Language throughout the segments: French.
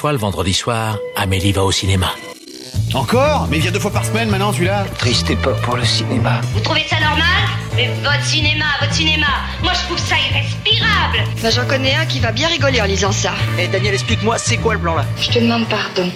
fois, le vendredi soir, Amélie va au cinéma. Encore ? Mais il vient 2 fois par semaine maintenant, celui-là. Triste époque pour le cinéma. Vous trouvez ça normal ? Mais votre cinéma, moi je trouve ça irrespirable. Bah, j'en connais un qui va bien rigoler en lisant ça. Eh Daniel, explique-moi, c'est quoi le plan là ? Je te demande pardon.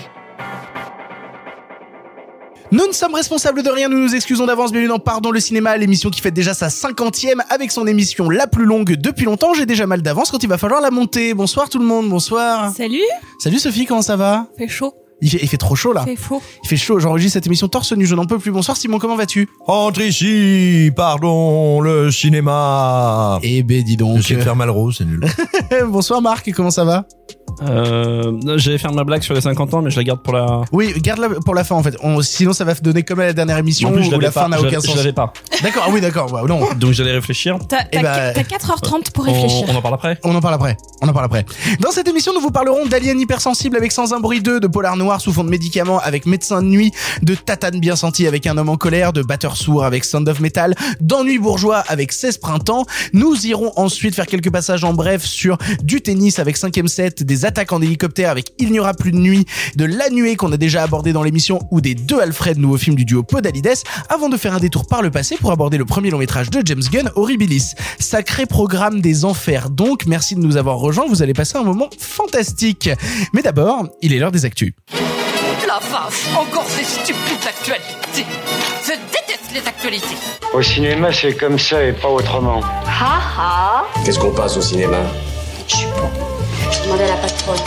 Nous ne sommes responsables de rien, nous nous excusons d'avance. Bienvenue dans Pardon le cinéma, l'émission qui fête déjà sa 50e avec son émission la plus longue depuis longtemps. J'ai déjà mal d'avance quand il va falloir la monter. Bonsoir tout le monde, bonsoir. Salut. Salut Sophie, comment ça va ? Fait chaud. Il fait trop chaud là. Il fait chaud. Il fait chaud, j'enregistre cette émission torse nu, je n'en peux plus. Bonsoir Simon, comment vas-tu ? Entre ici, pardon, le cinéma. Eh ben dis donc. Je sais faire Malraux, c'est nul. Bonsoir Marc, comment ça va ? J'allais faire ma blague sur les 50 ans, mais je la garde pour la... Oui, garde-la pour la fin en fait. Sinon ça va donner comme à la dernière émission où la fin n'a aucun sens. Je l'avais pas. D'accord, ah oui d'accord, bah, non. Donc j'allais réfléchir. T'as 4h30 pour réfléchir. On en parle après. On en parle après. Dans cette émission, nous vous parlerons d'Alien hypersensible avec Sans un bruit 2, de Polar Noir sous fond de médicaments avec Médecin de nuit, de Tatane bien senti avec Un homme en colère, de Batteur sourd avec Sound of Metal, d'Ennui bourgeois avec 16 printemps. Nous irons ensuite faire quelques passages en bref sur du tennis avec 5e set, des attaques en hélicoptère avec Il n'y aura plus de nuit, de La nuée qu'on a déjà abordé dans l'émission ou des 2 Alfred, nouveau film du duo Podalides, avant de faire un détour par le passé pour aborder le premier long métrage de James Gunn, Horribilis. Sacré programme des enfers donc, merci de nous avoir rejoints, vous allez passer un moment fantastique. Mais d'abord, il est l'heure des actus. La vache, encore ces stupides actualités. Je déteste les actualités. Au cinéma, c'est comme ça et pas autrement. Ha ha. Qu'est-ce qu'on passe au cinéma ? Je sais pas. Je demandais à la patronne.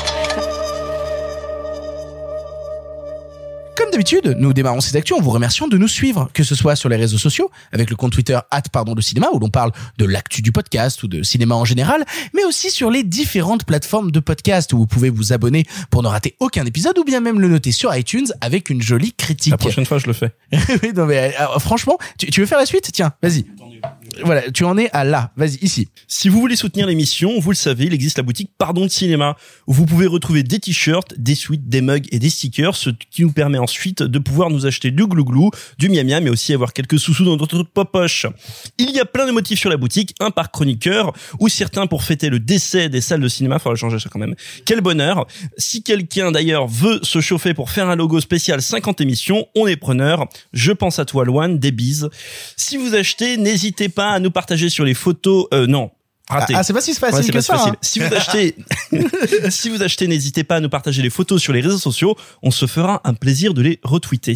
Comme d'habitude, nous démarrons ces actus en vous remerciant de nous suivre, que ce soit sur les réseaux sociaux, avec le compte Twitter @pardonlecinéma où l'on parle de l'actu du podcast ou de cinéma en général, mais aussi sur les différentes plateformes de podcast où vous pouvez vous abonner pour ne rater aucun épisode ou bien même le noter sur iTunes avec une jolie critique. La prochaine fois, je le fais. Oui, non mais franchement, tu veux faire la suite ? Tiens, vas-y. Voilà, tu en es à là. Vas-y, ici. Si vous voulez soutenir l'émission, vous le savez, il existe la boutique Pardon le cinéma, où vous pouvez retrouver des t-shirts, des sweats, des mugs et des stickers, ce qui nous permet ensuite de pouvoir nous acheter du glouglou, du miam miam, mais aussi avoir quelques sous-sous dans notre poche. Il y a plein de motifs sur la boutique, un par chroniqueur, ou certains pour fêter le décès des salles de cinéma, faudra changer ça quand même. Quel bonheur. Si quelqu'un d'ailleurs veut se chauffer pour faire un logo spécial 50 émissions, on est preneur. Je pense à toi, Loane, des bises. Si vous achetez, n'hésitez pas à nous partager sur les photos, non. Raté. Ah, c'est pas si facile que ça. Hein. Si vous achetez, n'hésitez pas à nous partager les photos sur les réseaux sociaux. On se fera un plaisir de les retweeter.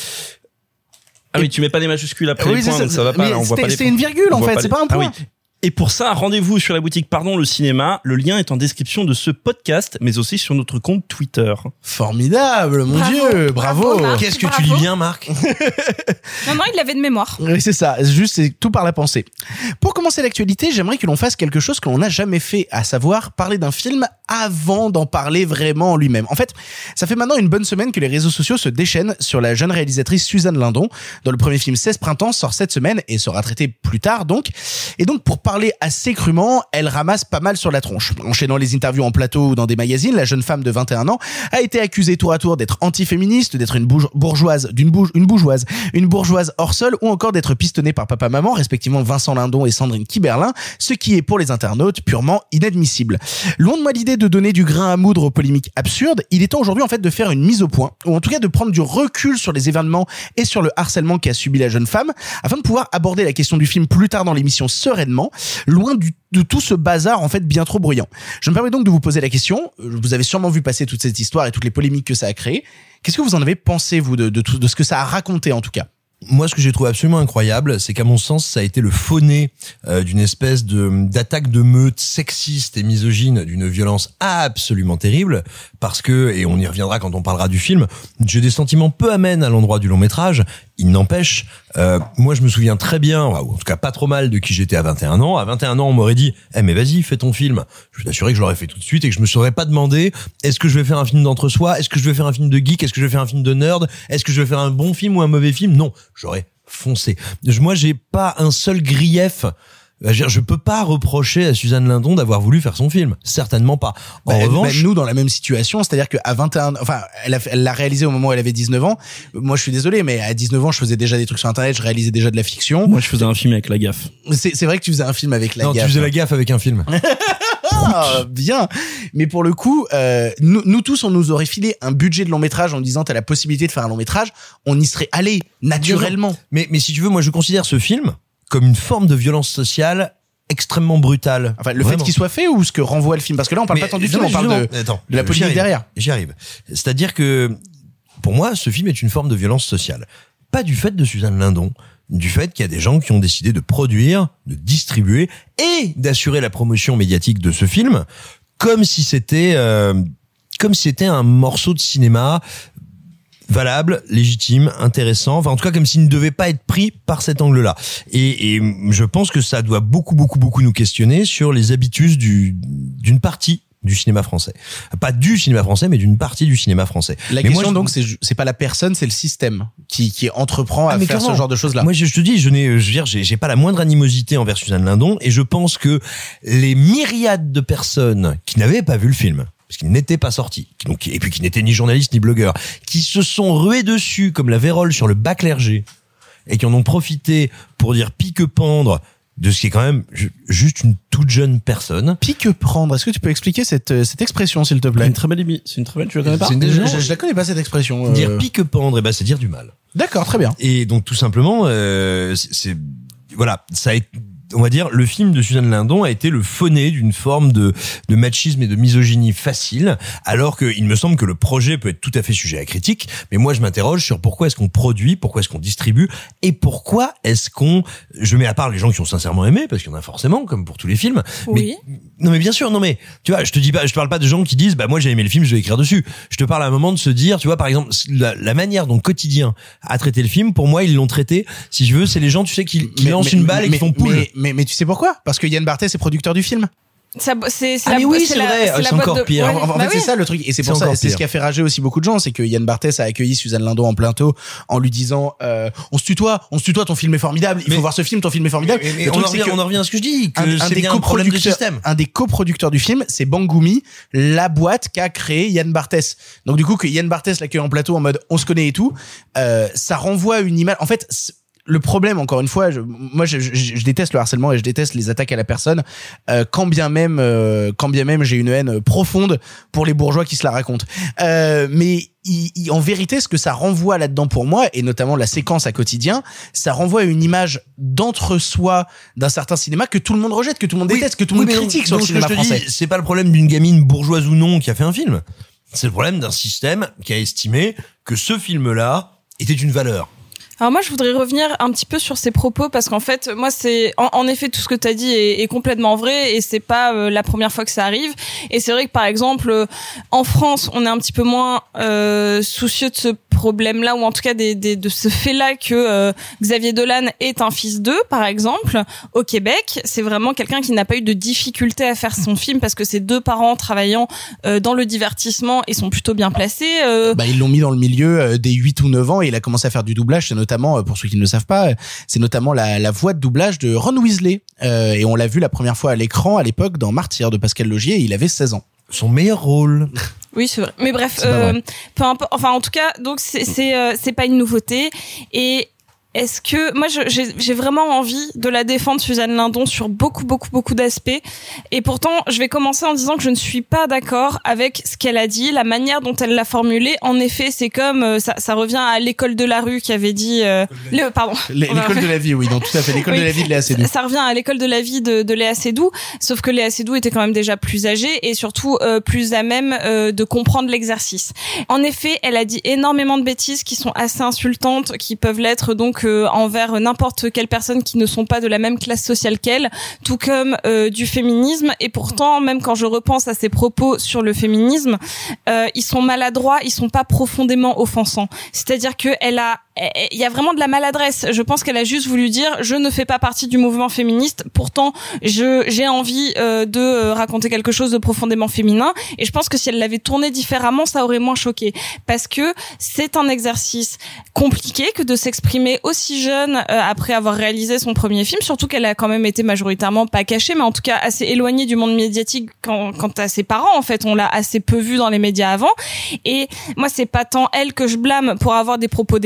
Ah oui, tu mets pas des majuscules après les points, donc ça va pas. Là, on voit pas les points. C'est une virgule en fait, c'est pas un point. Ah oui. Et pour ça, rendez-vous sur la boutique Pardon le cinéma. Le lien est en description de ce podcast, mais aussi sur notre compte Twitter. Formidable, mon Dieu, bravo. Qu'est-ce que tu lis bien, Marc ? Non, il l'avait de mémoire. Oui, c'est ça, c'est tout par la pensée. Pour commencer l'actualité, j'aimerais que l'on fasse quelque chose que l'on n'a jamais fait, à savoir parler d'un film avant d'en parler vraiment en lui-même. En fait, ça fait maintenant une bonne semaine que les réseaux sociaux se déchaînent sur la jeune réalisatrice Suzanne Lindon, dont le premier film 16 printemps sort cette semaine et sera traité plus tard donc. Et donc, pour parler assez crûment, elle ramasse pas mal sur la tronche. Enchaînant les interviews en plateau ou dans des magazines, la jeune femme de 21 ans a été accusée tour à tour d'être antiféministe, d'être une bourgeoise hors sol ou encore d'être pistonnée par papa-maman, respectivement Vincent Lindon et Sandrine Kiberlin, ce qui est pour les internautes purement inadmissible. Loin de moi l'idée de donner du grain à moudre aux polémiques absurdes, il est temps aujourd'hui en fait de faire une mise au point, ou en tout cas de prendre du recul sur les événements et sur le harcèlement qu'a subi la jeune femme, afin de pouvoir aborder la question du film plus tard dans l'émission sereinement, loin de tout ce bazar en fait bien trop bruyant. Je me permets donc de vous poser la question, vous avez sûrement vu passer toute cette histoire et toutes les polémiques que ça a créé. Qu'est-ce que vous en avez pensé, vous, de ce que ça a raconté en tout cas ? Moi, ce que j'ai trouvé absolument incroyable, c'est qu'à mon sens, ça a été le faux nez d'une espèce d'attaque de meute sexiste et misogyne, d'une violence absolument terrible, parce que, et on y reviendra quand on parlera du film, j'ai des sentiments peu amènes à l'endroit du long métrage. Il n'empêche, moi je me souviens très bien, ou en tout cas pas trop mal de qui j'étais à 21 ans. À 21 ans, on m'aurait dit « mais vas-y, fais ton film ». Je suis assuré que je l'aurais fait tout de suite et que je me serais pas demandé « est-ce que je vais faire un film d'entre-soi ? Est-ce que je vais faire un film de geek ? Est-ce que je vais faire un film de nerd ? Est-ce que je vais faire un bon film ou un mauvais film ?» Non, j'aurais foncé. Moi, j'ai pas un seul grief. Je peux pas reprocher à Suzanne Lindon d'avoir voulu faire son film. Certainement pas. En revanche, nous, dans la même situation, c'est-à-dire qu'à 21, enfin, elle l'a réalisé au moment où elle avait 19 ans. Moi, je suis désolé, mais à 19 ans, je faisais déjà des trucs sur Internet, je réalisais déjà de la fiction. Moi, je faisais un film avec La Gaffe. C'est vrai que tu faisais un film avec La Gaffe. Non, tu faisais La Gaffe avec un film. Bien. Mais pour le coup, nous tous, on nous aurait filé un budget de long métrage en disant t'as la possibilité de faire un long métrage, on y serait allé naturellement. Mais si tu veux, moi je considère ce film comme une forme de violence sociale extrêmement brutale. Enfin, le fait qu'il soit fait ou ce que renvoie le film, parce que là on parle pas tant du film, on parle de la politique derrière. J'y arrive. C'est-à-dire que pour moi, ce film est une forme de violence sociale. Pas du fait de Suzanne Lindon, du fait qu'il y a des gens qui ont décidé de produire, de distribuer et d'assurer la promotion médiatique de ce film comme si c'était un morceau de cinéma valable, légitime, intéressant, enfin en tout cas comme s'il ne devait pas être pris par cet angle-là. Et je pense que ça doit beaucoup nous questionner sur les habitudes d'une partie du cinéma français. Pas du cinéma français, mais d'une partie du cinéma français. La question donc, c'est pas la personne, c'est le système qui entreprend à faire ce genre de choses-là. Moi, je te dis, j'ai pas la moindre animosité envers Suzanne Lindon, et je pense que les myriades de personnes qui n'avaient pas vu le film, parce qu'il n'était pas sorti, donc, et puis qui n'étaient ni journalistes ni blogueurs, qui se sont rués dessus comme la vérole sur le bas clergé, et qui en ont profité pour dire pique-pendre de ce qui est quand même juste une toute jeune personne. Pique-prendre. Est-ce que tu peux expliquer cette expression, s'il te plaît? C'est une très belle, tu la connais pas? Je la connais pas, cette expression. Dire pique-pendre, c'est dire du mal. D'accord, très bien. Et donc, tout simplement, voilà, ça a été, on va dire, le film de Suzanne Lindon a été le fauné d'une forme de machisme et de misogynie facile, alors que il me semble que le projet peut être tout à fait sujet à critique. Mais moi, je m'interroge sur pourquoi est-ce qu'on produit, pourquoi est-ce qu'on distribue, et pourquoi est-ce qu'on, je mets à part les gens qui ont sincèrement aimé, parce qu'il y en a forcément, comme pour tous les films. Oui. Mais bien sûr, tu vois, je te parle pas de gens qui disent, moi j'ai aimé le film, je vais écrire dessus. Je te parle à un moment de se dire, tu vois, par exemple, la manière dont Quotidien a traité le film, pour moi, ils l'ont traité, si je veux, c'est les gens, tu sais, qui lancent une balle et qui font poule. Mais tu sais pourquoi? Parce que Yann Barthès est producteur du film. C'est vrai, c'est encore pire. Ouais. En fait, c'est ça le truc, et c'est pour ça, c'est ce qui a fait rager aussi beaucoup de gens, c'est que Yann Barthès a accueilli Suzanne Lindon en plateau en lui disant on se tutoie, ton film est formidable, il faut voir ce film, ton film est formidable. Mais on en revient à ce que je dis, que c'est bien un problème de système. Un des coproducteurs du film, c'est Bangoumi, la boîte qu'a créé Yann Barthès. Donc du coup, que Yann Barthès l'accueille en plateau en mode on se connaît et tout, ça renvoie à une image. En fait, le problème, encore une fois, je déteste le harcèlement et je déteste les attaques à la personne, quand bien même j'ai une haine profonde pour les bourgeois qui se la racontent. Mais en vérité, ce que ça renvoie là-dedans pour moi, et notamment la séquence à Quotidien, ça renvoie à une image d'entre-soi d'un certain cinéma que tout le monde rejette, que tout le monde déteste, que tout le monde critique sur le cinéma français. C'est pas le problème d'une gamine bourgeoise ou non qui a fait un film. C'est le problème d'un système qui a estimé que ce film-là était une valeur. Alors moi, je voudrais revenir un petit peu sur ces propos parce qu'en fait, moi, c'est en effet tout ce que t'as dit est complètement vrai et c'est pas la première fois que ça arrive. Et c'est vrai que par exemple, en France, on est un petit peu moins soucieux de ce problème-là ou en tout cas de ce fait-là que Xavier Dolan est un fils d'eux, par exemple. Au Québec, c'est vraiment quelqu'un qui n'a pas eu de difficulté à faire son film parce que ses deux parents travaillant dans le divertissement et sont plutôt bien placés. Ils l'ont mis dans le milieu dès 8 ou 9 ans et il a commencé à faire du doublage. C'est notamment, pour ceux qui ne le savent pas, c'est notamment la voix de doublage de Ron Weasley. Et on l'a vu la première fois à l'écran à l'époque dans Martyr de Pascal Logier et il avait 16 ans. Son meilleur rôle. Oui, c'est vrai. Mais bref, peu importe. Enfin, en tout cas, donc c'est pas une nouveauté. Et est-ce que moi j'ai vraiment envie de la défendre, Suzanne Lindon, sur beaucoup d'aspects. Et pourtant, je vais commencer en disant que je ne suis pas d'accord avec ce qu'elle a dit, la manière dont elle l'a formulé. En effet, c'est comme ça revient à l'école de la rue qui avait dit l'école de la vie, oui, donc tout à fait, l'école de la vie de Léa Seydoux. Ça revient à l'école de la vie de Léa Seydoux, sauf que Léa Seydoux était quand même déjà plus âgée et surtout plus à même de comprendre l'exercice. En effet, elle a dit énormément de bêtises qui sont assez insultantes, qui peuvent l'être donc envers n'importe quelle personne qui ne sont pas de la même classe sociale qu'elle, tout comme du féminisme. Et pourtant, même quand je repense à ses propos sur le féminisme, ils sont maladroits, ils sont pas profondément offensants. C'est-à-dire que il y a vraiment de la maladresse. Je pense qu'elle a juste voulu dire je ne fais pas partie du mouvement féministe, pourtant j'ai envie de raconter quelque chose de profondément féminin, et je pense que si elle l'avait tourné différemment, ça aurait moins choqué, parce que c'est un exercice compliqué que de s'exprimer aussi jeune après avoir réalisé son premier film, surtout qu'elle a quand même été majoritairement pas cachée, mais en tout cas assez éloignée du monde médiatique quant à ses parents. En fait, on l'a assez peu vue dans les médias avant, et moi c'est pas tant elle que je blâme pour avoir des propos déplacés,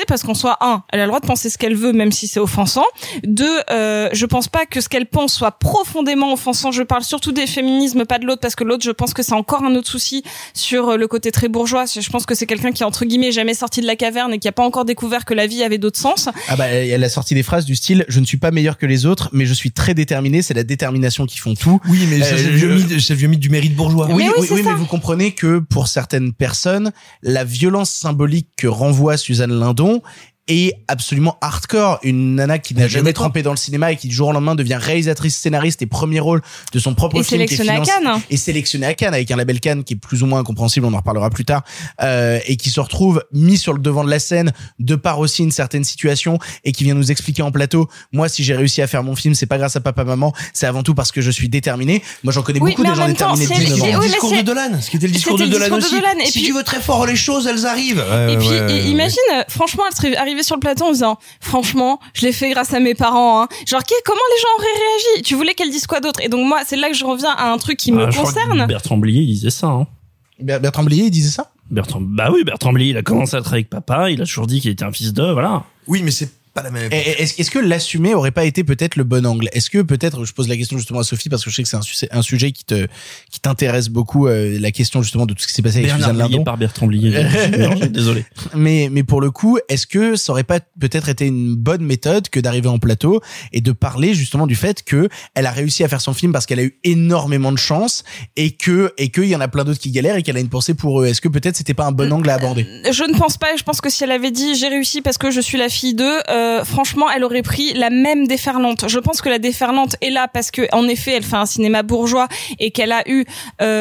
parce qu'en soi, elle a le droit de penser ce qu'elle veut, même si c'est offensant. 2, je pense pas que ce qu'elle pense soit profondément offensant. Je parle surtout des féminismes, pas de l'autre, parce que l'autre, je pense que c'est encore un autre souci sur le côté très bourgeois. Je pense que c'est quelqu'un qui, entre guillemets, jamais sorti de la caverne et qui a pas encore découvert que la vie avait d'autres sens. Ah bah, elle a sorti des phrases du style, je ne suis pas meilleur que les autres, mais je suis très déterminé, c'est la détermination qui font tout. Oui, mais ça, c'est le vieux mythe du mérite bourgeois. Oui, mais mais vous comprenez que pour certaines personnes, la violence symbolique que renvoie Suzanne Lindon est absolument hardcore. Une nana qui n'a jamais trempé dans le cinéma et qui du jour au lendemain devient réalisatrice, scénariste et premier rôle de son propre film qui est financé et sélectionné à Cannes avec un label Cannes qui est plus ou moins incompréhensible, on en reparlera plus tard, et qui se retrouve mis sur le devant de la scène de par aussi une certaine situation et qui vient nous expliquer en plateau, moi si j'ai réussi à faire mon film, c'est pas grâce à papa maman, c'est avant tout parce que je suis déterminé. Moi j'en connais beaucoup des gens déterminés de 19 ans. C'était le discours de Dolan, ce qui était le discours de Dolan aussi. Si tu veux très fort les choses, elles arrivent. Et puis imagine, franchement, elle serait arrivée sur le plateau en disant franchement je l'ai fait grâce à mes parents, hein. Genre comment les gens auraient réagi, tu voulais qu'elle dise quoi d'autre? Et donc moi c'est là que je reviens à un truc qui me concerne. Bertrand Blier il disait ça, hein. Bertrand Blier il disait ça? Bertrand Blier il a commencé à travailler avec papa, il a toujours dit qu'il était un fils de, voilà. Oui, mais c'est pas la même. Est-ce que l'assumer aurait pas été peut-être le bon angle? Est-ce que peut-être, je pose la question justement à Sophie parce que je sais que c'est un sujet qui t'intéresse beaucoup, la question justement de tout ce qui s'est passé avec Suzanne Lindon. Par Bertrand Blier. Désolé. Mais pour le coup, est-ce que ça aurait pas peut-être été une bonne méthode que d'arriver en plateau et de parler justement du fait que elle a réussi à faire son film parce qu'elle a eu énormément de chance et qu'il y en a plein d'autres qui galèrent et qu'elle a une pensée pour eux? Est-ce que peut-être c'était pas un bon angle à aborder? Je ne pense pas. Je pense que si elle avait dit j'ai réussi parce que je suis la fille d'eux, franchement, elle aurait pris la même déferlante. Je pense que la déferlante est là parce que, en effet, elle fait un cinéma bourgeois et qu'elle a eu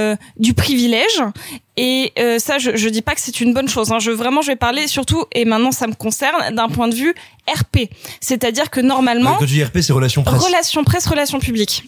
du privilège. Et ça, je dis pas que c'est une bonne chose, hein. Je vais parler surtout, et maintenant ça me concerne, d'un point de vue RP. C'est-à-dire que normalement, quand tu dis RP, c'est relations presse. Relations presse, relations publiques.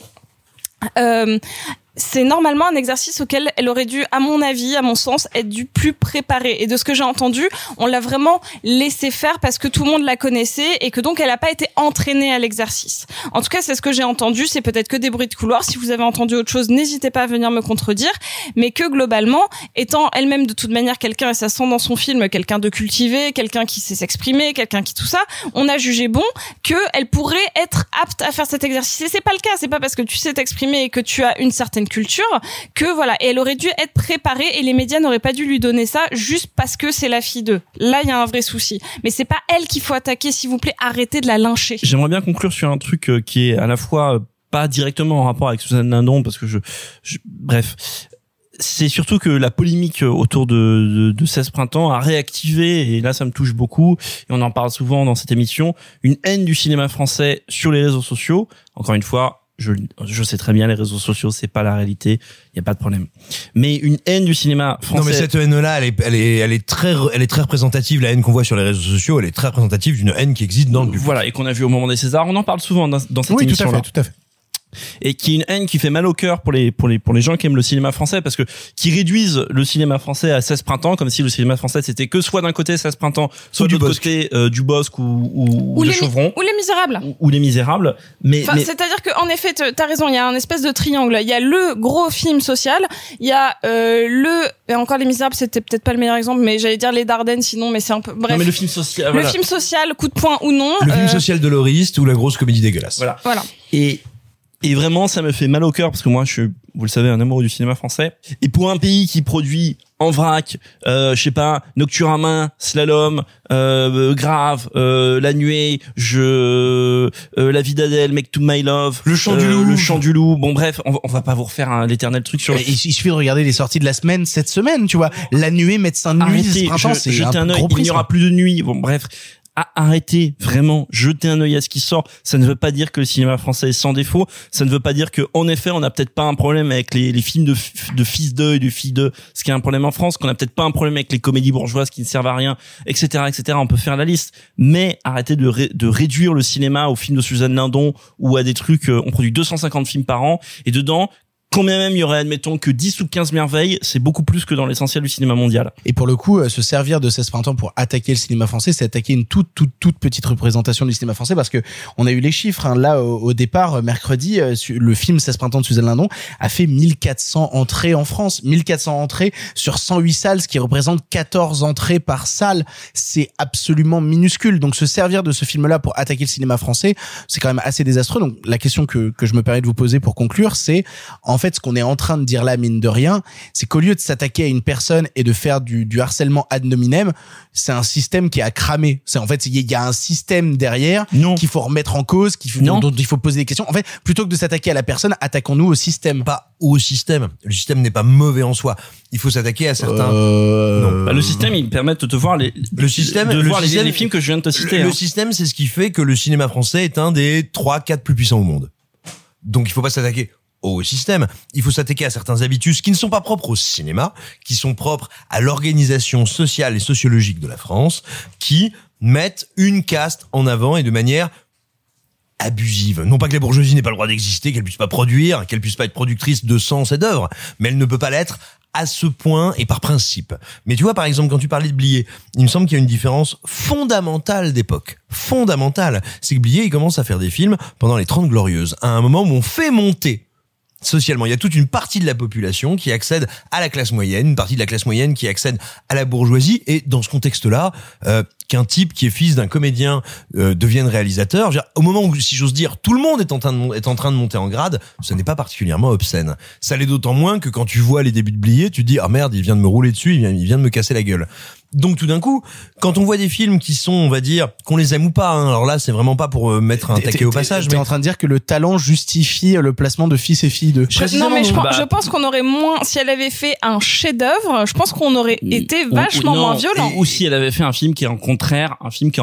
C'est normalement un exercice auquel elle aurait dû, à mon avis, à mon sens, être du plus préparée. Et de ce que j'ai entendu, on l'a vraiment laissé faire parce que tout le monde la connaissait et que donc elle n'a pas été entraînée à l'exercice. En tout cas, c'est ce que j'ai entendu. C'est peut-être que des bruits de couloir. Si vous avez entendu autre chose, n'hésitez pas à venir me contredire. Mais que globalement, étant elle-même de toute manière quelqu'un, et ça sent dans son film, quelqu'un de cultivé, quelqu'un qui sait s'exprimer, quelqu'un qui tout ça, on a jugé bon qu'elle pourrait être apte à faire cet exercice. Et c'est pas le cas. C'est pas parce que tu sais t'exprimer et que tu as une certaine culture que voilà, et elle aurait dû être préparée et les médias n'auraient pas dû lui donner ça juste parce que c'est la fille d'eux. Là, il y a un vrai souci. Mais c'est pas elle qu'il faut attaquer, s'il vous plaît, arrêtez de la lyncher. J'aimerais bien conclure sur un truc qui est à la fois pas directement en rapport avec Suzanne Lindon parce que bref, c'est surtout que la polémique autour de 16 printemps a réactivé, et là ça me touche beaucoup, et on en parle souvent dans cette émission, une haine du cinéma français sur les réseaux sociaux. Encore une fois, je sais très bien, les réseaux sociaux, c'est pas la réalité, il y a pas de problème. Mais une haine du cinéma français. Non, mais cette haine-là, elle est très représentative. La haine qu'on voit sur les réseaux sociaux, elle est très représentative d'une haine qui existe dans le public. Voilà, et qu'on a vu au moment des Césars. On en parle souvent dans cette émission-là. Oui, tout à fait. Et qui est une haine qui fait mal au cœur pour les gens qui aiment le cinéma français, parce que qui réduisent le cinéma français à 16 printemps comme si le cinéma français c'était que soit d'un côté 16 printemps, soit de l'autre côté du Bosque ou de Chauvron ou les Misérables ou les Misérables. Mais c'est-à-dire que en effet t'as raison, il y a un espèce de triangle. Il y a le gros film social, il y a et encore les Misérables c'était peut-être pas le meilleur exemple, mais j'allais dire les Dardennes sinon, mais c'est un peu bref. Non, mais le film social, le film social, coup de poing ou non, le film social de l'horiste ou la grosse comédie dégueulasse. Voilà. Et vraiment, ça me fait mal au cœur parce que moi, je suis, vous le savez, un amoureux du cinéma français. Et pour un pays qui produit en vrac, je sais pas, Nocturama, Slalom, Grave, La Nuée, La Vie d'Adèle, Make to My Love, Le Chant du Loup. Bon bref, on va pas vous refaire l'éternel truc sur. Il suffit de regarder les sorties de la semaine cette semaine, tu vois. La Nuée, Médecin de nuit, ce printemps, c'est un gros prix. Il n'y aura plus de nuit. Bon bref. Arrêtez, vraiment, jetez un œil à ce qui sort. Ça ne veut pas dire que le cinéma français est sans défaut. Ça ne veut pas dire que, en effet, on n'a peut-être pas un problème avec les films de fils d'eux et de filles d'eux, ce qui est un problème en France, qu'on n'a peut-être pas un problème avec les comédies bourgeoises qui ne servent à rien, etc., etc. On peut faire la liste. Mais arrêtez de réduire le cinéma aux films de Suzanne Lindon ou à des trucs, on produit 250 films par an, et dedans, quand même il y aurait, admettons, que 10 ou 15 merveilles, c'est beaucoup plus que dans l'essentiel du cinéma mondial. Et pour le coup, se servir de 16 printemps pour attaquer le cinéma français, c'est attaquer une toute petite représentation du cinéma français, parce que on a eu les chiffres, hein. Là, au départ, mercredi, le film 16 printemps de Suzanne Lindon a fait 1400 entrées en France. 1400 entrées sur 108 salles, ce qui représente 14 entrées par salle. C'est absolument minuscule. Donc, se servir de ce film-là pour attaquer le cinéma français, c'est quand même assez désastreux. Donc, la question que je me permets de vous poser pour conclure, c'est, en fait, ce qu'on est en train de dire là, mine de rien, c'est qu'au lieu de s'attaquer à une personne et de faire du harcèlement ad nominem, c'est un système qui a cramé. C'est, en fait, il y a un système derrière qu'il faut remettre en cause, dont il faut poser des questions. En fait, plutôt que de s'attaquer à la personne, attaquons-nous au système. Pas au système. Le système n'est pas mauvais en soi. Il faut s'attaquer à certains. Non. Bah, le système, il permet de te voir les films que je viens de te citer. Le système, c'est ce qui fait que le cinéma français est un des 3-4 plus puissants au monde. Donc, il faut pas s'attaquer au système. Il faut s'attaquer à certains habitus qui ne sont pas propres au cinéma, qui sont propres à l'organisation sociale et sociologique de la France, qui mettent une caste en avant et de manière abusive. Non pas que la bourgeoisie n'ait pas le droit d'exister, qu'elle puisse pas produire, qu'elle puisse pas être productrice de sens et d'œuvre, mais elle ne peut pas l'être à ce point et par principe. Mais tu vois, par exemple, quand tu parlais de Blier, il me semble qu'il y a une différence fondamentale d'époque. Fondamentale. C'est que Blier, il commence à faire des films pendant les 30 Glorieuses, à un moment où on fait monter socialement. Il y a toute une partie de la population qui accède à la classe moyenne, une partie de la classe moyenne qui accède à la bourgeoisie, et dans ce contexte-là, qu'un type qui est fils d'un comédien devienne réalisateur, au moment où, si j'ose dire, tout le monde est en train de monter en grade, ce n'est pas particulièrement obscène. Ça l'est d'autant moins que quand tu vois les débuts de Blier, tu te dis ah merde, il vient de me rouler dessus, il vient de me casser la gueule. Donc tout d'un coup, quand on voit des films qui sont, on va dire, qu'on les aime ou pas, hein, alors là c'est vraiment pas pour mettre un taquet au passage, mais t'es en train de dire que le talent justifie le placement de fils et filles de. Non mais je pense qu'on aurait moins, si elle avait fait un chef-d'œuvre, je pense qu'on aurait été vachement moins violent. Ou si elle avait fait un film qui est en contraire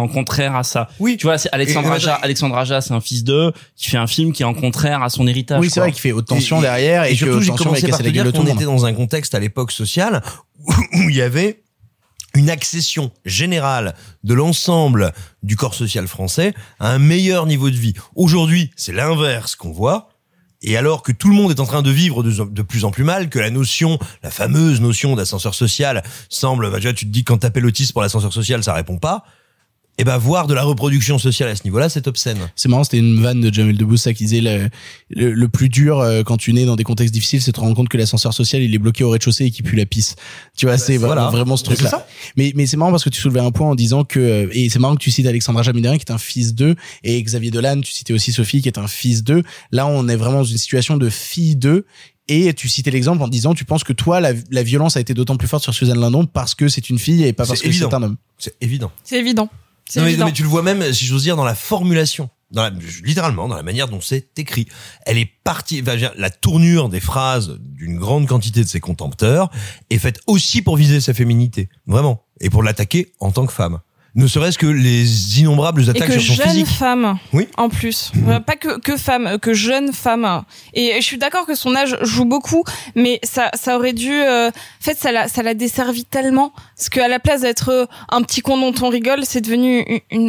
à ça. Oui. Tu vois, c'est Alexandre Aja, c'est un fils d'eux qui fait un film qui est en contraire à son héritage. Oui, c'est vrai qu'il fait haute tension derrière et surtout j'ai commencé par te dire qu'on était dans un contexte à l'époque sociale où il y avait une accession générale de l'ensemble du corps social français à un meilleur niveau de vie. Aujourd'hui, c'est l'inverse qu'on voit. Et alors que tout le monde est en train de vivre de plus en plus mal, que la fameuse notion d'ascenseur social semble, tu vois, tu te dis que quand t'appelles autisme pour l'ascenseur social, ça répond pas. Et voir de la reproduction sociale à ce niveau-là, c'est obscène. C'est marrant, c'était une vanne de Jamel Debbouze, ça qui disait le plus dur quand tu nais dans des contextes difficiles, c'est de te rendre compte que l'ascenseur social, il est bloqué au rez-de-chaussée et qu'il pue la pisse. Tu vois, c'est vraiment ce truc-là. Mais c'est marrant parce que tu soulevais un point en disant que, et c'est marrant que tu cites Alexandre Aja, qui est un fils d'eux, et Xavier Dolan, tu citais aussi Sophie, qui est un fils d'eux. Là, on est vraiment dans une situation de fille d'eux. Et tu citais l'exemple en disant, tu penses que toi, la violence a été d'autant plus forte sur Suzanne Lindon parce que c'est une fille et pas parce que c'est un homme. C'est évident. C'est évident. Mais tu le vois même, si j'ose dire, dans la formulation, littéralement, dans la manière dont c'est écrit. Elle est partie, la tournure des phrases d'une grande quantité de ses contempteurs est faite aussi pour viser sa féminité. Vraiment. Et pour l'attaquer en tant que femme. Ne serait-ce que les innombrables attaques sur son physique. Et que jeune femme, oui. En plus. Pas que femme, que jeune femme. Et je suis d'accord que son âge joue beaucoup, mais ça aurait dû... en fait, ça l'a desservi tellement. Parce qu'à la place d'être un petit con dont on rigole, c'est devenu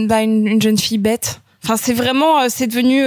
une jeune fille bête. Enfin, c'est vraiment, c'est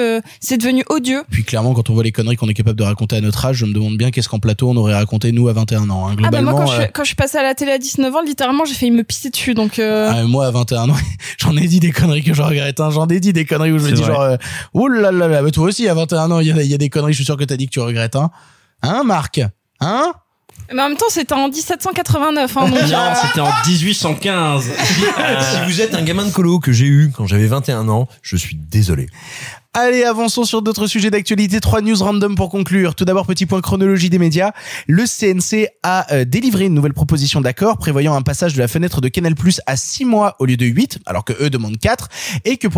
devenu odieux. Puis clairement, quand on voit les conneries qu'on est capable de raconter à notre âge, je me demande bien qu'est-ce qu'en plateau on aurait raconté nous à 21 ans. Hein. Globalement, moi, quand je suis passée à la télé à 19 ans, littéralement, j'ai failli me pisser dessus. Donc moi, à 21 ans, j'en ai dit des conneries que je regrette. Hein. J'en ai dit des conneries où je me dis genre, oh là là là, mais toi aussi à 21 ans, il y a des conneries. Je suis sûr que t'as dit que tu regrettes. Hein, Marc? Hein? Mais en même temps, c'était en 1789. Hein, donc non, c'était en 1815. Si vous êtes un gamin de colo que j'ai eu quand j'avais 21 ans, je suis désolé. Allez, avançons sur d'autres sujets d'actualité. 3 news random pour conclure. Tout d'abord, petit point chronologie des médias. Le CNC a délivré une nouvelle proposition d'accord prévoyant un passage de la fenêtre de Canal+ à 6 mois au lieu de 8, alors que eux demandent 4, et que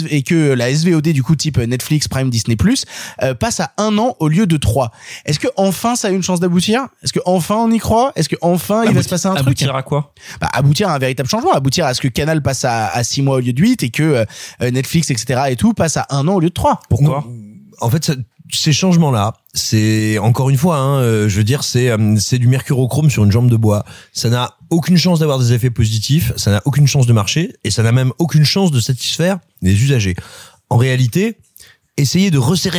la SVOD du coup type Netflix, Prime, Disney+, passe à 1 an au lieu de 3. Est-ce que enfin ça a une chance d'aboutir? Est-ce que enfin on y croit? Est-ce que enfin il va se passer un truc? Aboutir à quoi? Aboutir à un véritable changement, aboutir à ce que Canal passe à 6 mois au lieu de 8 et que Netflix, etc. et tout passe à 1 an au lieu de 3. Pourquoi? En fait, ces changements-là, c'est encore une fois, je veux dire, c'est du mercurochrome sur une jambe de bois. Ça n'a aucune chance d'avoir des effets positifs, ça n'a aucune chance de marcher, et ça n'a même aucune chance de satisfaire les usagers. En réalité, essayer de resserrer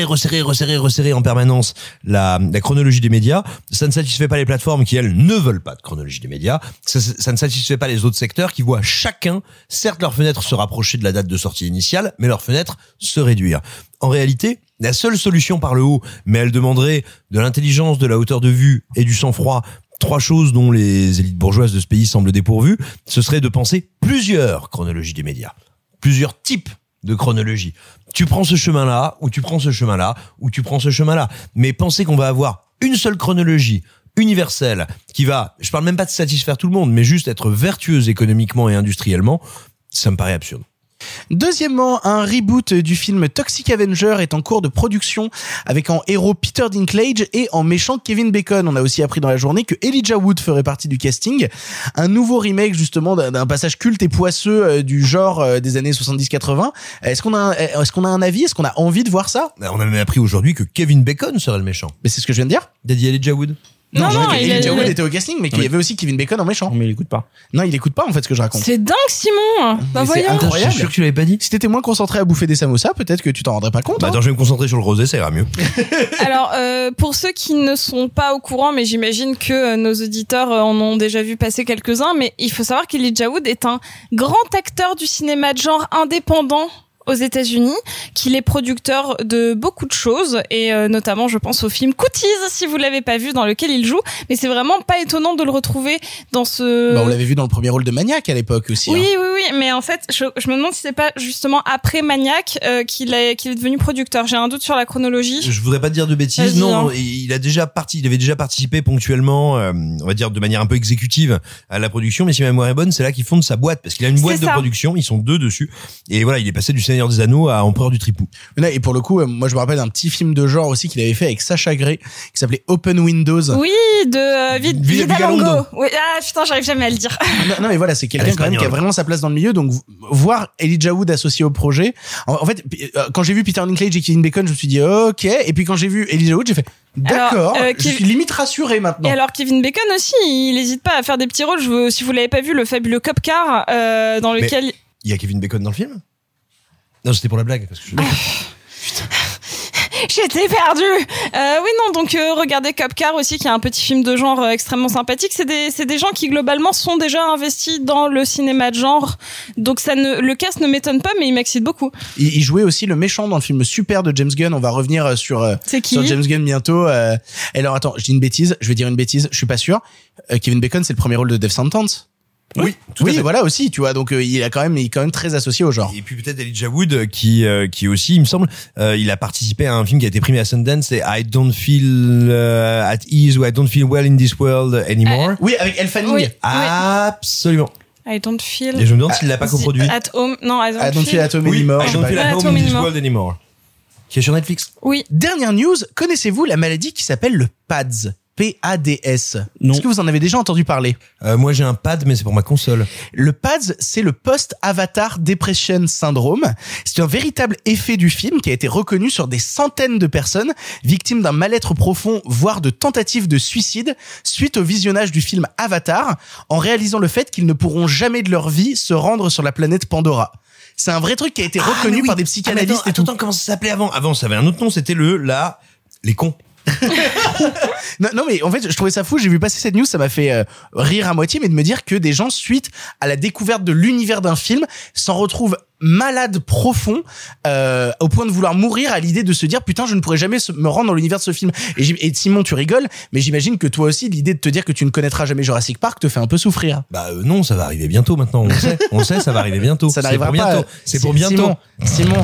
en permanence la chronologie des médias. Ça ne satisfait pas les plateformes qui, elles, ne veulent pas de chronologie des médias. Ça ne satisfait pas les autres secteurs qui voient chacun, certes, leur fenêtre se rapprocher de la date de sortie initiale, mais leur fenêtre se réduire. En réalité, la seule solution par le haut, mais elle demanderait de l'intelligence, de la hauteur de vue et du sang-froid, 3 choses dont les élites bourgeoises de ce pays semblent dépourvues, ce serait de penser plusieurs chronologies des médias, plusieurs types de chronologie. Tu prends ce chemin-là, ou tu prends ce chemin-là, ou tu prends ce chemin-là. Mais penser qu'on va avoir une seule chronologie universelle qui va, je parle même pas de satisfaire tout le monde, mais juste être vertueuse économiquement et industriellement, ça me paraît absurde. Deuxièmement, un reboot du film Toxic Avenger est en cours de production avec en héros Peter Dinklage et en méchant Kevin Bacon. On a aussi appris dans la journée que Elijah Wood ferait partie du casting. Un nouveau remake justement d'un passage culte et poisseux du genre des années 70-80. Est-ce qu'on a un avis? Est-ce qu'on a envie de voir ça? On a même appris aujourd'hui que Kevin Bacon serait le méchant. Mais c'est ce que je viens de dire. T'as dit Elijah Wood? Non, Elijah Wood était au casting, mais qu'il y avait aussi Kevin Bacon en méchant. Mais il écoute pas. Non, il écoute pas en fait ce que je raconte. C'est dingue, Simon. Bah voyons. C'est incroyable. Je suis sûr que tu l'avais pas dit. Si t'étais moins concentré à bouffer des samosas, peut-être que tu t'en rendrais pas compte. Attends, je vais me concentrer sur le rosé, ça ira mieux. Alors, pour ceux qui ne sont pas au courant, mais j'imagine que nos auditeurs en ont déjà vu passer quelques-uns, mais il faut savoir qu'Elijah Wood est un grand acteur du cinéma de genre indépendant aux États-Unis, qu'il est producteur de beaucoup de choses et notamment je pense au film Cooties, si vous l'avez pas vu, dans lequel il joue, mais c'est vraiment pas étonnant de le retrouver dans ce... Bah, on l'avait vu dans le premier rôle de Maniac à l'époque aussi. Oui, mais en fait, je me demande si c'est pas justement après Maniac qu'il est devenu producteur. J'ai un doute sur la chronologie. Je voudrais pas te dire de bêtises. Vas-y, non, hein. il avait déjà participé ponctuellement, on va dire de manière un peu exécutive à la production, mais si ma mémoire est bonne, c'est là qu'il fonde sa boîte, parce qu'il a une boîte de production, ils sont 2 dessus, et voilà, il est passé du Seigneur des Anneaux à Empereur du Tripou. Et pour le coup, moi je me rappelle d'un petit film de genre aussi qu'il avait fait avec Sacha Grey, qui s'appelait Open Windows. Oui, de Vidalongo. Oui, ah putain, j'arrive jamais à le dire. Non mais voilà, c'est quelqu'un quand même qui a vraiment sa place dans le milieu, donc voir Elijah Wood associé au projet. En fait, quand j'ai vu Peter Dinklage et Kevin Bacon, je me suis dit ok, et puis quand j'ai vu Elijah Wood, j'ai fait d'accord, je suis limite rassuré maintenant. Et alors Kevin Bacon aussi, il hésite pas à faire des petits rôles. Si vous l'avez pas vu, le fabuleux Cop Car, dans lequel... Mais il y a Kevin Bacon dans le film? Non, c'était pour la blague, parce que Putain. J'étais perdue. Oui, non, donc regardez Cop Car aussi, qui est un petit film de genre extrêmement sympathique. C'est des gens qui globalement sont déjà investis dans le cinéma de genre. Donc le cast ne m'étonne pas, mais il m'excite beaucoup. Il jouait aussi le méchant dans le film Super de James Gunn. On va revenir sur James Gunn bientôt. Et alors attends, je dis une bêtise, je vais dire une bêtise, je suis pas sûr. Kevin Bacon, c'est le premier rôle de Death Sentence. Oui, tout à fait. Voilà aussi, tu vois, donc il est quand même très associé au genre. Et puis peut-être Elijah Wood qui aussi, il me semble, il a participé à un film qui a été primé à Sundance, c'est I Don't Feel at Ease ou I Don't Feel Well in This World Anymore. Oui, avec Elle Fanning. Oui. Absolument. I Don't Feel. Et je me demande s'il l'a pas coproduit. At Home. Non, I Don't Feel at Home Anymore. I Don't Feel at Home in This World Anymore. Qui est sur Netflix. Oui. Dernière news, connaissez-vous la maladie qui s'appelle le PADS? PADS. Non. Est-ce que vous en avez déjà entendu parler? Moi j'ai un pad, mais c'est pour ma console. Le PADS, c'est le Post-Avatar Depression Syndrome. C'est un véritable effet du film qui a été reconnu sur des centaines de personnes victimes d'un mal-être profond, voire de tentatives de suicide suite au visionnage du film Avatar, en réalisant le fait qu'ils ne pourront jamais de leur vie se rendre sur la planète Pandora. C'est un vrai truc qui a été reconnu par des psychanalystes et tout. Attends, comment ça s'appelait avant? Avant, ça avait un autre nom, c'était les cons. non mais en fait je trouvais ça fou, j'ai vu passer cette news, ça m'a fait rire à moitié, mais de me dire que des gens suite à la découverte de l'univers d'un film s'en retrouvent malades profonds au point de vouloir mourir à l'idée de se dire putain je ne pourrai jamais me rendre dans l'univers de ce film. Et Simon, tu rigoles, mais j'imagine que toi aussi l'idée de te dire que tu ne connaîtras jamais Jurassic Park te fait un peu souffrir. Bah non, ça va arriver bientôt maintenant, on sait ça va arriver bientôt. Ça n'arrivera pas. C'est pour bientôt. Simon.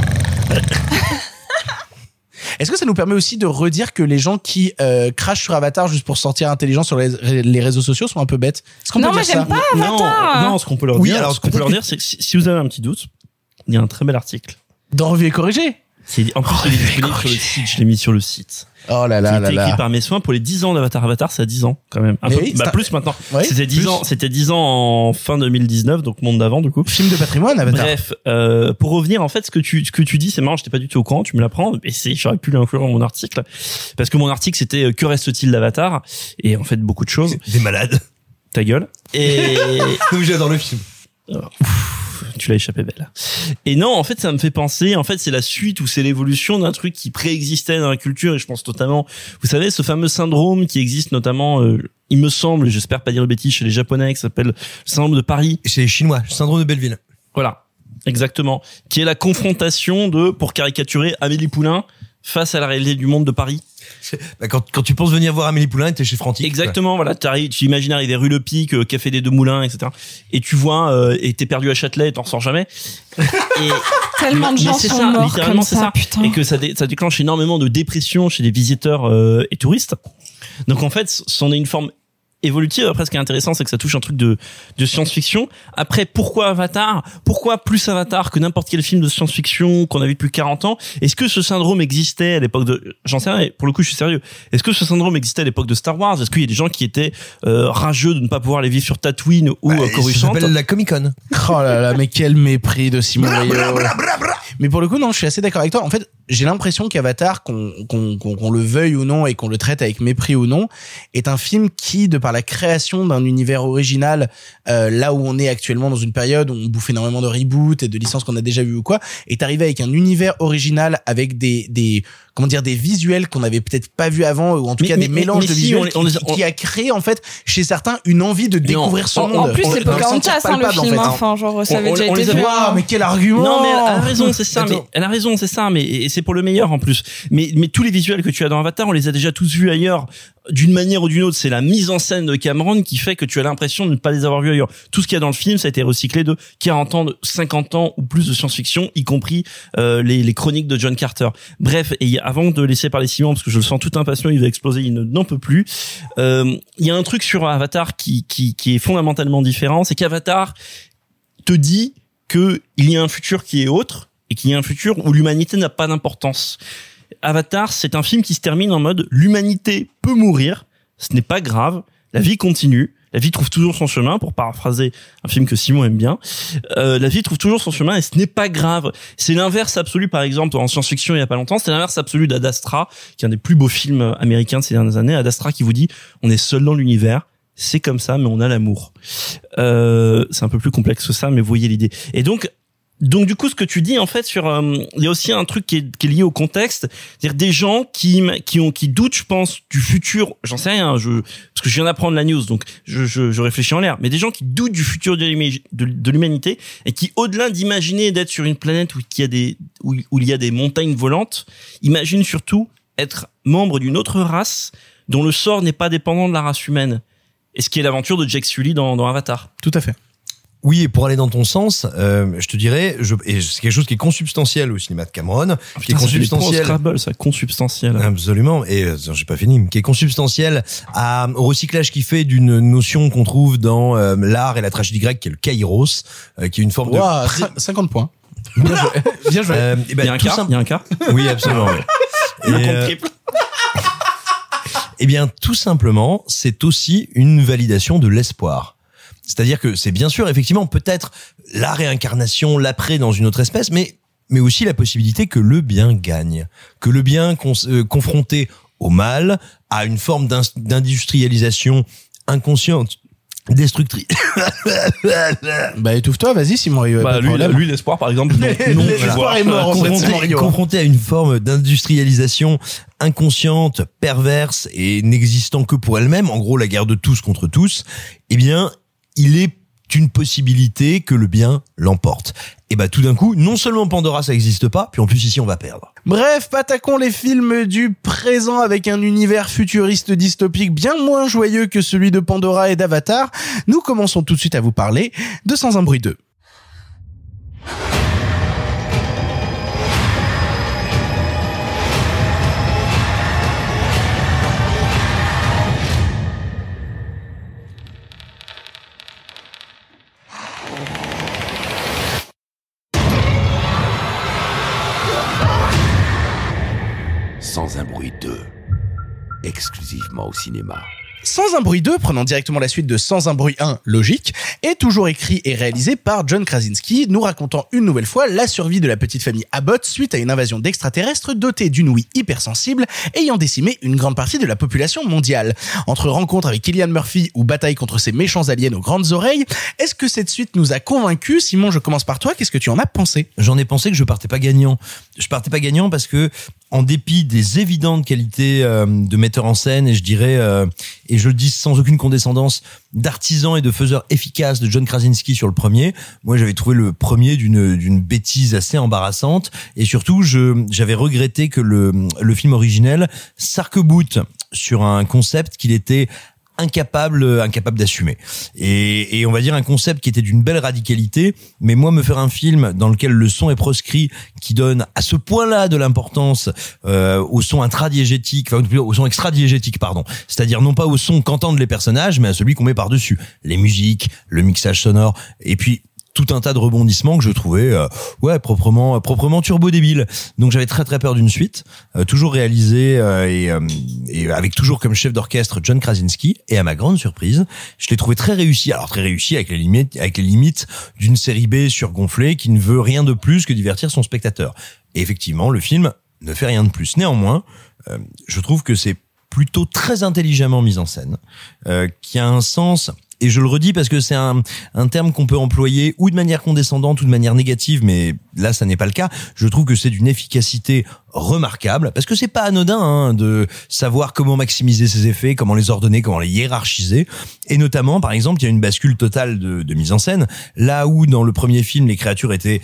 Est-ce que ça nous permet aussi de redire que les gens qui crachent sur Avatar juste pour se sentir intelligents sur les réseaux sociaux sont un peu bêtes? Non, moi j'aime pas Avatar. Non, ce qu'on peut leur dire, c'est que si vous avez un petit doute, il y a un très bel article. Dans Revue et Corrigé. En plus, il est disponible sur le site, je l'ai mis sur le site. Oh là là là là. Écrit par mes soins pour les 10 ans d'Avatar. Avatar, c'est à 10 ans, quand même. Plus maintenant. Oui, c'était 10 ans, c'était 10 ans en fin 2019, donc monde d'avant, du coup. Film de patrimoine, Avatar. Bref, pour revenir, en fait, ce que tu dis, c'est marrant, j'étais pas du tout au courant, tu me l'apprends, et j'aurais pu l'inclure dans mon article. Parce que mon article, c'était, que reste-t-il d'Avatar? Et en fait, beaucoup de choses. Des malades. Ta gueule. Et, donc j'adore le film. tu l'as échappé belle. Et non, en fait, ça me fait penser, en fait, c'est la suite ou c'est l'évolution d'un truc qui préexistait dans la culture, et je pense notamment, vous savez, ce fameux syndrome qui existe notamment, il me semble, j'espère pas dire de bêtises, chez les Japonais, qui s'appelle le syndrome de Paris. Chez les Chinois, le syndrome de Belleville. Voilà, exactement. Qui est la confrontation de, pour caricaturer, Amélie Poulain face à la réalité du monde de Paris. Bah, quand tu penses venir voir Amélie Poulain, t'es chez Frantic. Exactement, voilà, tu imagines arriver rue Le Pic, Café des Deux Moulins, etc. Et tu vois, et t'es perdu à Châtelet, et t'en ressors jamais. Et tellement de gens c'est sont ça, morts littéralement, comme c'est ça, putain. Et que ça déclenche énormément de dépression chez les visiteurs et touristes. Donc en fait, c'en est une forme évolutive. Après, ce qui est intéressant, c'est que ça touche un truc de science-fiction. Après, pourquoi Avatar? Pourquoi plus Avatar que n'importe quel film de science-fiction qu'on a vu depuis 40 ans? Est-ce que ce syndrome existait à l'époque de... J'en sais rien, pour le coup, je suis sérieux. Est-ce que ce syndrome existait à l'époque de Star Wars? Est-ce qu'il y a des gens qui étaient rageux de ne pas pouvoir les vivre sur Tatooine ou Coruscant? Ça s'appelle la Comic-Con. Oh là là, mais quel mépris de Simon Rio. Mais pour le coup, non, je suis assez d'accord avec toi. En fait, j'ai l'impression qu'Avatar, qu'on le veuille ou non et qu'on le traite avec mépris ou non, est un film qui, de par la création d'un univers original, là où on est actuellement dans une période où on bouffe énormément de reboots et de licences qu'on a déjà vues ou quoi, est arrivé avec un univers original avec des comment dire, des visuels qu'on avait peut-être pas vus avant, ou en tout cas des mélanges de visuels qui a créé en fait chez certains une envie de découvrir ce monde. En plus, c'est Pocahontas, le film. Enfin, genre, ça avait déjà été vu. Mais quel argument! Non, mais elle a raison, c'est ça. Mais elle a raison, c'est ça. Mais et c'est pour le meilleur en plus. Mais tous les visuels que tu as dans Avatar, on les a déjà tous vus ailleurs. D'une manière ou d'une autre, c'est la mise en scène de Cameron qui fait que tu as l'impression de ne pas les avoir vus ailleurs. Tout ce qu'il y a dans le film, ça a été recyclé de 40 ans, de 50 ans ou plus de science-fiction, y compris les chroniques de John Carter. Bref, et avant de laisser parler Simon, parce que je le sens tout impatient, il va exploser, il n'en peut plus. Il y a un truc sur Avatar qui est fondamentalement différent, c'est qu'Avatar te dit que il y a un futur qui est autre et qu'il y a un futur où l'humanité n'a pas d'importance. Avatar, c'est un film qui se termine en mode l'humanité peut mourir, ce n'est pas grave, la vie continue, la vie trouve toujours son chemin, pour paraphraser un film que Simon aime bien. La vie trouve toujours son chemin et ce n'est pas grave. C'est l'inverse absolu, par exemple, en science-fiction il y a pas longtemps, c'est l'inverse absolu d'Ad Astra, qui est un des plus beaux films américains de ces dernières années. Ad Astra qui vous dit, on est seul dans l'univers, c'est comme ça, mais on a l'amour. C'est un peu plus complexe que ça, mais vous voyez l'idée. Et donc du coup, ce que tu dis, en fait, il y a aussi un truc qui est lié au contexte, c'est-à-dire des gens qui doutent, je pense, du futur. J'en sais rien, parce que je viens d'apprendre la news, donc je réfléchis en l'air. Mais des gens qui doutent du futur de l'humanité et qui, au-delà d'imaginer d'être sur une planète où il y a des montagnes volantes, imaginent surtout être membre d'une autre race dont le sort n'est pas dépendant de la race humaine. Et ce qui est l'aventure de Jake Sully dans Avatar. Tout à fait. Oui, et pour aller dans ton sens, je te dirais, et c'est quelque chose qui est consubstantiel au cinéma de Cameron, qui est consubstantiel. Scrabble, ça, consubstantiel. Absolument. Et j'ai pas fini. Qui est consubstantiel au recyclage qu'il fait d'une notion qu'on trouve dans l'art et la tragédie grecque, qui est le kairos, qui est une forme de 50 points. Bien joué. Bien joué. Il y a un cas. Oui, absolument. Eh bien, tout simplement, c'est aussi une validation de l'espoir. C'est-à-dire que c'est bien sûr, effectivement, peut-être la réincarnation, l'après dans une autre espèce, mais aussi la possibilité que le bien gagne, que le bien confronté au mal, à une forme d'industrialisation inconsciente, destructrice. Bah étouffe-toi, vas-y Simon. Lui l'espoir par exemple. Non, l'espoir est mort. Confronté à une forme d'industrialisation inconsciente, perverse et n'existant que pour elle-même, en gros la guerre de tous contre tous, eh bien il est une possibilité que le bien l'emporte. Et bah tout d'un coup, non seulement Pandora ça existe pas, puis en plus ici on va perdre. Bref, attaquons les films du présent avec un univers futuriste dystopique bien moins joyeux que celui de Pandora et d'Avatar. Nous commençons tout de suite à vous parler de Sans un bruit 2. Sans un bruit 2, exclusivement au cinéma. Sans un bruit 2, prenant directement la suite de Sans un bruit 1, logique, est toujours écrit et réalisé par John Krasinski, nous racontant une nouvelle fois la survie de la petite famille Abbott suite à une invasion d'extraterrestres dotés d'une ouïe hypersensible ayant décimé une grande partie de la population mondiale. Entre rencontres avec Cillian Murphy ou bataille contre ces méchants aliens aux grandes oreilles, est-ce que cette suite nous a convaincus? Simon, je commence par toi, qu'est-ce que tu en as pensé? J'en ai pensé que je partais pas gagnant. Je partais pas gagnant parce que, en dépit des évidentes qualités de metteur en scène, et je dirais, et je le dis sans aucune condescendance, d'artisan et de faiseur efficace de John Krasinski sur le premier, moi j'avais trouvé le premier d'une bêtise assez embarrassante, et surtout j'avais regretté que le film originel s'arc-boute sur un concept qu'il était incapable d'assumer. Et on va dire un concept qui était d'une belle radicalité, mais moi me faire un film dans lequel le son est proscrit, qui donne à ce point-là de l'importance au son intradiégétique, enfin au son extradiégétique, pardon. C'est-à-dire non pas au son qu'entendent les personnages, mais à celui qu'on met par-dessus. Les musiques, le mixage sonore, et puis tout un tas de rebondissements que je trouvais proprement turbo débile. Donc j'avais très très peur d'une suite, toujours réalisée et avec toujours comme chef d'orchestre John Krasinski, et à ma grande surprise, je l'ai trouvé très réussi. Alors très réussi avec les limites d'une série B surgonflée qui ne veut rien de plus que divertir son spectateur. Et effectivement, le film ne fait rien de plus. Néanmoins, je trouve que c'est plutôt très intelligemment mis en scène, qui a un sens. Et je le redis parce que c'est un terme qu'on peut employer ou de manière condescendante ou de manière négative, mais là ça n'est pas le cas. Je trouve que c'est d'une efficacité remarquable, parce que c'est pas anodin de savoir comment maximiser ses effets, comment les ordonner, comment les hiérarchiser. Et notamment, par exemple, il y a une bascule totale de mise en scène. Là où dans le premier film les créatures étaient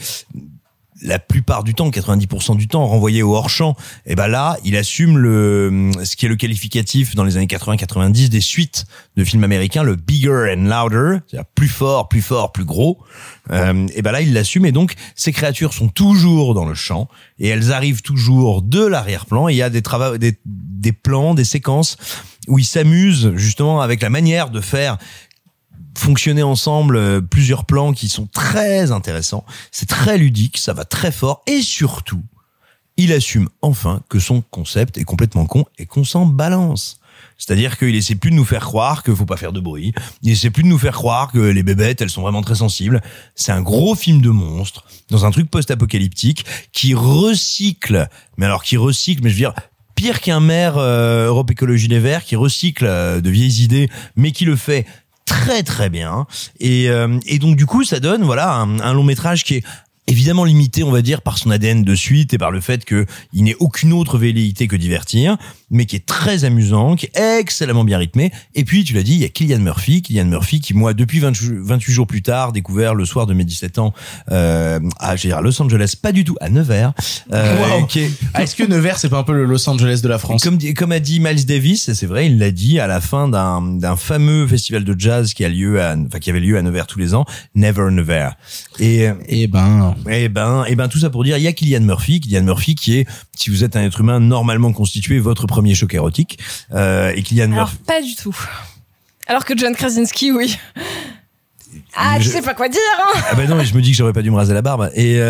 la plupart du temps, 90% du temps, renvoyé au hors-champ, et ben là, il assume ce qui est le qualificatif dans les années 80-90 des suites de films américains, le bigger and louder, c'est-à-dire plus fort, plus gros. Et ben là, il l'assume, et donc ces créatures sont toujours dans le champ et elles arrivent toujours de l'arrière-plan. Et il y a des plans, des séquences où ils s'amusent justement avec la manière de faire fonctionner ensemble plusieurs plans qui sont très intéressants. C'est très ludique, ça va très fort, et surtout, il assume enfin que son concept est complètement con et qu'on s'en balance. C'est-à-dire qu'il essaie plus de nous faire croire qu'il faut pas faire de bruit. Il essaie plus de nous faire croire que les bébêtes, elles sont vraiment très sensibles. C'est un gros film de monstres dans un truc post-apocalyptique qui recycle, mais je veux dire, pire qu'un maire Europe Écologie Les Verts qui recycle de vieilles idées, mais qui le fait très très bien, et donc du coup ça donne un long métrage qui est évidemment limité, on va dire, par son ADN de suite et par le fait que il n'ait aucune autre velléité que divertir, mais qui est très amusant, qui est excellemment bien rythmé. Et puis, tu l'as dit, il y a Cillian Murphy qui, moi, depuis 28 jours plus tard, découvert le soir de mes 17 ans, à Los Angeles, pas du tout, à Nevers. Wow. Est-ce que Nevers, c'est pas un peu le Los Angeles de la France? Comme a dit Miles Davis, c'est vrai, il l'a dit à la fin d'un fameux festival de jazz qui avait lieu à Nevers tous les ans, Never Nevers. Et ben, tout ça pour dire, il y a Cillian Murphy qui est, si vous êtes un être humain normalement constitué, votre premier choc érotique. Et Cillian Murphy. Pas du tout. Alors que John Krasinski, oui. Tu sais pas quoi dire, hein. Ah bah non, mais je me dis que j'aurais pas dû me raser la barbe. Et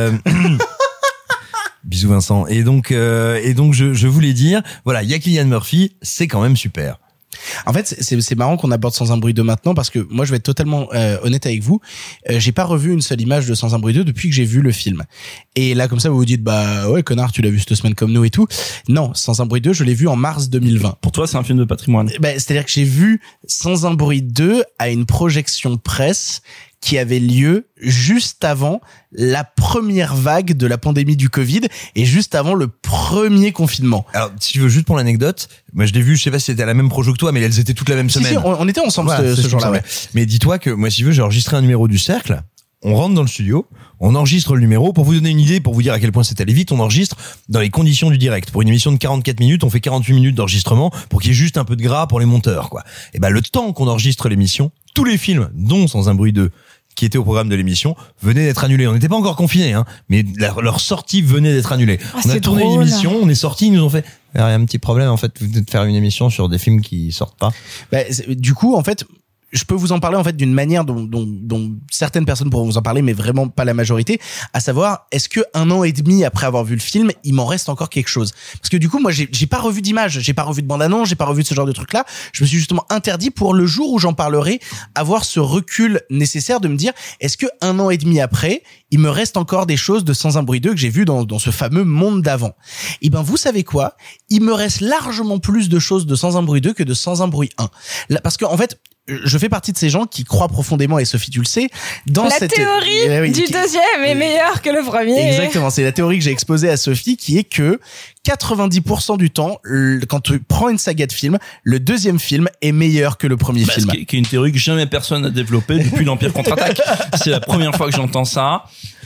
bisous Vincent. Et donc je voulais dire, voilà, il y a Cillian Murphy, c'est quand même super. En fait, c'est marrant qu'on aborde Sans un bruit 2 maintenant, parce que moi je vais être totalement honnête avec vous, j'ai pas revu une seule image de Sans un bruit 2 depuis que j'ai vu le film. Et là comme ça vous vous dites bah ouais connard, tu l'as vu cette semaine comme nous et tout. Non, Sans un bruit 2, je l'ai vu en mars 2020. Pour toi, c'est un film de patrimoine. C'est-à-dire que j'ai vu Sans un bruit 2 à une projection presse qui avait lieu juste avant la première vague de la pandémie du Covid et juste avant le premier confinement. Alors, si tu veux, juste pour l'anecdote, moi je l'ai vu, je sais pas si c'était à la même projo que toi, mais elles étaient toutes la même semaine. Si, on était ensemble ce jour-là. Ouais. Mais dis-toi que moi, si tu veux, j'ai enregistré un numéro du Cercle. On rentre dans le studio, on enregistre le numéro. Pour vous donner une idée, pour vous dire à quel point c'est allé vite, on enregistre dans les conditions du direct. Pour une émission de 44 minutes, on fait 48 minutes d'enregistrement pour qu'il y ait juste un peu de gras pour les monteurs, quoi. Et ben, le temps qu'on enregistre l'émission, tous les films, dont Sans un bruit 2, qui étaient au programme de l'émission, venaient d'être annulés. On n'était pas encore confinés, hein, mais leur sortie venait d'être annulée. On a tourné une émission, on est sortis, ils nous ont fait il y a un petit problème, en fait, vous venez de faire une émission sur des films qui sortent pas. Du coup, en fait, je peux vous en parler en fait d'une manière dont certaines personnes pourront vous en parler, mais vraiment pas la majorité, à savoir, est-ce que 1 an et demi après avoir vu le film, il m'en reste encore quelque chose? Parce que du coup, moi, j'ai pas revu d'image, j'ai pas revu de bande-annonce, j'ai pas revu de ce genre de truc-là. Je me suis justement interdit pour le jour où j'en parlerai, avoir ce recul nécessaire de me dire, est-ce que 1 an et demi après, il me reste encore des choses de Sans un bruit 2 que j'ai vu dans ce fameux monde d'avant? Et ben, vous savez quoi? Il me reste largement plus de choses de Sans un bruit 2 que de Sans un bruit 1. Là, parce que, en fait, je fais partie de ces gens qui croient profondément, et Sophie, tu le sais, dans la cette théorie du deuxième est meilleure que le premier. Exactement, c'est la théorie que j'ai exposée à Sophie, qui est que 90% du temps, quand tu prends une saga de films, le deuxième film est meilleur que le premier film. Qui est une théorie que jamais personne n'a développée depuis l'Empire contre-attaque. C'est la première fois que j'entends ça.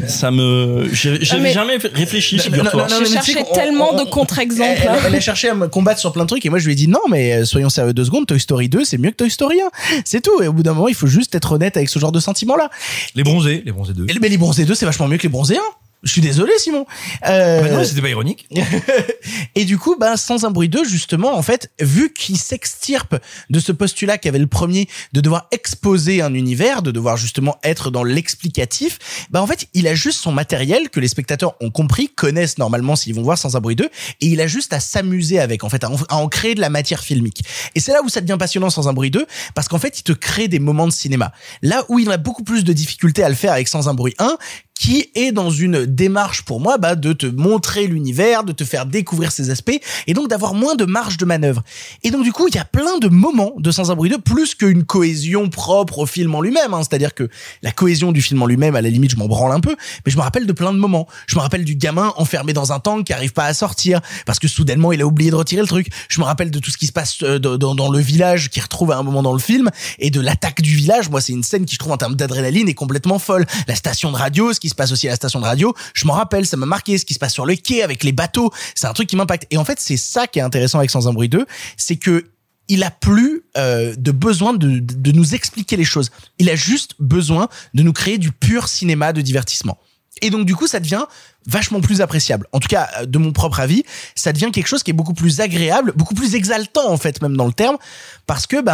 J'avais jamais réfléchi, figure-toi. Je cherchais tellement de contre-exemples. Elle a cherché à me combattre sur plein de trucs, et moi je lui ai dit non, mais soyons sérieux 2 secondes, Toy Story 2 c'est mieux que Toy Story 1. C'est tout, et au bout d'un moment il faut juste être honnête avec ce genre de sentiments-là. Les Bronzés 2. Mais les Bronzés 2 c'est vachement mieux que les Bronzés 1. Je suis désolé, Simon. Non, c'était pas ironique. Et du coup, Sans un bruit 2, justement, en fait, vu qu'il s'extirpe de ce postulat qu'avait le premier de devoir exposer un univers, de devoir justement être dans l'explicatif, en fait, il a juste son matériel que les spectateurs ont compris, connaissent normalement s'ils vont voir Sans un bruit 2, et il a juste à s'amuser avec, en fait, à en créer de la matière filmique. Et c'est là où ça devient passionnant Sans un bruit 2, parce qu'en fait, il te crée des moments de cinéma. Là où il a beaucoup plus de difficultés à le faire avec Sans un bruit 1, qui est dans une démarche pour moi de te montrer l'univers, de te faire découvrir ses aspects, et donc d'avoir moins de marge de manœuvre. Et donc du coup, il y a plein de moments de Sans un bruit 2, plus qu'une cohésion propre au film en lui-même, c'est-à-dire que la cohésion du film en lui-même, à la limite, je m'en branle un peu, mais je me rappelle de plein de moments. Je me rappelle du gamin enfermé dans un tank qui arrive pas à sortir, parce que soudainement, il a oublié de retirer le truc. Je me rappelle de tout ce qui se passe dans le village, qui retrouve à un moment dans le film, et de l'attaque du village. Moi, c'est une scène qui, je trouve, en termes d'adrénaline, est complètement folle. La station de radio, ce qui se passe aussi à la station de radio, je m'en rappelle, ça m'a marqué. Ce qui se passe sur le quai avec les bateaux, c'est un truc qui m'impacte. Et en fait, c'est ça qui est intéressant avec Sans un bruit 2, c'est que il a plus de besoin de nous expliquer les choses. Il a juste besoin de nous créer du pur cinéma de divertissement. Et donc du coup, ça devient vachement plus appréciable. En tout cas, de mon propre avis, ça devient quelque chose qui est beaucoup plus agréable, beaucoup plus exaltant en fait, même dans le terme, parce que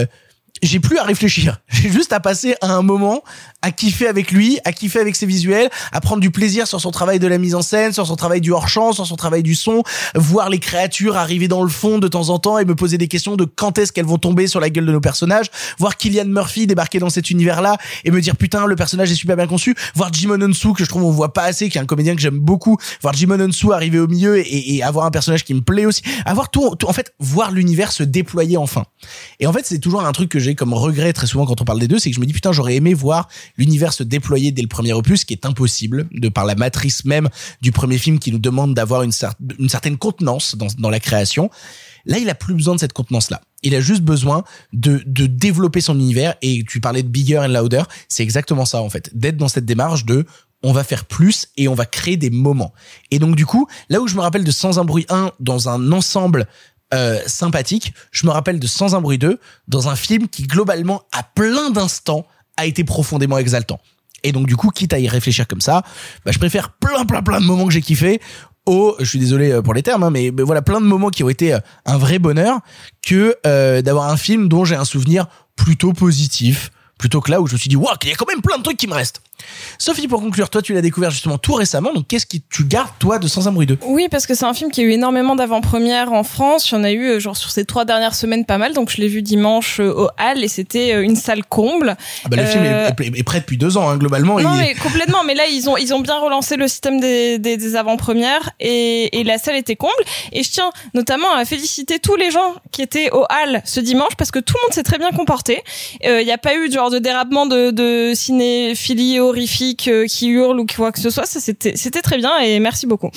j'ai plus à réfléchir. J'ai juste à passer à un moment, à kiffer avec lui, à kiffer avec ses visuels, à prendre du plaisir sur son travail de la mise en scène, sur son travail du hors-champ, sur son travail du son, voir les créatures arriver dans le fond de temps en temps et me poser des questions de quand est-ce qu'elles vont tomber sur la gueule de nos personnages, voir Cillian Murphy débarquer dans cet univers-là et me dire putain, le personnage est super bien conçu, voir Jimon Hounsou que je trouve on voit pas assez, qui est un comédien que j'aime beaucoup, voir Jimon Hounsou arriver au milieu et avoir un personnage qui me plaît aussi, avoir tout, en fait, voir l'univers se déployer enfin. Et en fait, c'est toujours un truc que j'ai comme regret très souvent quand on parle des deux, c'est que je me dis putain, j'aurais aimé voir l'univers se déployer dès le premier opus, ce qui est impossible de par la matrice même du premier film qui nous demande d'avoir une certaine contenance dans la création. Là, il a plus besoin de cette contenance-là. Il a juste besoin de développer son univers, et tu parlais de bigger and louder, c'est exactement ça en fait, d'être dans cette démarche de on va faire plus et on va créer des moments. Et donc du coup, là où je me rappelle de Sans un bruit 1 dans un ensemble sympathique, je me rappelle de Sans un bruit 2 dans un film qui globalement à plein d'instants a été profondément exaltant. Et donc du coup, quitte à y réfléchir comme ça, je préfère plein de moments que j'ai kiffé je suis désolé pour les termes, mais voilà, plein de moments qui ont été un vrai bonheur, que d'avoir un film dont j'ai un souvenir plutôt positif, plutôt que là où je me suis dit waouh, il y a quand même plein de trucs qui me restent. Sophie, pour conclure, toi tu l'as découvert justement tout récemment, donc qu'est-ce que tu gardes toi de Sans un bruit 2? Oui, parce que c'est un film qui a eu énormément d'avant-premières en France. Il y en a eu genre sur ces 3 dernières semaines pas mal, donc je l'ai vu dimanche au Hall et c'était une salle comble. Le film est prêt depuis 2 ans globalement. Non mais complètement, mais là ils ont bien relancé le système des avant-premières et la salle était comble, et je tiens notamment à féliciter tous les gens qui étaient au Hall ce dimanche parce que tout le monde s'est très bien comporté. Il y a pas eu genre de dérapement de cinéphilie horrifique qui hurle ou quoi que ce soit. Ça c'était très bien et merci beaucoup.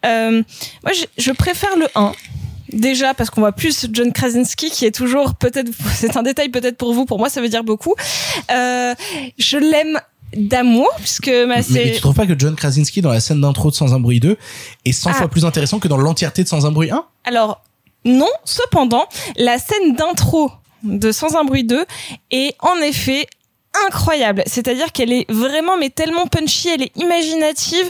Moi je préfère le 1. Déjà parce qu'on voit plus John Krasinski qui est toujours, peut-être c'est un détail peut-être pour vous, pour moi ça veut dire beaucoup. Je l'aime d'amour puisque mais tu trouves pas que John Krasinski dans la scène d'intro de Sans un bruit 2 est 100 fois plus intéressant que dans l'entièreté de Sans un bruit 1? Alors non, cependant la scène d'intro de Sans un bruit 2 est en effet incroyable, c'est-à-dire qu'elle est vraiment mais tellement punchy, elle est imaginative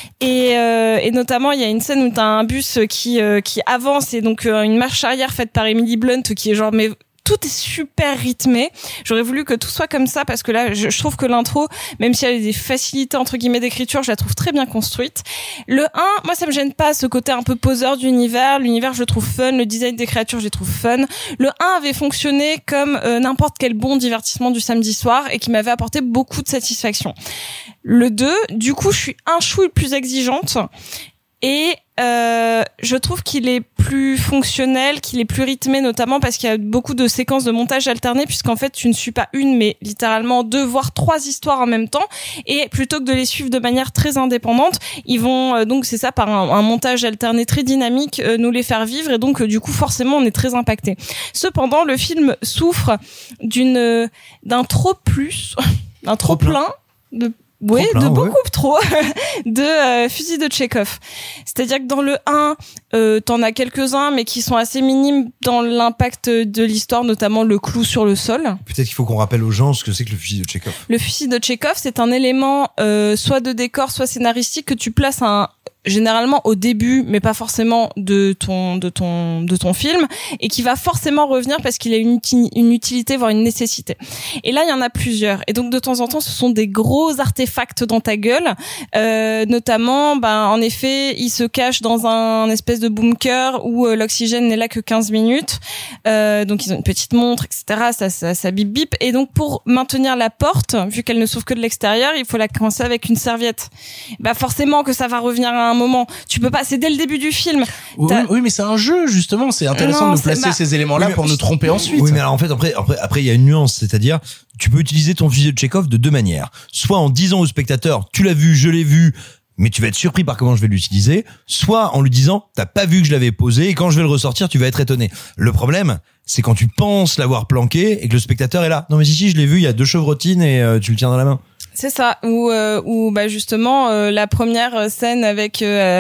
et notamment il y a une scène où t'as un bus qui avance et donc une marche arrière faite par Emily Blunt qui est genre mais tout est super rythmé. J'aurais voulu que tout soit comme ça parce que là, je trouve que l'intro, même si elle a des facilités entre guillemets d'écriture, je la trouve très bien construite. Le 1, moi ça me gêne pas ce côté un peu poseur d'univers. L'univers, je le trouve fun. Le design des créatures, je les trouve fun. Le 1 avait fonctionné comme n'importe quel bon divertissement du samedi soir et qui m'avait apporté beaucoup de satisfaction. Le 2, du coup, je suis un chouille plus exigeante et je trouve qu'il est plus fonctionnel, qu'il est plus rythmé, notamment parce qu'il y a beaucoup de séquences de montage alternées, puisqu'en fait tu ne suis pas une mais littéralement 2 voire 3 histoires en même temps, et plutôt que de les suivre de manière très indépendante, ils vont donc c'est ça, par un montage alterné très dynamique, nous les faire vivre, et donc du coup forcément on est très impacté. Cependant le film souffre d'un trop plein de beaucoup trop de fusils de Tchekhov. C'est-à-dire que dans le 1, t'en as quelques-uns, mais qui sont assez minimes dans l'impact de l'histoire, notamment le clou sur le sol. Peut-être qu'il faut qu'on rappelle aux gens ce que c'est que le fusil de Tchekhov. Le fusil de Tchekhov, c'est un élément soit de décor, soit scénaristique que tu places généralement au début, mais pas forcément de ton film, et qui va forcément revenir parce qu'il a une utilité, voire une nécessité. Et là, il y en a plusieurs. Et donc, de temps en temps, ce sont des gros artefacts dans ta gueule. Notamment, en effet, ils se cachent dans un espèce de bunker où l'oxygène n'est là que 15 minutes. Donc, ils ont une petite montre, etc. Ça bip bip. Et donc, pour maintenir la porte, vu qu'elle ne s'ouvre que de l'extérieur, il faut la coincer avec une serviette. Forcément que ça va revenir à un moment. Tu peux pas, c'est dès le début du film. Oui, mais c'est un jeu, justement. C'est intéressant de placer ces éléments-là pour nous tromper ensuite. Oui, mais alors en fait, après, il y a une nuance. C'est-à-dire, tu peux utiliser ton fusil de Tchekhov de 2 manières. Soit en disant au spectateur, tu l'as vu, je l'ai vu, mais tu vas être surpris par comment je vais l'utiliser. Soit en lui disant, t'as pas vu que je l'avais posé, et quand je vais le ressortir, tu vas être étonné. Le problème, c'est quand tu penses l'avoir planqué et que le spectateur est là. Non, mais si, je l'ai vu, il y a 2 chevrotines et tu le tiens dans la main. C'est ça, où justement la première scène avec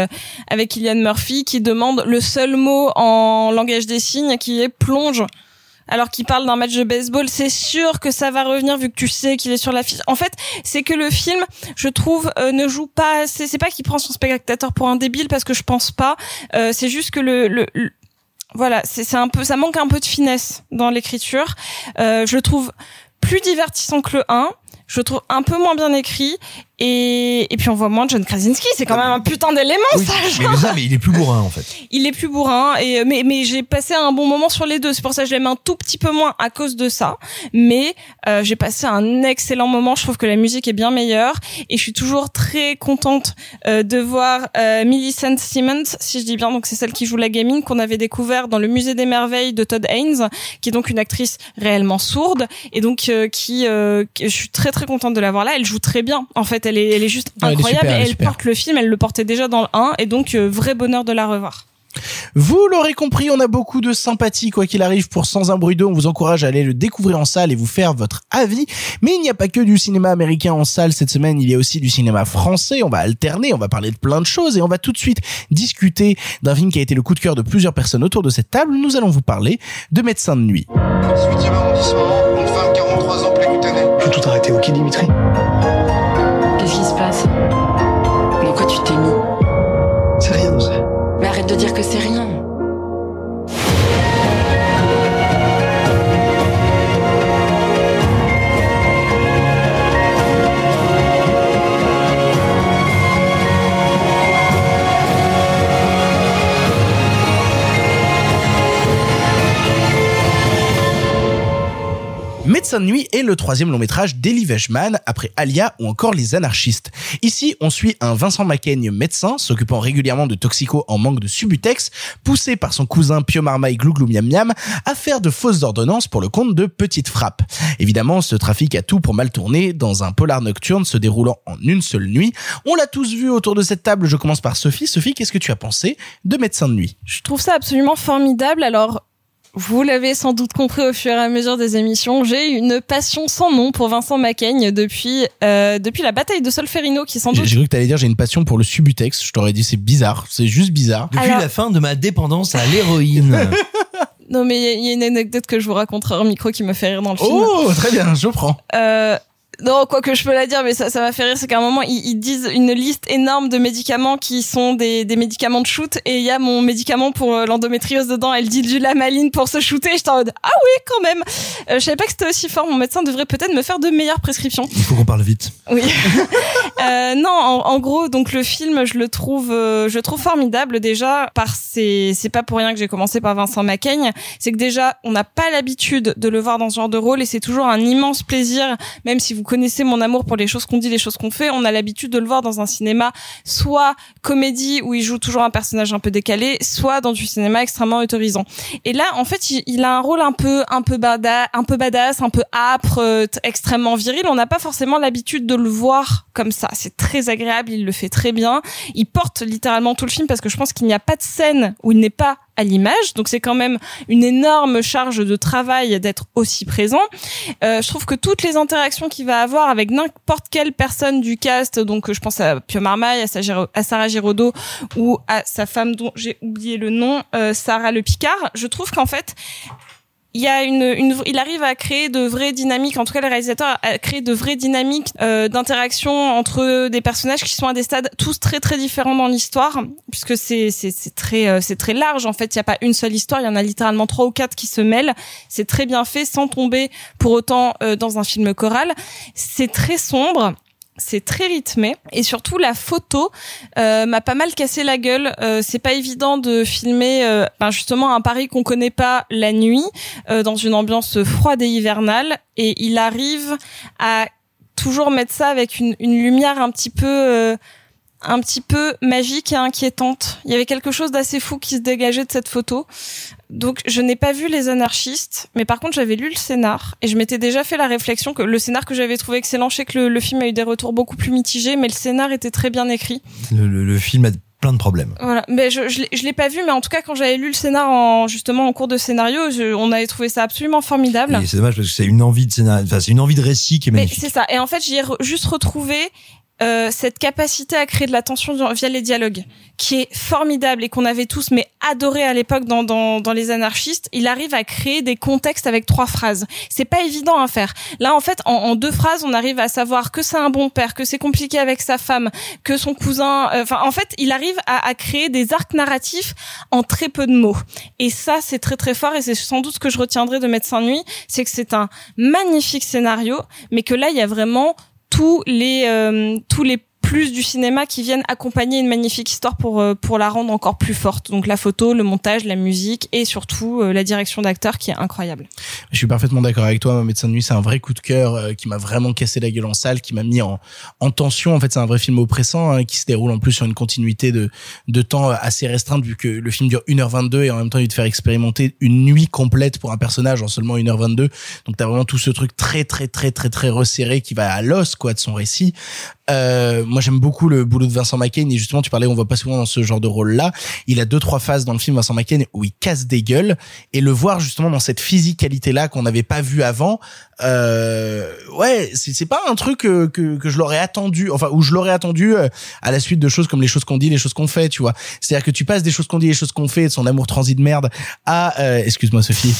Cillian Murphy qui demande le seul mot en langage des signes qui est plonge. Alors qu'il parle d'un match de baseball, c'est sûr que ça va revenir vu que tu sais qu'il est sur l'affiche. En fait, c'est que le film, je trouve, ne joue pas. C'est pas qu'il prend son spectateur pour un débile, parce que je pense pas. C'est juste que voilà, c'est un peu, ça manque un peu de finesse dans l'écriture. Je le trouve plus divertissant que le 1. Je le trouve un peu moins bien écrit, et puis on voit moins de John Krasinski. C'est quand même un putain d'élément, oui, ça. Mais il est plus bourrin, en fait. Il est plus bourrin, mais j'ai passé un bon moment sur les deux. C'est pour ça que je l'aime un tout petit peu moins à cause de ça. Mais j'ai passé un excellent moment. Je trouve que la musique est bien meilleure, et je suis toujours très contente de voir Millicent Simmonds, si je dis bien. Donc c'est celle qui joue la gamine qu'on avait découvert dans le Musée des Merveilles de Todd Haynes, qui est donc une actrice réellement sourde, et donc je suis très très contente de la voir là. Elle joue très bien. En fait, elle est juste incroyable, et elle porte le film. Elle le portait déjà dans le 1, et donc vrai bonheur de la revoir. Vous l'aurez compris, on a beaucoup de sympathie quoi qu'il arrive pour Sans un bruit d'eau. On vous encourage à aller le découvrir en salle et vous faire votre avis. Mais il n'y a pas que du cinéma américain en salle cette semaine, il y a aussi du cinéma français. On va alterner, on va parler de plein de choses, et on va tout de suite discuter d'un film qui a été le coup de cœur de plusieurs personnes autour de cette table. Nous allons vous parler de Médecins de nuit. 8e arrondissement, une femme 43 ans précutanée. Faut tout arrêter, ok Dimitri? Qu'est-ce qui se passe? Dans quoi tu t'es mis? C'est rien, on sait. Mais arrête de dire que c'est rien. Médecins de nuit est le 3e long métrage d'Elie Wejman après Alia ou encore Les Anarchistes. Ici, on suit un Vincent Macaigne médecin s'occupant régulièrement de toxicos en manque de Subutex, poussé par son cousin Pio Marmaille Glouglou Miam Miam à faire de fausses ordonnances pour le compte de Petite Frappe. Évidemment, ce trafic a tout pour mal tourner dans un polar nocturne se déroulant en une seule nuit. On l'a tous vu autour de cette table, je commence par Sophie. Sophie, qu'est-ce que tu as pensé de Médecins de nuit? Je trouve ça absolument formidable. Alors, vous l'avez sans doute compris au fur et à mesure des émissions, j'ai une passion sans nom pour Vincent Macaigne depuis la bataille de Solferino, qui sans doute... J'ai cru que t'allais dire j'ai une passion pour le Subutex. Je t'aurais dit c'est bizarre, c'est juste bizarre. Depuis la fin de ma dépendance à l'héroïne. Non, mais il y a une anecdote que je vous raconterai en micro qui me fait rire dans le film. Oh, très bien, je prends. Non, quoi que je peux la dire, mais ça m'a fait rire, c'est qu'à un moment, ils disent une liste énorme de médicaments qui sont des médicaments de shoot, et il y a mon médicament pour l'endométriose dedans, elle dit du Lamaline pour se shooter, et j'étais en mode, ah oui, quand même. Je savais pas que c'était aussi fort, mon médecin devrait peut-être me faire de meilleures prescriptions. Il faut qu'on parle vite. Oui. Non, en gros, donc le film, je le trouve formidable déjà, c'est pas pour rien que j'ai commencé par Vincent Macaigne, c'est que déjà, on n'a pas l'habitude de le voir dans ce genre de rôle, et c'est toujours un immense plaisir, même si vous connaissez mon amour pour les choses qu'on dit, les choses qu'on fait, on a l'habitude de le voir dans un cinéma soit comédie où il joue toujours un personnage un peu décalé, soit dans du cinéma extrêmement autorisant. Et là, en fait, il a un rôle un peu badass, un peu âpre, extrêmement viril. On n'a pas forcément l'habitude de le voir comme ça. C'est très agréable, il le fait très bien. Il porte littéralement tout le film parce que je pense qu'il n'y a pas de scène où il n'est pas à l'image, donc c'est quand même une énorme charge de travail d'être aussi présent. Je trouve que toutes les interactions qu'il va avoir avec n'importe quelle personne du cast, donc je pense à Pio Marmaille, à Sarah Giraudot ou à sa femme dont j'ai oublié le nom, Sarah Le Picard, je trouve qu'en fait il y a il arrive à créer de vraies dynamiques, en tout cas le réalisateur a créé de vraies dynamiques d'interaction entre des personnages qui sont à des stades tous très très différents dans l'histoire, puisque c'est très large en fait, il y a pas une seule histoire, il y en a littéralement 3 ou 4 qui se mêlent. C'est très bien fait sans tomber pour autant dans un film choral. C'est très sombre. C'est très rythmé et surtout la photo m'a pas mal cassé la gueule. C'est pas évident de filmer justement un Paris qu'on connaît pas la nuit dans une ambiance froide et hivernale, et il arrive à toujours mettre ça avec une lumière un petit peu magique et inquiétante. Il y avait quelque chose d'assez fou qui se dégageait de cette photo. Donc, je n'ai pas vu Les Anarchistes, mais par contre, j'avais lu le scénar et je m'étais déjà fait la réflexion que le scénar que j'avais trouvé excellent, je sais que le film a eu des retours beaucoup plus mitigés, mais le scénar était très bien écrit. Le film a plein de problèmes. Voilà, mais je l'ai pas vu, mais en tout cas, quand j'avais lu le scénar en cours de scénario, on avait trouvé ça absolument formidable. Et c'est dommage parce que c'est une envie de scénario, enfin, c'est une envie de récit qui est magnifique. Mais c'est ça. Et en fait, j'y ai juste retrouvé cette capacité à créer de la tension via les dialogues, qui est formidable et qu'on avait tous mais adoré à l'époque dans Les Anarchistes. Il arrive à créer des contextes avec 3 phrases. C'est pas évident à faire. Là, en fait, en 2 phrases, on arrive à savoir que c'est un bon père, que c'est compliqué avec sa femme, que son cousin. En fait, il arrive à créer des arcs narratifs en très peu de mots. Et ça, c'est très très fort. Et c'est sans doute ce que je retiendrai de Médecins de nuit, c'est que c'est un magnifique scénario, mais que là, il y a vraiment tous les plus du cinéma qui viennent accompagner une magnifique histoire pour la rendre encore plus forte. Donc la photo, le montage, la musique et surtout la direction d'acteur qui est incroyable. Je suis parfaitement d'accord avec toi. Médecin de nuit, c'est un vrai coup de cœur qui m'a vraiment cassé la gueule en salle, qui m'a mis en tension. En fait, c'est un vrai film oppressant qui se déroule en plus sur une continuité de temps assez restreinte, vu que le film dure 1h22 et en même temps il te faire expérimenter une nuit complète pour un personnage en seulement 1h22. Donc t'as vraiment tout ce truc très très très très très resserré qui va à l'os quoi de son récit. Moi j'aime beaucoup le boulot de Vincent Macaigne, et justement tu parlais, on voit pas souvent dans ce genre de rôle là, il a 2-3 phases dans le film Vincent Macaigne où il casse des gueules, et le voir justement dans cette physicalité là qu'on n'avait pas vu avant, ouais, c'est pas un truc que je l'aurais attendu, enfin où je l'aurais attendu à la suite de choses comme Les choses qu'on dit, les choses qu'on fait, tu vois. C'est-à-dire que tu passes des choses qu'on dit, les choses qu'on fait, de son amour transi de merde à excuse-moi Sophie,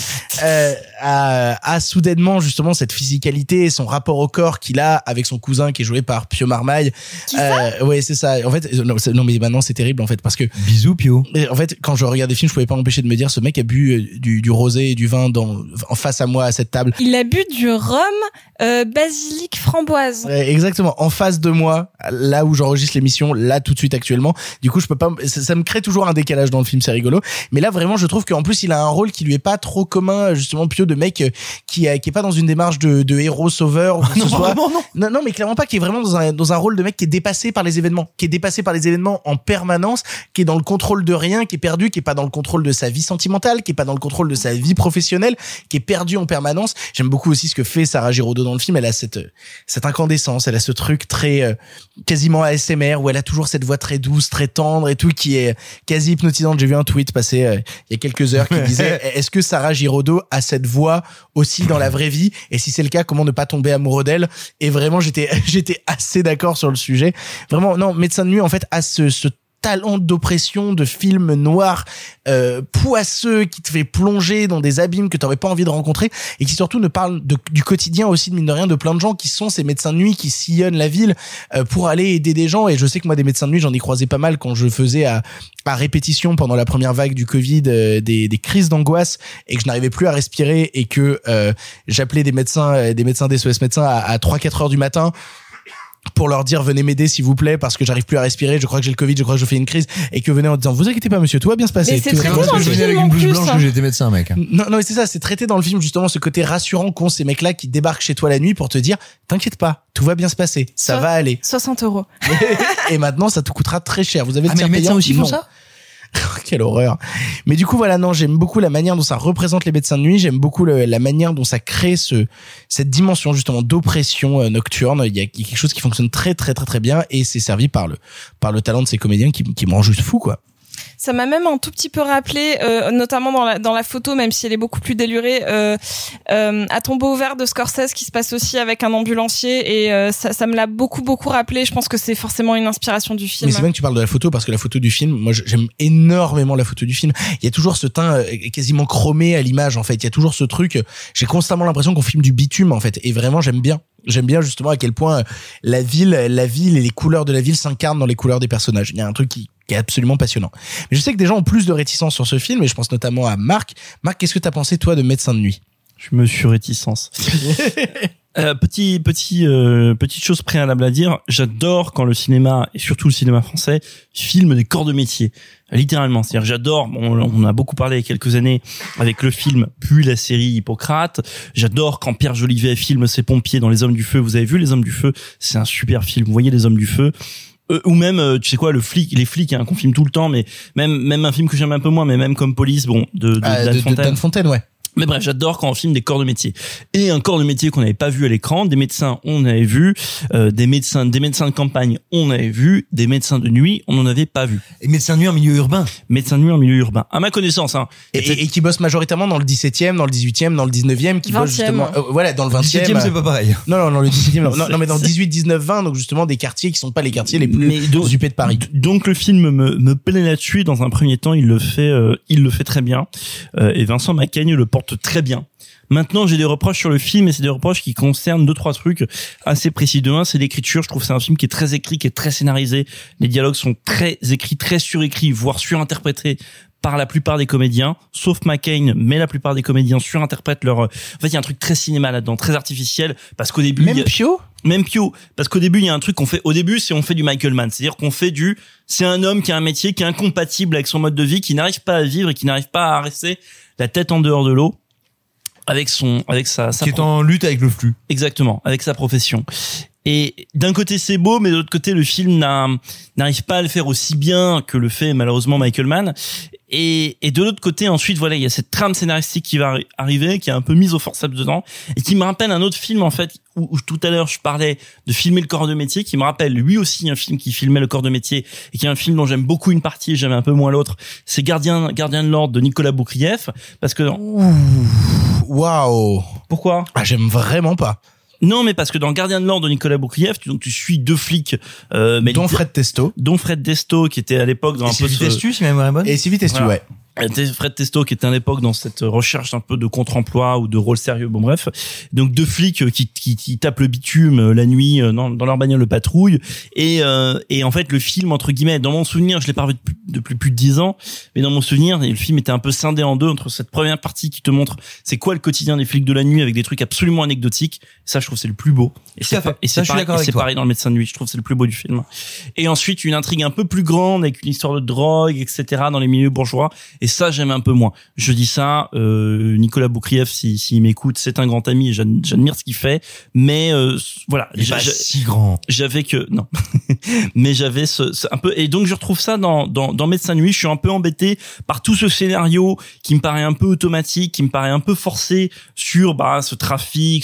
à soudainement justement cette physicalité et son rapport au corps qu'il a avec son cousin qui est joué par Pio Marmaille. Ouais, c'est ça. En fait, non mais maintenant c'est terrible en fait parce que bisous Pio. En fait, quand je regardais le film, je pouvais pas m'empêcher de me dire ce mec a bu du rosé et du vin en face à moi à cette table. Il a bu du rhum basilic framboise. Exactement, en face de moi, là où j'enregistre l'émission, là tout de suite actuellement. Du coup, je peux pas, ça me crée toujours un décalage dans le film, c'est rigolo. Mais là vraiment, je trouve qu'en plus il a un rôle qui lui est pas trop commun, justement Pio, de mec qui est pas dans une démarche de héros sauveur ou non, vraiment non. Non, mais clairement pas, qui est vraiment dans un rôle de mec qui est dépassé par les événements, en permanence, qui est dans le contrôle de rien, qui est perdu, qui est pas dans le contrôle de sa vie sentimentale, qui est pas dans le contrôle de sa vie professionnelle, qui est perdu en permanence. J'aime beaucoup aussi ce que fait Sarah Giraudot dans le film. Elle a cette incandescence, elle a ce truc très quasiment ASMR où elle a toujours cette voix très douce, très tendre et tout, qui est quasi hypnotisante. J'ai vu un tweet passer il y a quelques heures qui disait est-ce que Sarah Giraudot a cette voix aussi dans la vraie vie, et si c'est le cas, comment ne pas tomber amoureux d'elle? Et vraiment j'étais assez d'accord sur le sujet. Vraiment, non, Médecin de nuit en fait a ce talent d'oppression, de film noir, poisseux, qui te fait plonger dans des abîmes que t'aurais pas envie de rencontrer, et qui surtout ne parle du quotidien aussi, de mine de rien, de plein de gens qui sont ces médecins de nuit qui sillonnent la ville pour aller aider des gens. Et je sais que moi, des médecins de nuit, j'en ai croisé pas mal quand je faisais à répétition pendant la première vague du Covid des crises d'angoisse, et que je n'arrivais plus à respirer, et que j'appelais des médecins des SOS médecins à 3-4 heures du matin pour leur dire venez m'aider s'il vous plaît parce que j'arrive plus à respirer, je crois que j'ai le Covid, je crois que je fais une crise, et que venez en disant vous inquiétez pas monsieur, tout va bien se passer. Mais c'est très Parce que je venais avec une blouse blanche que j'étais médecin, mec. Non mais c'est ça, c'est traité dans le film justement, ce côté rassurant qu'ont ces mecs là qui débarquent chez toi la nuit pour te dire t'inquiète pas, tout va bien se passer, ça va aller. 60 €. Et maintenant ça te coûtera très cher. Vous avez le mais les médecins aussi font ça? Quelle horreur. Mais du coup, voilà, non, j'aime beaucoup la manière dont ça représente les médecins de nuit. J'aime beaucoup la manière dont ça crée cette dimension, justement, d'oppression nocturne. Il y a quelque chose qui fonctionne très, très, très, très bien, et c'est servi par le talent de ces comédiens qui me rend juste fou, quoi. Ça m'a même un tout petit peu rappelé, notamment dans la photo, même si elle est beaucoup plus délurée, à Tombeau ouvert de Scorsese, qui se passe aussi avec un ambulancier, et ça me l'a beaucoup rappelé. Je pense que c'est forcément une inspiration du film. Mais c'est bien que tu parles de la photo, parce que la photo du film, moi j'aime énormément la photo du film. Il y a toujours ce teint quasiment chromé à l'image, en fait. Il y a toujours ce truc, j'ai constamment l'impression qu'on filme du bitume, en fait. Et vraiment, j'aime bien justement à quel point la ville et les couleurs de la ville s'incarnent dans les couleurs des personnages. Il y a un truc qui est absolument passionnant. Mais je sais que des gens ont plus de réticence sur ce film, et je pense notamment à Marc. Marc, qu'est-ce que t'as pensé toi de Médecin de nuit? Je me suis réticence. Petite chose préalable à dire, j'adore quand le cinéma, et surtout le cinéma français, filme des corps de métier. Littéralement. C'est-à-dire, j'adore, on a beaucoup parlé il y a quelques années avec le film, puis la série Hippocrate. J'adore quand Pierre Jolivet filme ses pompiers dans Les Hommes du Feu. Vous avez vu Les Hommes du Feu? C'est un super film. Vous voyez Les Hommes du Feu? Ou même, tu sais quoi, les flics, qu'on filme tout le temps, mais même un film que j'aime un peu moins, mais même comme Police, de Dan Fontaine, ouais. Mais bref, j'adore quand on filme des corps de métier. Et un corps de métier qu'on n'avait pas vu à l'écran, des médecins, on avait vu, des médecins de campagne, on avait vu, des médecins de nuit, on n'en avait pas vu. Et médecins de nuit en milieu urbain. Médecins de nuit en milieu urbain. À ma connaissance, hein. Et qui bossent majoritairement dans le 17e, dans le 18e, dans le 19e, qui bossent justement, voilà, dans le 20e. 17e, c'est pas pareil. Non, le 17e, non, mais dans le 18, 19, 20, donc justement des quartiers qui sont pas les quartiers les plus huppés de Paris. Donc le film me plaît là-dessus. Dans un premier temps, il le fait très bien. Et Vincent Macaigne le porte très bien. Maintenant, j'ai des reproches sur le film, et c'est des reproches qui concernent 2-3 trucs assez précis. De un, c'est l'écriture. Je trouve que c'est un film qui est très écrit, qui est très scénarisé. Les dialogues sont très écrits, très surécrits, voire surinterprétés par la plupart des comédiens, sauf McCain, mais la plupart des comédiens surinterprètent leur... En fait, il y a un truc très cinéma là-dedans, très artificiel, parce qu'au début... Même Pio, parce qu'au début, il y a un truc qu'on fait... Au début, on fait du Michael Mann, c'est-à-dire qu'on fait c'est un homme qui a un métier qui est incompatible avec son mode de vie, qui n'arrive pas à vivre et qui n'arrive pas à rester la tête en dehors de l'eau, avec sa qui est en lutte avec le flux. Exactement, avec sa profession. Et d'un côté c'est beau, mais de l'autre côté le film n'arrive pas à le faire aussi bien que le fait malheureusement Michael Mann. Et de l'autre côté ensuite, voilà, il y a cette trame scénaristique qui va arriver, qui est un peu mise au forceps dedans, et qui me rappelle un autre film en fait où tout à l'heure je parlais de filmer le corps de métier, qui me rappelle lui aussi un film qui filmait le corps de métier, et qui est un film dont j'aime beaucoup une partie et j'aime un peu moins l'autre. C'est Gardien de l'ordre de Nicolas Boukrieff, parce que waouh. Pourquoi? J'aime vraiment pas. Non, mais parce que dans Gardien de l'ordre de Nicolas Boukrieff, tu suis 2 flics, mais dont Fred Testo, qui était à l'époque dans et un peu Sylvie Testu, si ma mémoire est bonne. Et Sylvie Testu, ouais. Fred Testo qui était à l'époque dans cette recherche un peu de contre-emploi ou de rôle sérieux, bon bref. Donc 2 flics qui tapent le bitume la nuit dans leur bagnole de patrouille, et en fait le film, entre guillemets, dans mon souvenir, je l'ai pas revu depuis plus de 10 ans, mais dans mon souvenir le film était un peu scindé en deux entre cette première partie qui te montre c'est quoi le quotidien des flics de la nuit avec des trucs absolument anecdotiques, ça je trouve c'est le plus beau, et c'est pareil dans le médecin de nuit, je trouve c'est le plus beau du film, et ensuite une intrigue un peu plus grande avec une histoire de drogue, etc. dans les milieux bourgeois, et ça j'aime un peu moins. Je dis ça, Nicolas Boukrieff, s'il m'écoute, c'est un grand ami et j'admire ce qu'il fait, mais voilà, il est pas si grand. J'avais mais j'avais un peu, et donc je retrouve ça dans Médecin de nuit. Je suis un peu embêté par tout ce scénario qui me paraît un peu automatique, qui me paraît un peu forcé sur ce trafic,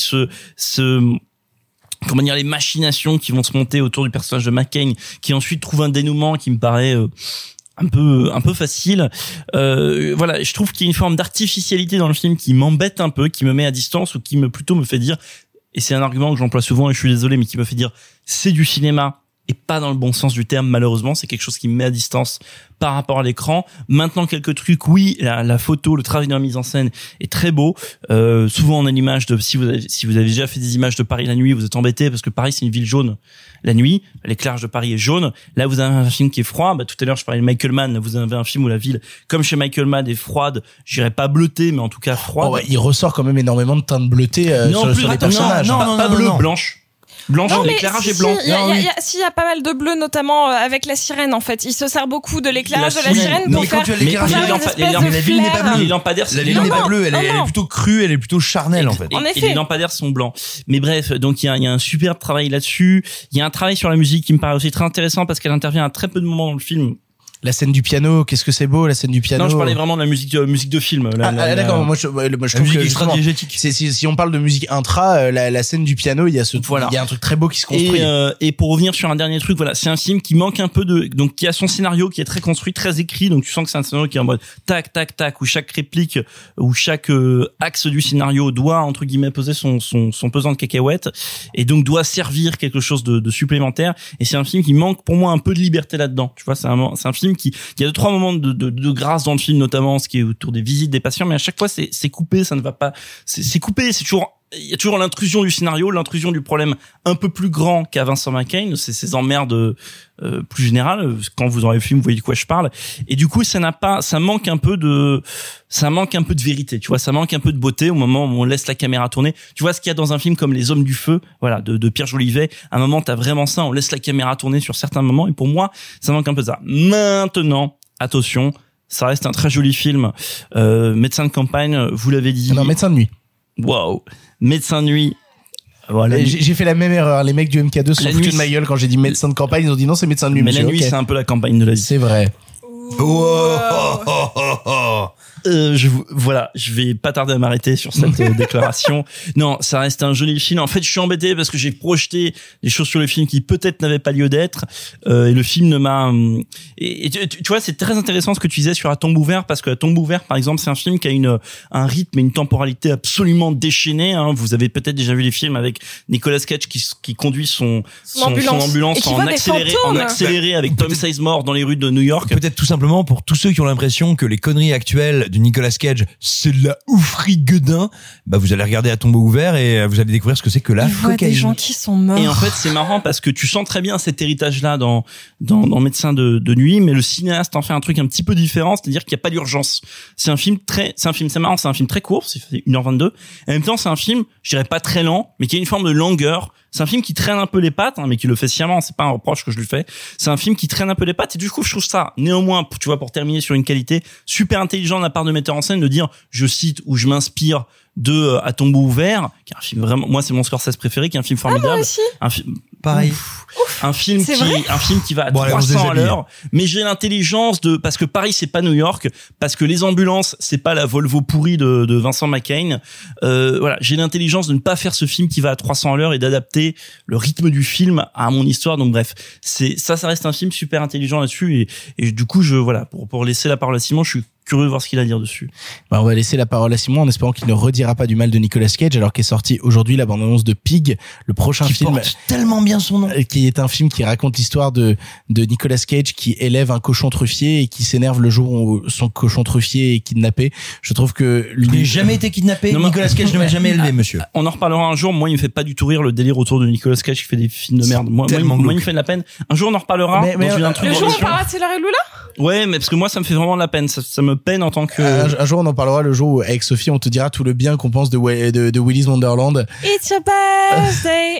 comment dire, les machinations qui vont se monter autour du personnage de McCain, qui ensuite trouve un dénouement qui me paraît un peu facile. Voilà, je trouve qu'il y a une forme d'artificialité dans le film qui m'embête un peu, qui me met à distance, ou qui plutôt me fait dire, et c'est un argument que j'emploie souvent et je suis désolé, mais qui me fait dire c'est du cinéma, et pas dans le bon sens du terme, malheureusement. C'est quelque chose qui me met à distance par rapport à l'écran. Maintenant, quelques trucs, oui, la photo, le travail de la mise en scène est très beau. Souvent, on a l'image de, si vous avez déjà fait des images de Paris la nuit, vous êtes embêté parce que Paris, c'est une ville jaune la nuit. L'éclairage de Paris est jaune. Là, vous avez un film qui est froid. Tout à l'heure, je parlais de Michael Mann. Là, vous avez un film où la ville, comme chez Michael Mann, est froide. Je dirais pas bleutée, mais en tout cas froide. Oh ouais, il ressort quand même énormément de teintes bleutées sur les personnages. Pas bleu, blanche. Blanche, non, l'éclairage est blanc. Il y a pas mal de bleu, notamment avec la sirène, en fait. Il se sert beaucoup de l'éclairage de la sirène pour faire la ville n'est pas bleue. Les lampadaires, la ville n'est pas bleue. Elle est plutôt crue, elle est plutôt charnelle, en fait. Et les lampadaires sont blancs. Mais bref, donc il y a un super travail là-dessus. Il y a un travail sur la musique qui me paraît aussi très intéressant parce qu'elle intervient à très peu de moments dans le film. La scène du piano, qu'est-ce que c'est beau, la scène du piano. Non, je parlais vraiment de la musique de film. D'accord, moi je trouve que extra-diégétique. Si on parle de musique intra, la scène du piano, il y a un truc très beau qui se construit. Et pour revenir sur un dernier truc, voilà, c'est un film qui manque un peu donc qui a son scénario qui est très construit, très écrit, donc tu sens que c'est un scénario qui est en mode tac tac tac, où chaque réplique, où chaque axe du scénario doit entre guillemets poser son pesant de cacahuètes et donc doit servir quelque chose de supplémentaire. Et c'est un film qui manque pour moi un peu de liberté là-dedans. Tu vois, c'est un film il y a 2-3 moments de grâce dans le film, notamment ce qui est autour des visites des patients, mais à chaque fois c'est coupé, ça ne va pas, c'est coupé, il y a toujours l'intrusion du scénario, l'intrusion du problème un peu plus grand qu'à Vincent McCain, c'est ces emmerdes plus générales. Quand vous aurez le film, vous voyez de quoi je parle. Et du coup, ça manque un peu de vérité, tu vois, ça manque un peu de beauté au moment où on laisse la caméra tourner. Tu vois ce qu'il y a dans un film comme Les Hommes du Feu, voilà, de Pierre Jolivet. À un moment, t'as vraiment ça, on laisse la caméra tourner sur certains moments, et pour moi, ça manque un peu de ça. Maintenant, attention, ça reste un très joli film. Médecin de campagne, vous l'avez dit. Non, Médecin de nuit. Waouh, Médecin de nuit. Voilà. J'ai fait la même erreur. Les mecs du MK2 se sont foutus de ma gueule quand j'ai dit médecin de campagne. Ils ont dit non, c'est médecin de nuit. Mais la nuit, c'est un peu la campagne de la vie. C'est vrai. Je vais pas tarder à m'arrêter sur cette déclaration. Non, ça reste un joli film. En fait, je suis embêté parce que j'ai projeté des choses sur le film qui peut-être n'avaient pas lieu d'être. Et le film ne m'a... Et tu vois, c'est très intéressant ce que tu disais sur À tombe ouverte, parce que À tombe ouverte, par exemple, c'est un film qui a un rythme et une temporalité absolument déchaînée. Hein. Vous avez peut-être déjà vu les films avec Nicolas Cage qui conduit son ambulance en accéléré avec Tom Sizemore dans les rues de New York. Peut-être tout simplement pour tous ceux qui ont l'impression que les conneries actuelles du Nicolas Cage, c'est de la oufrie gueudin, vous allez regarder À tombeau ouvert et vous allez découvrir ce que c'est que la cocaïne. Des gens qui sont morts. Et en fait, c'est marrant parce que tu sens très bien cet héritage-là dans Médecin de nuit, mais le cinéaste en fait un truc un petit peu différent, c'est-à-dire qu'il n'y a pas d'urgence. C'est marrant, c'est un film très court, c'est 1h22. Et en même temps, c'est un film, je dirais pas très lent, mais qui a une forme de langueur. C'est un film qui traîne un peu les pattes, mais qui le fait sciemment. C'est pas un reproche que je lui fais. C'est un film qui traîne un peu les pattes. Et du coup, je trouve ça, néanmoins, tu vois, pour terminer sur une qualité super intelligente de la part de metteur en scène, de dire, je cite ou je m'inspire de À tombeau ouvert, qui est un film vraiment, moi, c'est mon Scorsese préféré, qui est un film formidable. Moi aussi. Un film, pareil. Un film qui va à 300 à l'heure, mais j'ai l'intelligence parce que Paris, c'est pas New York, parce que les ambulances, c'est pas la Volvo pourrie de Vincent McCain. Voilà, j'ai l'intelligence de ne pas faire ce film qui va à 300 à l'heure et d'adapter le rythme du film à mon histoire. Donc bref, ça reste un film super intelligent là-dessus et du coup, pour laisser la parole à Simon, je suis curieux de voir ce qu'il a à dire dessus. On va laisser la parole à Simon en espérant qu'il ne redira pas du mal de Nicolas Cage, alors qu'est sorti aujourd'hui la bande-annonce de Pig, le prochain film. Qui porte tellement bien son nom. Qui est un film qui raconte l'histoire de Nicolas Cage qui élève un cochon truffier et qui s'énerve le jour où son cochon truffier est kidnappé. Je trouve que il n'a jamais été kidnappé. Nicolas Cage ne m'a jamais élevé, monsieur. On en reparlera un jour. Moi, il me fait pas du tout rire le délire autour de Nicolas Cage qui fait des films de merde. Moi, il me fait de la peine. Un jour, on en reparlera. Le jour, on parlera de Célar et Lula? Ouais, mais parce que moi, ça me fait vraiment de la peine. Ça me peine en tant que... Un jour, on en parlera le jour où, avec Sophie, on te dira tout le bien qu'on pense de Willy's Wonderland. It's your birthday.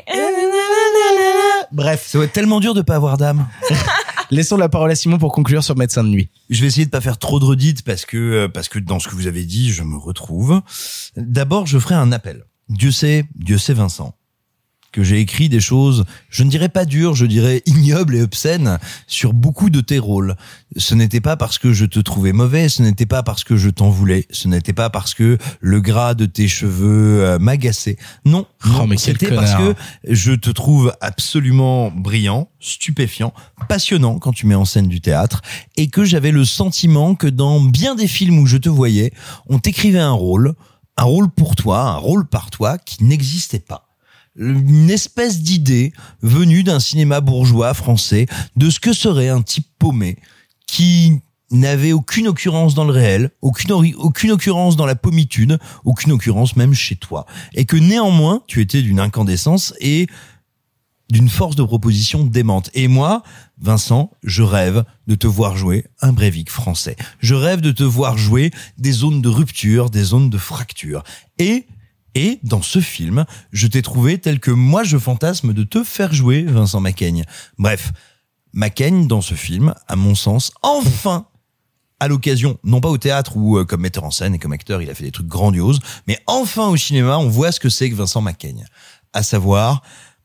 Bref. Ça va être tellement dur de pas avoir d'âme. Laissons la parole à Simon pour conclure sur Médecin de nuit. Je vais essayer de pas faire trop de redites parce que dans ce que vous avez dit, je me retrouve. D'abord, je ferai un appel. Dieu sait Vincent, que j'ai écrit des choses, je ne dirais pas dures, je dirais ignobles et obscènes sur beaucoup de tes rôles. Ce n'était pas parce que je te trouvais mauvais, ce n'était pas parce que je t'en voulais, ce n'était pas parce que le gras de tes cheveux m'agaçait. Non, mais c'était parce que je te trouve absolument brillant, stupéfiant, passionnant quand tu mets en scène du théâtre, et que j'avais le sentiment que dans bien des films où je te voyais, on t'écrivait un rôle pour toi, un rôle par toi qui n'existait pas. une espèce d'idée venue d'un cinéma bourgeois français de ce que serait un type paumé qui n'avait aucune occurrence dans le réel, aucune occurrence dans la pommitude, aucune occurrence même chez toi. Et que néanmoins, tu étais d'une incandescence et d'une force de proposition démente. Et moi, Vincent, je rêve de te voir jouer un Breivik français. Je rêve de te voir jouer des zones de rupture, des zones de fracture. Et dans ce film, je t'ai trouvé tel que moi je fantasme de te faire jouer, Vincent Macaigne. Bref, Macaigne, dans ce film, à mon sens, enfin, à l'occasion, non pas au théâtre où, comme metteur en scène et comme acteur, il a fait des trucs grandioses, mais enfin au cinéma, on voit ce que c'est que Vincent Macaigne. À savoir,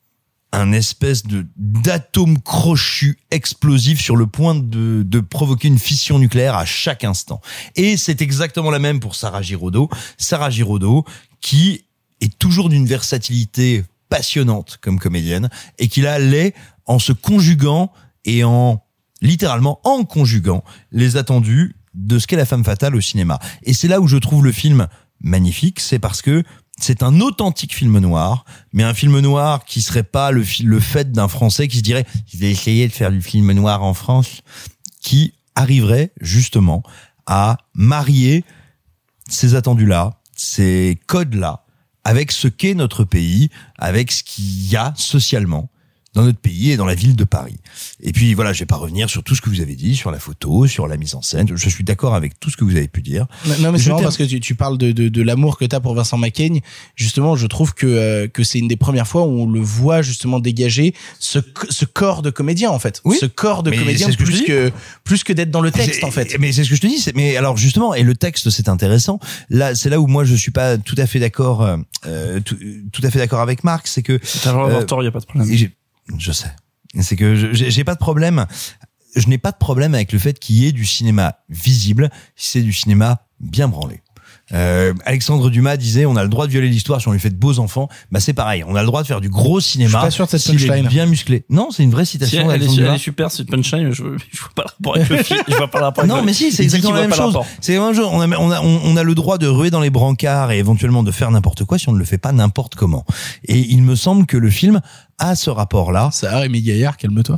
un espèce d'atome crochu explosif sur le point de provoquer une fission nucléaire à chaque instant. Et c'est exactement la même pour Sarah Giraudot. Sarah Giraudot, qui est toujours d'une versatilité passionnante comme comédienne, et qui là l'est en se conjuguant et littéralement en conjuguant les attendus de ce qu'est la femme fatale au cinéma. Et c'est là où je trouve le film magnifique, c'est parce que c'est un authentique film noir, mais un film noir qui serait pas le fait d'un Français qui se dirait « je vais essayer de faire du film noir en France », qui arriverait justement à marier ces attendus-là, ces codes-là, avec ce qu'est notre pays, avec ce qu'il y a socialement dans notre pays et dans la ville de Paris. Et puis voilà, je vais pas revenir sur tout ce que vous avez dit, sur la photo, sur la mise en scène. Je suis d'accord avec tout ce que vous avez pu dire. Non, mais c'est marrant parce que tu parles de l'amour que t'as pour Vincent Macaigne. Justement, je trouve que c'est une des premières fois où on le voit justement dégager ce corps de comédien en fait. Oui. Ce corps de comédien plus que d'être dans le texte en fait. Mais c'est ce que je te dis. Mais alors justement, et le texte c'est intéressant. Là, c'est là où moi je suis pas tout à fait d'accord, tout à fait d'accord avec Marc. C'est que t'as vraiment tort, y a pas de problème. Je sais. C'est que j'ai pas de problème. Je n'ai pas de problème avec le fait qu'il y ait du cinéma visible si c'est du cinéma bien branlé. Alexandre Dumas disait on a le droit de violer l'histoire si on lui fait de beaux enfants. Bah c'est pareil, on a le droit de faire du gros cinéma. Je suis pas sûr de cette punchline. Bien musclé. Non, c'est une vraie citation. Si, elle est super cette punchline. Je vois pas le rapport avec le film. Je vois pas le rapport. Non, mais si, c'est exactement la même chose. C'est un jour, on a le droit de ruer dans les brancards et éventuellement de faire n'importe quoi si on ne le fait pas n'importe comment. Et il me semble que le film a ce rapport-là. Ça, Rémi Gaillard, calme-toi.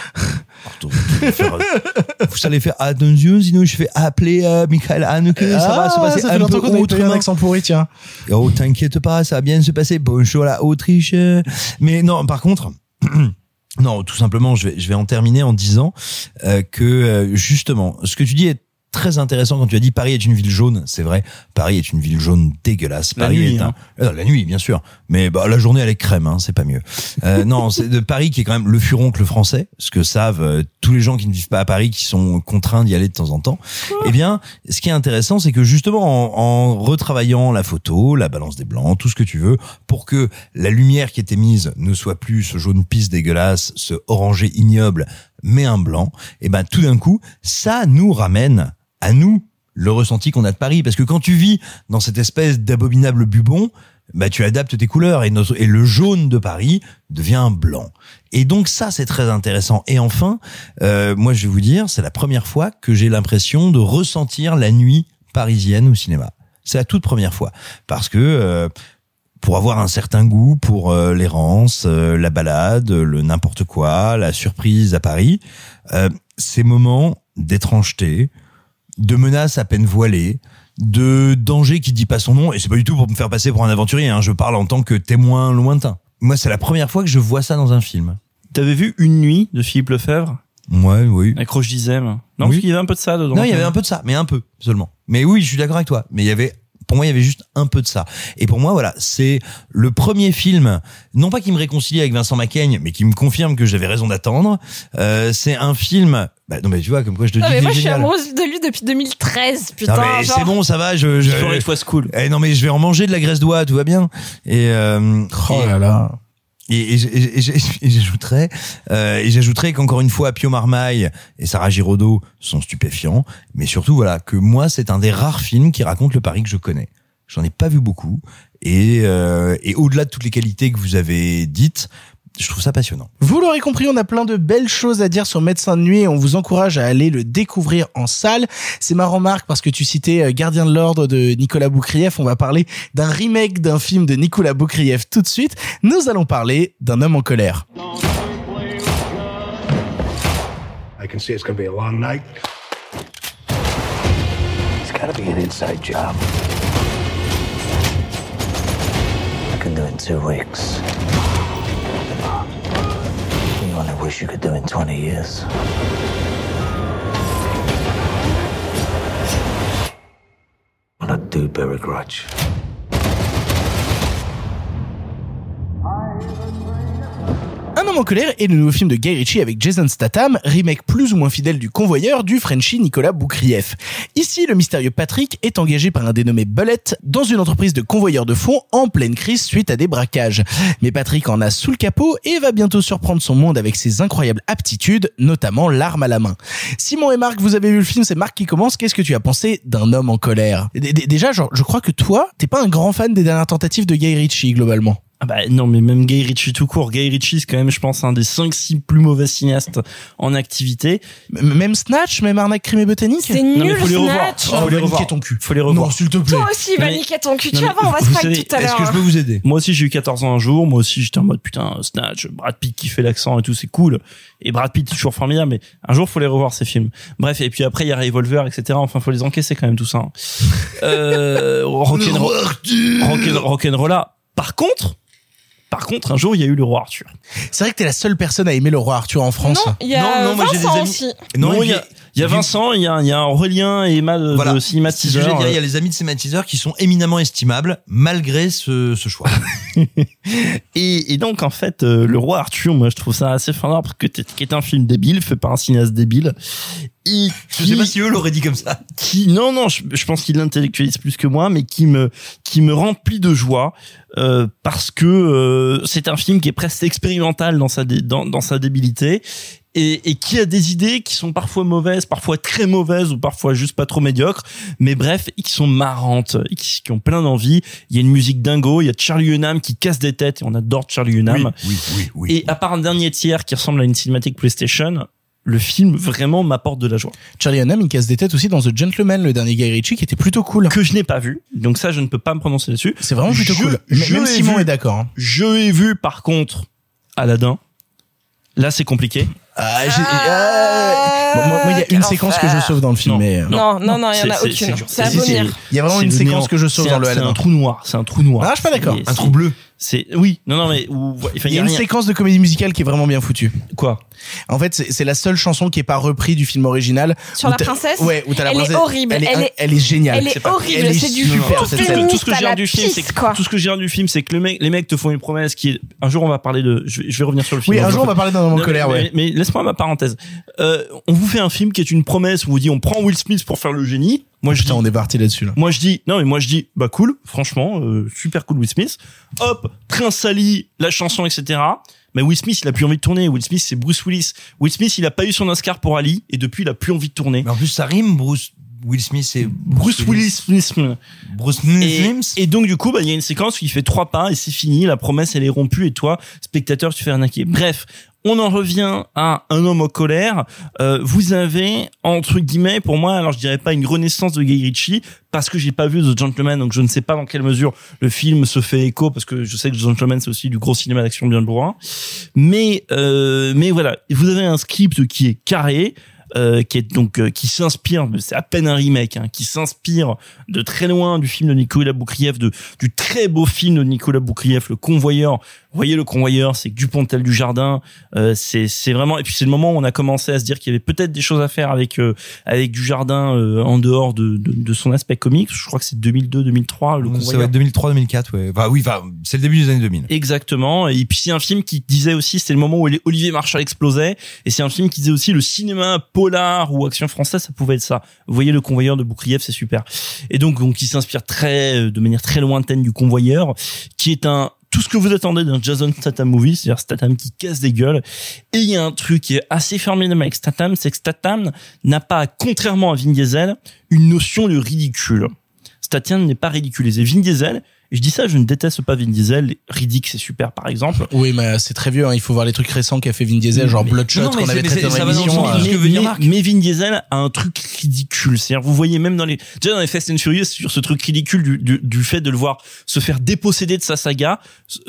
Vous allez faire attention, sinon je vais appeler Michael Haneke. Ça va se passer ça fait longtemps qu'on a eu un accent pourri, tiens. Oh, t'inquiète pas, ça va bien se passer. Bonjour la Autriche. Mais non, par contre, non, tout simplement, je vais en terminer en disant que justement, ce que tu dis est très intéressant quand tu as dit Paris est une ville jaune. C'est vrai, Paris est une ville jaune dégueulasse. Paris est la nuit, bien sûr. Mais la journée elle est crème, hein, c'est pas mieux. Non, c'est de Paris qui est quand même le furoncle français, ce que savent tous les gens qui ne vivent pas à Paris, qui sont contraints d'y aller de temps en temps. Eh bien, ce qui est intéressant, c'est que justement en retravaillant la photo, la balance des blancs, tout ce que tu veux, pour que la lumière qui était mise ne soit plus ce jaune pisse dégueulasse, ce orangé ignoble, mais un blanc, et ben tout d'un coup, ça nous ramène à nous le ressenti qu'on a de Paris, parce que quand tu vis dans cette espèce d'abominable bubon, bah tu adaptes tes couleurs et le jaune de Paris devient blanc. Et donc ça c'est très intéressant. Et enfin, moi je vais vous dire, c'est la première fois que j'ai l'impression de ressentir la nuit parisienne au cinéma. C'est la toute première fois, parce que pour avoir un certain goût pour l'errance, la balade, le n'importe quoi, la surprise à Paris, ces moments d'étrangeté, de menaces à peine voilées, de danger qui dit pas son nom, et c'est pas du tout pour me faire passer pour un aventurier, hein, je parle en tant que témoin lointain. Moi, c'est la première fois que je vois ça dans un film. T'avais vu Une nuit de Philippe Lefebvre? Ouais, oui. Avec Roche Dizem. Non, oui. Parce qu'il y avait un peu de ça dedans. Non, il y avait un peu de ça, mais un peu seulement. Mais oui, je suis d'accord avec toi. Mais pour moi, il y avait juste un peu de ça. Et pour moi, voilà, c'est le premier film, non pas qui me réconcilie avec Vincent Macaigne, mais qui me confirme que j'avais raison d'attendre. C'est un film. Non mais tu vois, comme quoi je te dis. Mais moi je suis amoureuse de lui depuis 2013. Putain. Non mais c'est bon, ça va. It was cool. Non mais je vais en manger de la graisse d'oie, tout va bien. Et oh là là. Et j'ajouterais qu'encore une fois, Pio Marmaille et Sarah Giraudot sont stupéfiants, mais surtout voilà que moi c'est un des rares films qui raconte le Paris que je connais. J'en ai pas vu beaucoup, et au-delà de toutes les qualités que vous avez dites, Je trouve ça passionnant. Vous l'aurez compris, on a plein de belles choses à dire sur Médecin de nuit et on vous encourage à aller le découvrir en salle. C'est marrant, Marc, parce que tu citais Gardien de l'Ordre de Nicolas Boukrieff. On va parler d'un remake d'un film de Nicolas Boukrieff tout de suite. Nous allons parler d'Un homme en colère. I can see it's gonna be a long night. It's gotta be an inside job. I can do it in 2 weeks. You only wish you could do it in 20 years. But I do bear a grudge. Un homme en colère est le nouveau film de Guy Ritchie avec Jason Statham, remake plus ou moins fidèle du Convoyeur du Frenchie Nicolas Boukrieff. Ici, le mystérieux Patrick est engagé par un dénommé Bullet dans une entreprise de convoyeurs de fonds en pleine crise suite à des braquages. Mais Patrick en a sous le capot et va bientôt surprendre son monde avec ses incroyables aptitudes, notamment l'arme à la main. Simon et Marc, vous avez vu le film, c'est Marc qui commence. Qu'est-ce que tu as pensé d'Un homme en colère? Déjà, je crois que toi, t'es pas un grand fan des dernières tentatives de Guy Ritchie, globalement. Ah bah non, mais même Guy Ritchie tout court. Guy Ritchie, c'est quand même, je pense, un des 5-6 plus mauvais cinéastes en activité. Même Snatch, même Arnaque, Crime et Botanique. C'est nul, faut les revoir. Snatch. Faut les revoir. Niquer ton cul. Faut les revoir. Non, s'il te plaît. Toi aussi, va Mais- niquer ton cul. Non, Tu mais vas voir, on va vous se fight savez, tout à l'heure. Est-ce que je peux vous aider? Moi aussi, j'ai eu 14 ans un jour. Moi aussi, j'étais en mode, putain, Snatch, Brad Pitt qui fait l'accent et tout, c'est cool. Et Brad Pitt, toujours formidable, mais un jour, faut les revoir, ces films. Bref, et puis après, il y a Revolver, etc. Enfin, faut les encaisser quand même, tout ça. Rock'n'Rolla. Par contre, un jour, il y a eu le Roi Arthur. C'est vrai que t'es la seule personne à aimer le Roi Arthur en France. Non, il y a Non, moi, j'ai des Vincent amis- aussi. Non, il y a Vincent, il y a Aurélien et Emma de Cinéma C'est ce que Teaser. j'allais dire, il y a les amis de Cinéma Teaser qui sont éminemment estimables malgré ce choix. Et donc, en fait, le Roi Arthur, moi, je trouve ça assez fondant parce que qui est un film débile, fait par un cinéaste débile. Et Je sais pas si eux l'auraient dit comme ça. Non, je pense qu'il l'intellectualise plus que moi, mais qui me remplit de joie, parce que, c'est un film qui est presque expérimental dans sa débilité. Et qui a des idées qui sont parfois mauvaises, parfois très mauvaises ou parfois juste pas trop médiocres, mais bref, qui sont marrantes, et qui ont plein d'envie. Il y a une musique dingo, il y a Charlie Hunnam qui casse des têtes et on adore Charlie Hunnam. Oui. Et à part un dernier tiers qui ressemble à une cinématique PlayStation, le film vraiment m'apporte de la joie. Charlie Hunnam, il casse des têtes aussi dans The Gentleman, le dernier Guy Ritchie, qui était plutôt cool. Que je n'ai pas vu, donc ça je ne peux pas me prononcer dessus. C'est vraiment plutôt cool. Même ai Simon vu- est d'accord. Hein. Je ai vu par contre Aladdin. Là c'est compliqué. Bon, moi, il y a une séquence que je sauve dans le film, Non. mais Non, il y en a c'est aucune. dur. C'est à C'est- vomir. il y a vraiment c'est une le séquence néant. que je sauve C'est dans un- le C'est un Aladdin. trou noir. C'est un trou noir. Ah, je suis pas d'accord. C'est- Un trou bleu. Oui. Non, mais Il y a une séquence de comédie musicale qui est vraiment bien foutue. Quoi? En fait, c'est la seule chanson qui est pas reprise du film original. Sur Où la t'as- princesse. Ouais, où t'as la Elle est princesse. horrible. Elle est géniale. Elle est horrible. Elle est C'est du super, cette scène. Tout ce que je à gère la du film, c'est piste, quoi. tout ce que je gère du film, c'est que les mecs te font une promesse qui est. Un jour, on va parler de. Je vais revenir sur le film. Oui, un jour, on va parler d'un homme en Non, colère, ouais. Mais laisse-moi ma parenthèse. On vous fait un film qui est une promesse où on vous dit on prend Will Smith pour faire le génie. Moi je Putain, dis, on est parti là-dessus, là. moi je dis bah cool, franchement super cool Will Smith. Hop, Prince Ali, la chanson, etc. Mais Will Smith il a plus envie de tourner. Will Smith c'est Bruce Willis. Will Smith il a pas eu son Oscar pour Ali et depuis il a plus envie de tourner. Mais en plus, ça rime, Will Smith et Bruce Willis. Bruce Willis. Et donc du coup bah il y a une séquence où il fait 3 pas et c'est fini, la promesse elle est rompue et toi spectateur tu fais arnaquer. Bref, on en revient à Un homme en colère. Vous avez entre guillemets pour moi, alors je dirais pas une renaissance de Guy Ritchie parce que j'ai pas vu The Gentleman, donc je ne sais pas dans quelle mesure le film se fait écho parce que je sais que The Gentleman c'est aussi du gros cinéma d'action bien bourrin. Mais voilà, vous avez un script qui est carré. Qui est donc qui s'inspire, c'est à peine un remake, qui s'inspire de très loin du film de Nicolas Boukrieff, du très beau film de Nicolas Boukrieff, Le Convoyeur. Vous voyez, Le Convoyeur, c'est Dupontel du Jardin. C'est vraiment. Et puis c'est le moment où on a commencé à se dire qu'il y avait peut-être des choses à faire avec du Jardin en dehors de son aspect comique. Je crois que c'est 2002-2003. Le Ça Convoyeur. va être 2003-2004, ouais. C'est le début des années 2000. Exactement. Et puis c'est un film qui disait aussi, c'était le moment où Olivier Marchal explosait. Et c'est un film qui disait aussi le cinéma polar ou action française, ça pouvait être ça. Vous voyez, Le Convoyeur de Boukrieff, c'est super. Et donc il s'inspire de manière très lointaine du Convoyeur, qui est tout ce que vous attendez d'un Jason Statham movie, c'est-à-dire Statham qui casse des gueules. Et il y a un truc qui est assez formidable avec Statham, c'est que Statham n'a pas, contrairement à Vin Diesel, une notion de ridicule. Statham n'est pas ridiculisé. Vin Diesel Et je dis ça, je ne déteste pas Vin Diesel. Riddick, c'est super, par exemple. Oui, mais c'est très vieux, hein. Il faut voir les trucs récents qu'a fait Vin Diesel, genre Bloodshot, qu'on avait traité dans l'émission. Mais Vin Diesel a un truc ridicule. C'est-à-dire, vous voyez même dans les Fast and Furious, sur ce truc ridicule du fait de le voir se faire déposséder de sa saga,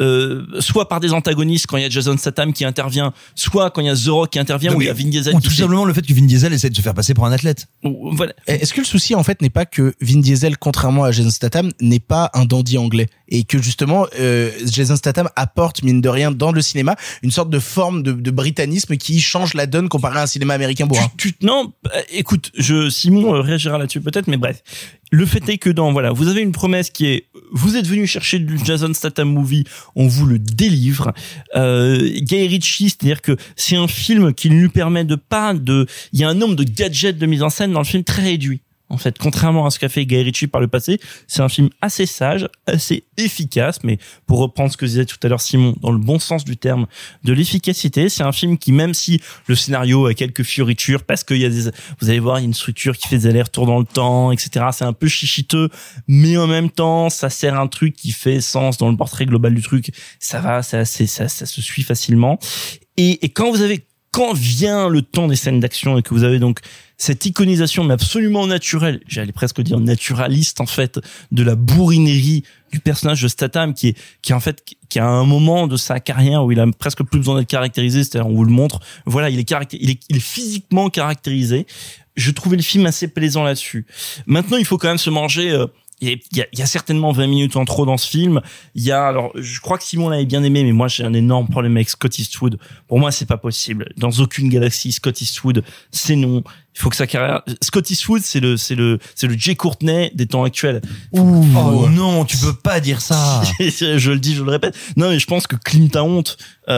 soit par des antagonistes quand il y a Jason Statham qui intervient, soit quand il y a The Rock qui intervient, ou il y a Vin Diesel ou tout simplement le fait que Vin Diesel essaie de se faire passer pour un athlète. Voilà. Est-ce que le souci, en fait, n'est pas que Vin Diesel, contrairement à Jason Statham, n'est pas un dandy anglais, et que justement Jason Statham apporte, mine de rien, dans le cinéma une sorte de forme de britannisme qui change la donne comparé à un cinéma américain bourrin? Non, écoute, Simon réagira là-dessus peut-être, mais bref. Le fait est que vous avez une promesse qui est, vous êtes venu chercher du Jason Statham movie, on vous le délivre. Guy Ritchie, c'est-à-dire que c'est un film qui lui permet il y a un nombre de gadgets de mise en scène dans le film très réduit. En fait, contrairement à ce qu'a fait Guy Ritchie par le passé, c'est un film assez sage, assez efficace, mais pour reprendre ce que disait tout à l'heure Simon, dans le bon sens du terme, de l'efficacité, c'est un film qui, même si le scénario a quelques fioritures, parce qu'il y a vous allez voir, il y a une structure qui fait des allers-retours dans le temps, etc., c'est un peu chichiteux, mais en même temps, ça sert un truc qui fait sens dans le portrait global du truc, ça se suit facilement. Et quand vient le temps des scènes d'action et que vous avez donc cette iconisation, mais absolument naturelle, j'allais presque dire naturaliste en fait, de la bourrinerie du personnage de Statham qui a un moment de sa carrière où il a presque plus besoin d'être caractérisé, c'est-à-dire on vous le montre, voilà, il est physiquement caractérisé. Je trouvais le film assez plaisant là-dessus. Maintenant, il faut quand même se manger. Il y a certainement 20 minutes en trop dans ce film. Alors, je crois que Simon l'avait bien aimé, mais moi, j'ai un énorme problème avec Scott Eastwood. Pour moi, c'est pas possible. Dans aucune galaxie, Scott Eastwood, c'est non. Il faut que sa carrière, Scott Eastwood, c'est le Jay Courtney des temps actuels. Oh non, tu peux pas dire ça. Je le dis, je le répète. Non, mais je pense que Clint a honte. Oh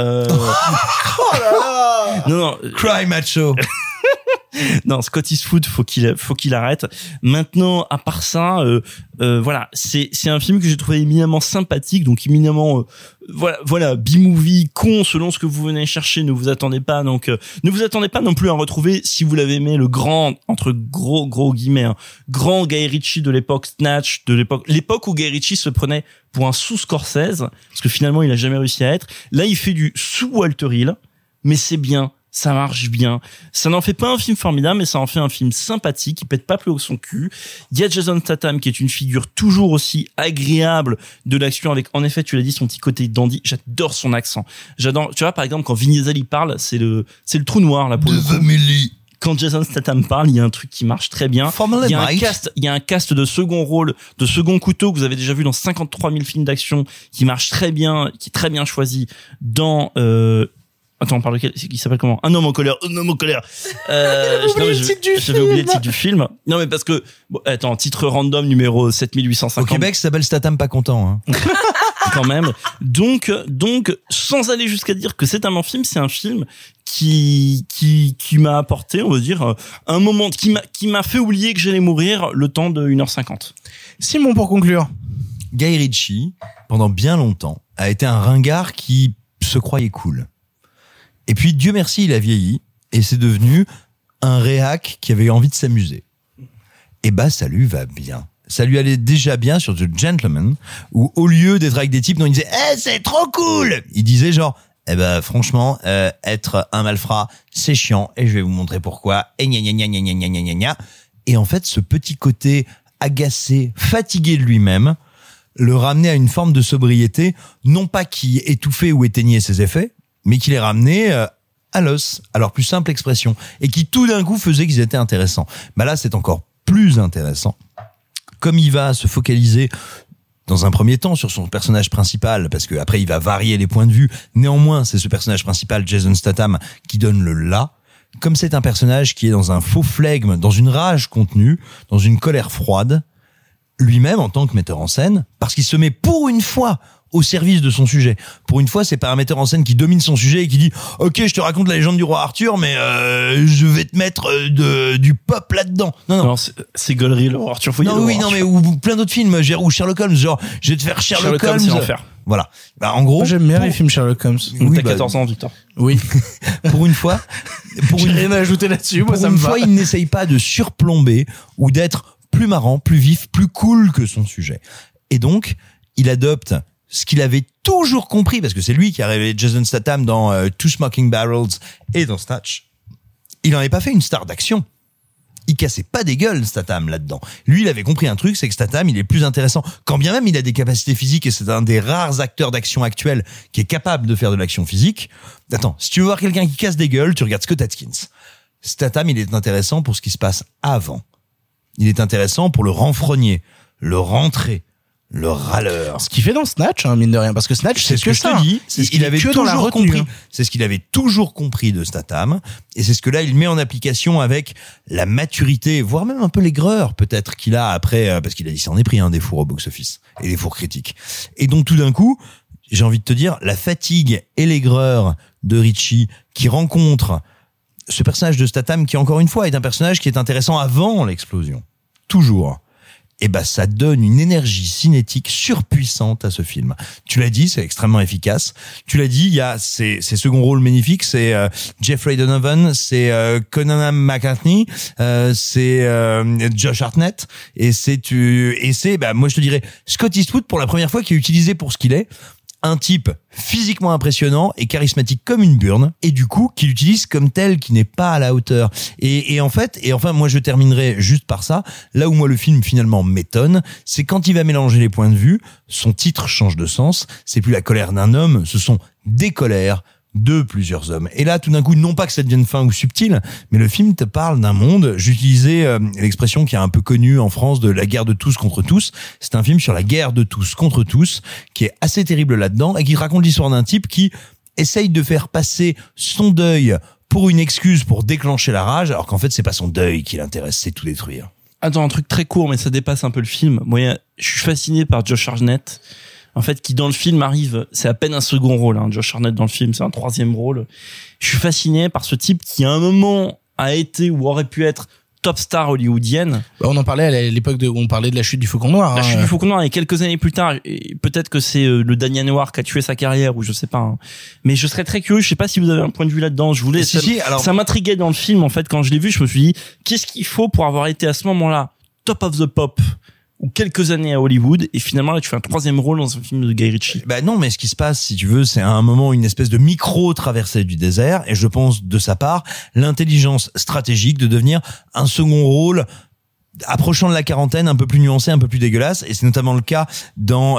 là là. Non. Cry macho. Non, Scott Eastwood, faut qu'il arrête. Maintenant, à part ça, voilà, c'est un film que j'ai trouvé éminemment sympathique, donc éminemment, voilà, B-movie con selon ce que vous venez chercher. Ne vous attendez pas non plus à retrouver, si vous l'avez aimé, le grand, entre gros guillemets, grand Guy Ritchie de l'époque Snatch, de l'époque où Guy Ritchie se prenait pour un sous-Scorsese, parce que finalement il a jamais réussi à être. Là, il fait du sous-Walter Hill, mais c'est bien. Ça marche bien. Ça n'en fait pas un film formidable, mais ça en fait un film sympathique qui pète pas plus haut que son cul. Il y a Jason Statham qui est une figure toujours aussi agréable de l'action avec, en effet, tu l'as dit, son petit côté dandy. J'adore son accent. J'adore, tu vois, par exemple, quand Vin Diesel il parle, c'est le trou noir, là, pour le coup. Quand Jason Statham parle, il y a un truc qui marche très bien. Il y a un cast de second rôle, de second couteau que vous avez déjà vu dans 53 000 films d'action qui marche très bien, qui est très bien choisi dans, attends, on parle de quel, il s'appelle comment? Un homme en colère. J'avais oublié le titre du film. Non, mais parce que, attends, titre random numéro 7850. Au Québec, ça s'appelle Statham pas content, hein. Quand même. Donc, sans aller jusqu'à dire que c'est un bon film, c'est un film qui m'a apporté, on va dire, un moment, qui m'a fait oublier que j'allais mourir le temps de 1h50. Simon, pour conclure. Guy Ritchie, pendant bien longtemps, a été un ringard qui se croyait cool. Et puis, Dieu merci, il a vieilli et c'est devenu un réac qui avait envie de s'amuser. Et ça lui va bien. Ça lui allait déjà bien sur The Gentleman, où au lieu d'être avec des types dont il disait « c'est trop cool !» il disait genre « franchement, être un malfrat, c'est chiant et je vais vous montrer pourquoi. » Et gna gna gna gna gna gna gna gna. Et en fait, ce petit côté agacé, fatigué de lui-même, le ramenait à une forme de sobriété, non pas qui étouffait ou éteignait ses effets, mais qui les ramenait à l'os, à leur plus simple expression, et qui tout d'un coup faisait qu'ils étaient intéressants. Là, c'est encore plus intéressant. Comme il va se focaliser dans un premier temps sur son personnage principal, parce que après il va varier les points de vue, néanmoins, c'est ce personnage principal, Jason Statham, qui donne le là. Comme c'est un personnage qui est dans un faux flegme, dans une rage contenue, dans une colère froide, lui-même en tant que metteur en scène, parce qu'il se met pour une fois au service de son sujet. Pour une fois, c'est pas un metteur en scène qui domine son sujet et qui dit « Ok, je te raconte la légende du roi Arthur, mais je vais te mettre du pop là-dedans. » Non. Alors, c'est Gaulerie, le roi Arthur. Ou plein d'autres films, ou Sherlock Holmes, genre, je vais te faire Sherlock Holmes. C'est l'enfer. Voilà. En gros. J'aime bien les films Sherlock Holmes. Oui, t'as 14 ans, Victor. Oui. Pour une fois. J'ai rien à ajouter là-dessus, moi, ça me va. Pour une fois, il n'essaye pas de surplomber ou d'être plus marrant, plus vif, plus cool que son sujet. Et donc, il adopte ce qu'il avait toujours compris, parce que c'est lui qui a révélé Jason Statham dans Two Smoking Barrels et dans Snatch. Il en avait pas fait une star d'action. Il cassait pas des gueules, Statham, là-dedans. Lui, il avait compris un truc, c'est que Statham, il est plus intéressant. Quand bien même il a des capacités physiques et c'est un des rares acteurs d'action actuels qui est capable de faire de l'action physique. Attends, si tu veux voir quelqu'un qui casse des gueules, tu regardes Scott Adkins. Statham, il est intéressant pour ce qui se passe avant. Il est intéressant pour le renfrogner, le rentrer, le râleur. Ce qu'il fait dans Snatch, hein, mine de rien, parce que Snatch, c'est ce que je te dis, c'est ce qu'il avait toujours compris. C'est ce qu'il avait toujours compris de Statham, et c'est ce que là il met en application avec la maturité, voire même un peu l'aigreur peut-être qu'il a après, parce qu'il a dit s'en est pris des fours au box-office et des fours critiques. Et donc tout d'un coup, j'ai envie de te dire, la fatigue et l'aigreur de Ritchie qui rencontre ce personnage de Statham qui encore une fois est un personnage qui est intéressant avant l'explosion, toujours. Et ben ça donne une énergie cinétique surpuissante à ce film. Tu l'as dit, c'est extrêmement efficace. Tu l'as dit, il y a ces seconds rôles magnifiques, c'est Jeffrey Donovan, c'est Conan McCartney, c'est Josh Hartnett et c'est moi je te dirais Scott Eastwood pour la première fois qui est utilisé pour ce qu'il est. Un type physiquement impressionnant et charismatique comme une burne, et du coup, qu'il utilise comme tel, qui n'est pas à la hauteur. Et enfin, moi, je terminerai juste par ça. Là où moi, le film, finalement, m'étonne, c'est quand il va mélanger les points de vue, son titre change de sens. C'est plus la colère d'un homme, ce sont des colères de plusieurs hommes. Et là, tout d'un coup, non pas que ça devienne fin ou subtil, mais le film te parle d'un monde. J'utilisais l'expression qui est un peu connue en France de la guerre de tous contre tous. C'est un film sur la guerre de tous contre tous, qui est assez terrible là-dedans, et qui raconte l'histoire d'un type qui essaye de faire passer son deuil pour une excuse pour déclencher la rage, alors qu'en fait, c'est pas son deuil qui l'intéresse, c'est tout détruire. Attends, un truc très court, mais ça dépasse un peu le film. Moi, je suis fasciné par Josh Hartnett. En fait, qui dans le film arrive, c'est à peine un second rôle, hein. Josh Hartnett dans le film, c'est un troisième rôle. Je suis fasciné par ce type qui à un moment a été ou aurait pu être top star hollywoodienne. On en parlait à l'époque où on parlait de la chute du Faucon Noir. La chute du Faucon Noir, et quelques années plus tard, et peut-être que c'est le Daniel Noir qui a tué sa carrière, ou je sais pas. Hein. Mais je serais très curieux, je sais pas si vous avez un point de vue là-dedans. Je voulais, ça m'intriguait dans le film, en fait, quand je l'ai vu, je me suis dit, qu'est-ce qu'il faut pour avoir été à ce moment-là top of the pop? Ou quelques années à Hollywood, et finalement là tu fais un troisième rôle dans un film de Guy Ritchie. Bah non, mais ce qui se passe, si tu veux, c'est à un moment une espèce de micro-traversée du désert, et je pense de sa part l'intelligence stratégique de devenir un second rôle approchant de la quarantaine, un peu plus nuancé, un peu plus dégueulasse, et c'est notamment le cas dans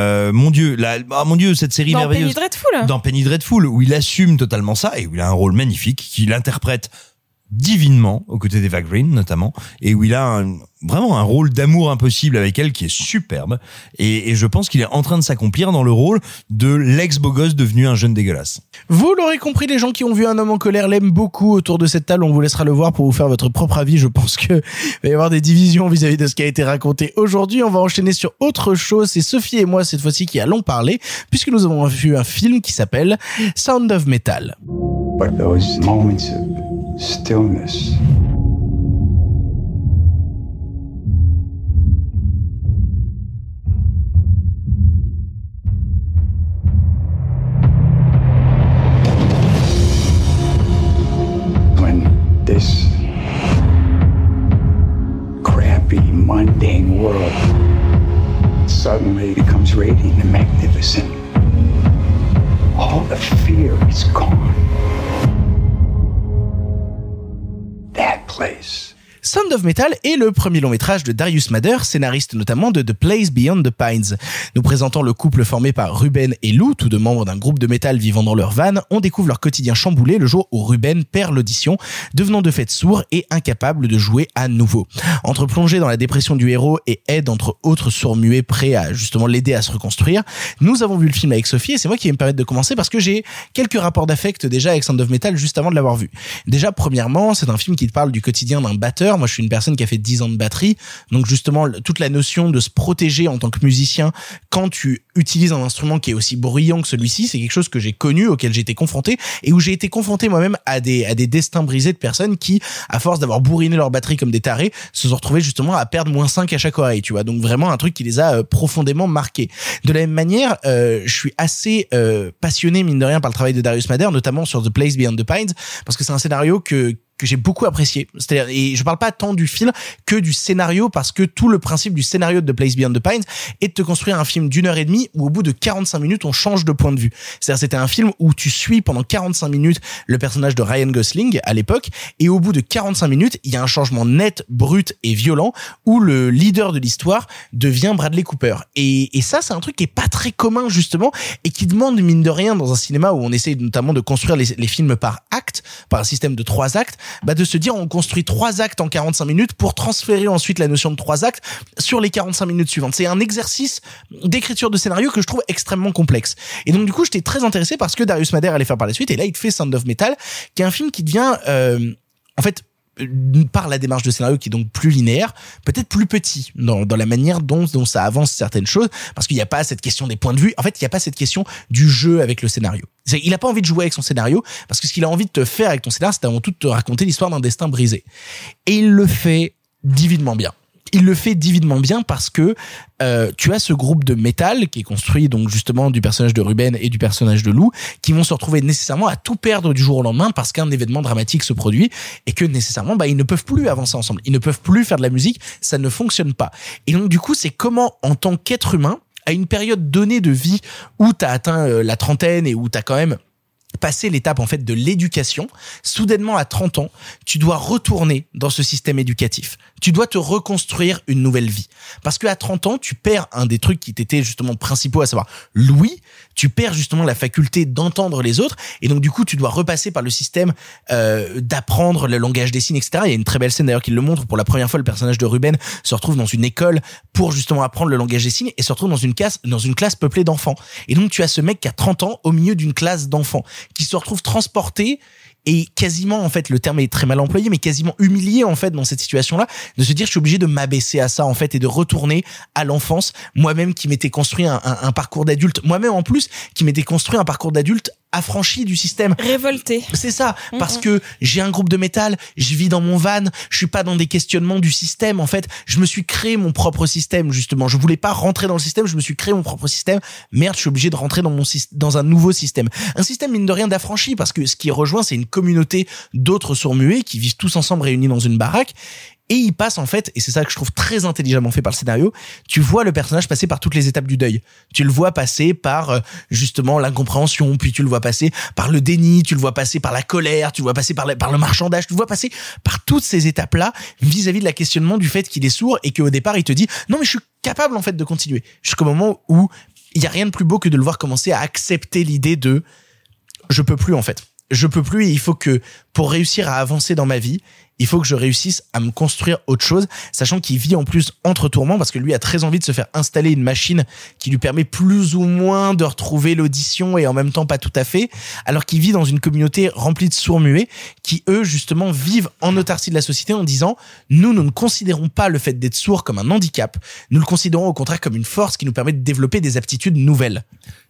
cette série merveilleuse dans Penny Dreadful, où il assume totalement ça et où il a un rôle magnifique qu'il interprète divinement aux côtés d'Eva Green notamment, et où il a vraiment un rôle d'amour impossible avec elle qui est superbe, et je pense qu'il est en train de s'accomplir dans le rôle de l'ex-beau gosse devenu un jeune dégueulasse. Vous l'aurez compris, les gens qui ont vu Un homme en colère l'aiment beaucoup autour de cette table. On vous laissera le voir pour vous faire votre propre avis. Je pense que va y avoir des divisions vis-à-vis de ce qui a été raconté aujourd'hui. On va enchaîner sur autre chose. C'est Sophie et moi cette fois-ci qui allons parler, puisque nous avons vu un film qui s'appelle Sound of Metal. But those moments of stillness, when this crappy, mundane world suddenly becomes radiant and magnificent, all the fear is gone. That place. Sound of Metal est le premier long métrage de Darius Mader, scénariste notamment de The Place Beyond the Pines. Nous présentant le couple formé par Ruben et Lou, tous deux membres d'un groupe de métal vivant dans leur van. On découvre leur quotidien chamboulé le jour où Ruben perd l'audition, devenant de fait sourd et incapable de jouer à nouveau. Entre plongé dans la dépression du héros et aide entre autres sourds-muets prêts à justement l'aider à se reconstruire, nous avons vu le film avec Sophie, et c'est moi qui vais me permettre de commencer parce que j'ai quelques rapports d'affect déjà avec Sound of Metal juste avant de l'avoir vu. Déjà, premièrement, c'est un film qui te parle du quotidien d'un batteur. Moi, je suis une personne qui a fait 10 ans de batterie, donc justement toute la notion de se protéger en tant que musicien quand tu utilises un instrument qui est aussi bruyant que celui-ci, c'est quelque chose que j'ai connu, auquel j'ai été confronté, et où j'ai été confronté moi-même à des destins brisés de personnes qui, à force d'avoir bourriné leur batterie comme des tarés, se sont retrouvés justement à perdre -5 à chaque oreille, tu vois. Donc vraiment un truc qui les a profondément marqués. De la même manière, je suis assez passionné mine de rien par le travail de Darius Mader, notamment sur The Place Beyond the Pines, parce que c'est un scénario que j'ai beaucoup apprécié. C'est-à-dire, et je parle pas tant du film que du scénario, parce que tout le principe du scénario de The Place Beyond the Pines est de te construire un film d'1h30 où au bout de 45 minutes, on change de point de vue. C'est-à-dire, c'était un film où tu suis pendant 45 minutes le personnage de Ryan Gosling à l'époque, et au bout de 45 minutes, il y a un changement net, brut et violent où le leader de l'histoire devient Bradley Cooper. Et ça, c'est un truc qui est pas très commun, justement, et qui demande, mine de rien, dans un cinéma où on essaie notamment de construire les films par acte, par un système de 3 actes, de se dire on construit 3 actes en 45 minutes pour transférer ensuite la notion de 3 actes sur les 45 minutes suivantes. C'est un exercice d'écriture de scénario que je trouve extrêmement complexe. Et donc du coup, j'étais très intéressé parce que Darius Mader allait faire par la suite, et là il te fait Sound of Metal, qui est un film qui devient en fait, par la démarche de scénario qui est donc plus linéaire, peut-être plus petit dans la manière dont ça avance certaines choses, parce qu'il n'y a pas cette question des points de vue. En fait, il n'y a pas cette question du jeu avec le scénario. Il a pas envie de jouer avec son scénario, parce que ce qu'il a envie de te faire avec ton scénario, c'est avant tout de te raconter l'histoire d'un destin brisé. Et il le fait divinement bien. Il le fait divinement bien parce que tu as ce groupe de métal qui est construit donc justement du personnage de Ruben et du personnage de Lou, qui vont se retrouver nécessairement à tout perdre du jour au lendemain parce qu'un événement dramatique se produit, et que nécessairement ils ne peuvent plus avancer ensemble, ils ne peuvent plus faire de la musique, ça ne fonctionne pas. Et donc du coup, c'est comment, en tant qu'être humain, à une période donnée de vie où t'as atteint la trentaine et où t'as quand même passé l'étape en fait de l'éducation, soudainement à 30 ans, tu dois retourner dans ce système éducatif. Tu dois te reconstruire une nouvelle vie. Parce que à 30 ans, tu perds un des trucs qui t'étaient justement principaux, à savoir l'ouïe. Tu perds justement la faculté d'entendre les autres, et donc du coup, tu dois repasser par le système d'apprendre le langage des signes, etc. Il y a une très belle scène d'ailleurs qui le montre. Pour la première fois, le personnage de Ruben se retrouve dans une école pour justement apprendre le langage des signes, et se retrouve dans une classe peuplée d'enfants. Et donc tu as ce mec qui a 30 ans au milieu d'une classe d'enfants, qui se retrouve transporté et quasiment, en fait, le terme est très mal employé, mais quasiment humilié, en fait, dans cette situation-là, de se dire, je suis obligé de m'abaisser à ça, en fait, et de retourner à l'enfance. Moi-même, qui m'étais construit un parcours d'adulte. Moi-même, en plus, qui m'étais construit un parcours d'adulte affranchi du système. Révolté. C'est ça. Parce que j'ai un groupe de métal, je vis dans mon van, je suis pas dans des questionnements du système, en fait. Je me suis créé mon propre système, justement. Je voulais pas rentrer dans le système, je me suis créé mon propre système. Merde, je suis obligé de rentrer dans un nouveau système. Un système, mine de rien, d'affranchi, parce que ce qui est rejoint, c'est une communauté d'autres sourds-muets qui vivent tous ensemble réunis dans une baraque. Et il passe, en fait, et c'est ça que je trouve très intelligemment fait par le scénario, tu vois le personnage passer par toutes les étapes du deuil. Tu le vois passer par justement l'incompréhension, puis tu le vois passer par le déni, tu le vois passer par la colère, tu le vois passer par le marchandage, tu le vois passer par toutes ces étapes-là vis-à-vis de la questionnement du fait qu'il est sourd, et qu'au départ il te dit non mais je suis capable en fait de continuer, jusqu'au moment où il y a rien de plus beau que de le voir commencer à accepter l'idée de je peux plus, en fait. Je peux plus, et il faut que, pour réussir à avancer dans ma vie, il faut que je réussisse à me construire autre chose, sachant qu'il vit en plus entre tourments, parce que lui a très envie de se faire installer une machine qui lui permet plus ou moins de retrouver l'audition, et en même temps pas tout à fait, alors qu'il vit dans une communauté remplie de sourds-muets qui, eux, justement, vivent en autarcie de la société en disant nous ne considérons pas le fait d'être sourd comme un handicap, nous le considérons au contraire comme une force qui nous permet de développer des aptitudes nouvelles.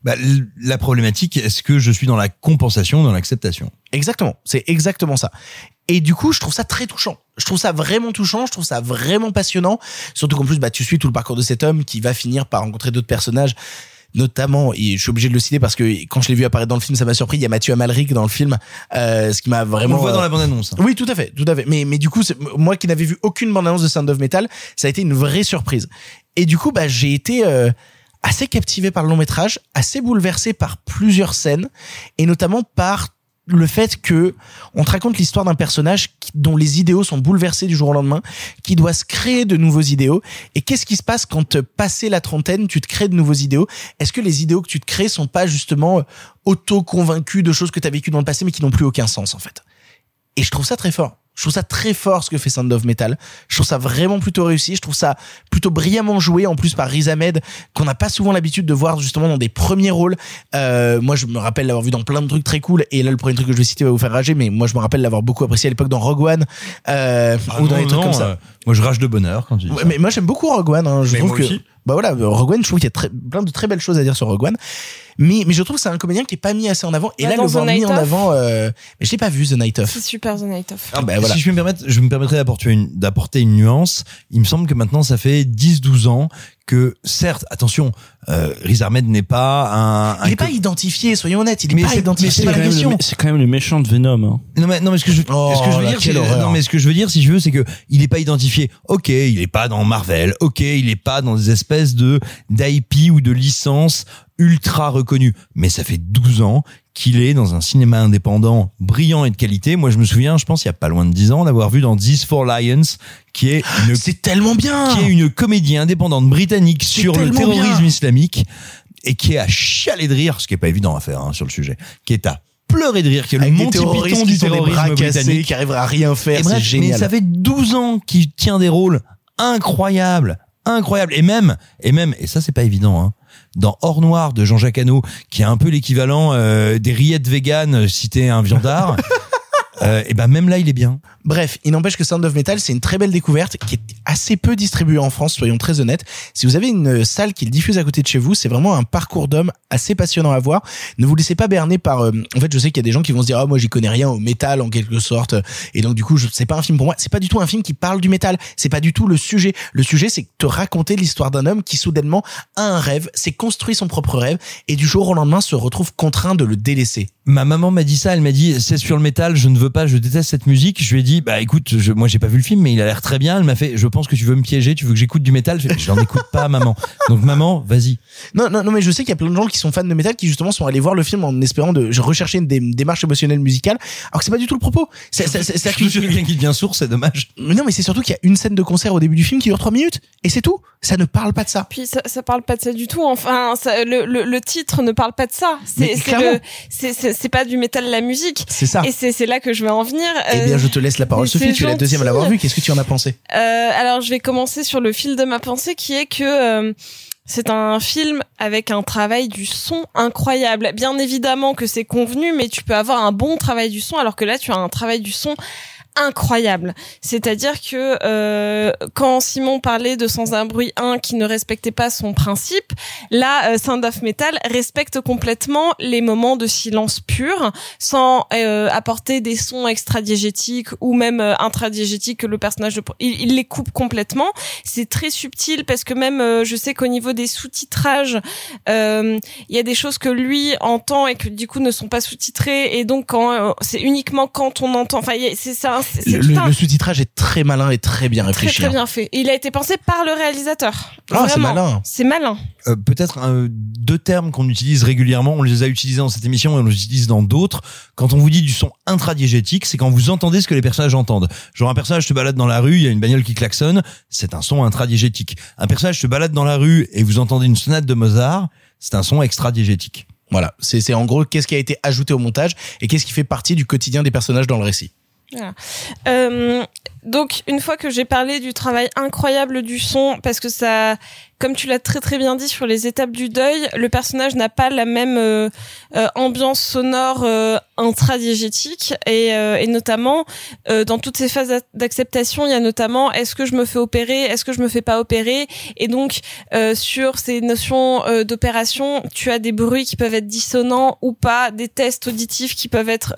La problématique, est-ce que je suis dans la compensation ou dans l'acceptation ? Exactement, c'est exactement ça. Et du coup, je trouve ça très touchant. Je trouve ça vraiment touchant, je trouve ça vraiment passionnant. Surtout qu'en plus, tu suis tout le parcours de cet homme qui va finir par rencontrer d'autres personnages. Notamment, et je suis obligé de le citer parce que quand je l'ai vu apparaître dans le film, ça m'a surpris. Il y a Mathieu Amalric dans le film, ce qui m'a vraiment. On le voit dans la bande-annonce. Oui, tout à fait, tout à fait. Mais du coup, moi qui n'avais vu aucune bande-annonce de Sound of Metal, ça a été une vraie surprise. Et du coup, j'ai été assez captivé par le long métrage, assez bouleversé par plusieurs scènes, et notamment par le fait que on te raconte l'histoire d'un personnage dont les idéaux sont bouleversés du jour au lendemain, qui doit se créer de nouveaux idéaux. Et qu'est-ce qui se passe quand, passé la trentaine, tu te crées de nouveaux idéaux? Est-ce que les idéaux que tu te crées sont pas justement auto-convaincus de choses que tu as vécues dans le passé mais qui n'ont plus aucun sens, en fait? Et je trouve ça très fort. Je trouve ça très fort ce que fait Sound of Metal. Je trouve ça vraiment plutôt réussi. Je trouve ça plutôt brillamment joué, en plus par Riz Ahmed, qu'on n'a pas souvent l'habitude de voir justement dans des premiers rôles. Moi, je me rappelle l'avoir vu dans plein de trucs très cool. Et là, le premier truc que je vais citer va vous faire rager, mais moi, je me rappelle l'avoir beaucoup apprécié à l'époque dans Rogue One, ou dans des trucs comme ça. Moi, je rage de bonheur quand tu dis ça. Mais moi, j'aime beaucoup Rogue One. Hein. Je trouve que aussi. Rogue One, je trouve qu'il y a plein de très belles choses à dire sur Rogue One. Mais je trouve que c'est un comédien qui est pas mis assez en avant. Et là, le voir mis en avant, mais je l'ai pas vu, The Night Of. C'est super, The Night Of. Si je me permettrais d'apporter une nuance. Il me semble que maintenant, ça fait 10-12 ans que certes, attention, Riz Ahmed n'est pas il est pas identifié, soyons honnêtes, il est pas identifié. C'est pas la question. C'est quand même le méchant de Venom. Hein. Non mais ce que je veux dire, si je veux, c'est que il est pas identifié. Ok, il est pas dans Marvel. Ok, il est pas dans des espèces d'IP ou de licences ultra reconnues. Mais ça fait 12 ans qu'il est dans un cinéma indépendant brillant et de qualité. Moi, je me souviens, je pense, il y a pas loin de 10 ans, d'avoir vu dans These Four Lions, c'est tellement bien, qui est une comédie indépendante britannique sur le terrorisme islamique et qui est à chialer de rire, ce qui est pas évident à faire sur le sujet, qui est à pleurer de rire, qui est le Monty Python du terrorisme britannique, qui arrivera à rien faire, c'est génial. Mais ça fait 12 ans qu'il tient des rôles incroyables, et même, et ça c'est pas évident, dans Hors Noir de Jean-Jacques Hano, qui est un peu l'équivalent des rillettes véganes cité un viandard. Et ben même là il est bien. Bref, il n'empêche que Sound of Metal, c'est une très belle découverte qui est assez peu distribuée en France, soyons très honnêtes. Si vous avez une salle qui le diffuse à côté de chez vous, c'est vraiment un parcours d'homme assez passionnant à voir. Ne vous laissez pas berner par en fait, je sais qu'il y a des gens qui vont se dire moi j'y connais rien au métal en quelque sorte, et donc du coup c'est pas un film pour moi. C'est pas du tout un film qui parle du métal, c'est pas du tout le sujet. Le sujet, c'est te raconter l'histoire d'un homme qui soudainement a un rêve, s'est construit son propre rêve et du jour au lendemain se retrouve contraint de le délaisser. Ma maman m'a dit ça, elle m'a dit c'est sur le métal, je ne veux pas, je déteste cette musique. Je lui ai dit bah écoute, moi j'ai pas vu le film mais il a l'air très bien. Elle m'a fait je pense que tu veux me piéger, tu veux que j'écoute du métal. Je n'en écoute pas maman. Donc maman, vas-y. Non mais je sais qu'il y a plein de gens qui sont fans de métal qui justement sont allés voir le film en espérant de rechercher une démarche émotionnelle musicale, alors que c'est pas du tout le propos. C'est quelqu'un qui devient sourd, c'est dommage. Mais non, mais c'est surtout qu'il y a une scène de concert au début du film qui dure 3 minutes et c'est tout. Ça ne parle pas de ça. Puis ça parle pas de ça du tout. Enfin, le titre ne parle pas de ça. C'est pas du métal la musique. C'est ça. Et c'est là que je veux en venir. Eh bien, je te laisse la parole, Sophie. Tu es la deuxième à l'avoir vu. Qu'est-ce que tu en as pensé? Alors, je vais commencer sur le fil de ma pensée qui est que c'est un film avec un travail du son incroyable. Bien évidemment que c'est convenu, mais tu peux avoir un bon travail du son, alors que là, tu as un travail du son incroyable. C'est-à-dire que quand Simon parlait de Sans un bruit 1 qui ne respectait pas son principe, là Sound of Metal respecte complètement les moments de silence pur sans apporter des sons extradiégétiques ou même intradiégétiques que le personnage il les coupe complètement. C'est très subtil parce que même je sais qu'au niveau des sous-titrages il y a des choses que lui entend et que du coup ne sont pas sous-titrées et donc quand c'est uniquement quand on entend, enfin c'est ça. Le sous-titrage est très malin et très bien réfléchi. Très bien fait. Il a été pensé par le réalisateur. Ah, c'est malin. C'est malin. Peut-être deux termes qu'on utilise régulièrement, on les a utilisés dans cette émission et on les utilise dans d'autres. Quand on vous dit du son intradiégétique, c'est quand vous entendez ce que les personnages entendent. Genre un personnage se balade dans la rue, il y a une bagnole qui klaxonne, c'est un son intradiégétique. Un personnage se balade dans la rue et vous entendez une sonate de Mozart, c'est un son extradiégétique. Voilà, c'est en gros qu'est-ce qui a été ajouté au montage et qu'est-ce qui fait partie du quotidien des personnages dans le récit. Voilà. Donc une fois que j'ai parlé du travail incroyable du son, parce que ça, comme tu l'as très très bien dit sur les étapes du deuil, le personnage n'a pas la même ambiance sonore intradiégétique et notamment dans toutes ces phases d'acceptation, il y a notamment est-ce que je me fais opérer, est-ce que je me fais pas opérer, et donc sur ces notions d'opération, tu as des bruits qui peuvent être dissonants ou pas, des tests auditifs qui peuvent être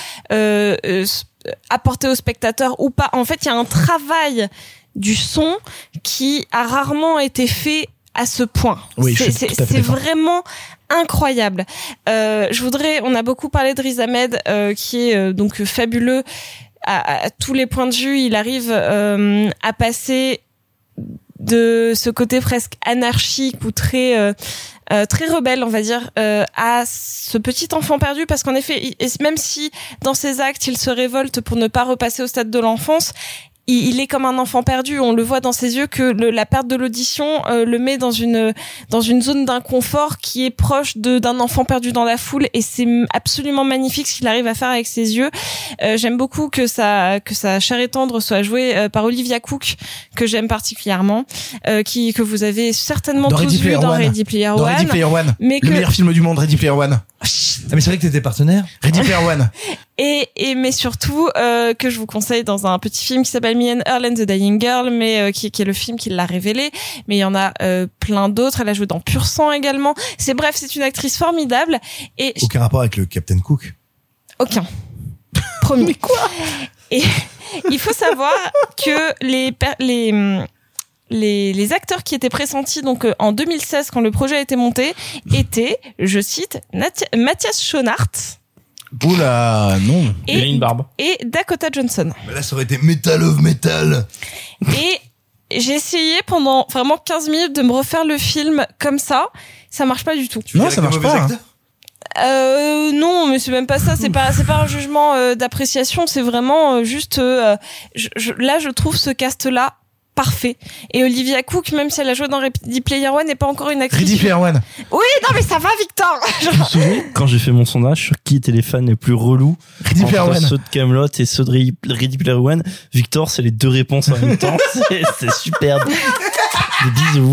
apporté au spectateur ou pas. En fait, il y a un travail du son qui a rarement été fait à ce point. Oui, c'est vraiment incroyable. On a beaucoup parlé de Riz Ahmed, qui est donc fabuleux à tous les points de vue. Il arrive à passer de ce côté presque anarchique ou très rebelle, on va dire, à ce petit enfant perdu, parce qu'en effet, même si dans ses actes il se révolte pour ne pas repasser au stade de l'enfance, il est comme un enfant perdu. On le voit dans ses yeux que la perte de l'audition le met dans une zone d'inconfort qui est proche d'un enfant perdu dans la foule, et c'est absolument magnifique ce qu'il arrive à faire avec ses yeux. J'aime beaucoup que sa chair et tendre soit jouée par Olivia Cooke, que j'aime particulièrement, que vous avez certainement tous vu dans Ready Player One. Mais le meilleur film du monde, Ready Player One. Ah mais c'est vrai que t'étais partenaire. Ready Player One. Mais surtout que je vous conseille dans un petit film qui s'appelle Me and Earl and the Dying Girl, mais qui est le film qui l'a révélé. Mais il y en a plein d'autres. Elle a joué dans Pur Sang également. C'est une actrice formidable. Et aucun rapport avec le Captain Cook. Aucun. Promis. Mais quoi? Et il faut savoir que les acteurs qui étaient pressentis donc en 2016 quand le projet a été monté étaient, je cite, Matthias Schoenaerts. Oula, non. Il a une barbe. Et Dakota Johnson. Mais là, ça aurait été Metal of Metal. Et j'ai essayé pendant vraiment 15 minutes de me refaire le film comme ça. Ça marche pas du tout. Non, ça marche pas. Non, mais c'est même pas ça. C'est pas un jugement d'appréciation. C'est vraiment juste. Là, je trouve ce cast-là parfait. Et Olivia Cooke, même si elle a joué dans Ready Player One, n'est pas encore une actrice. Ready Player One. Oui, non, mais ça va, Victor. Je me souviens, quand j'ai fait mon sondage sur qui étaient les fans les plus relous, Ready Player One, ceux de Camelot et ceux de Ready Player One, Victor, c'est les deux réponses en même temps. C'est superbe. Des bisous.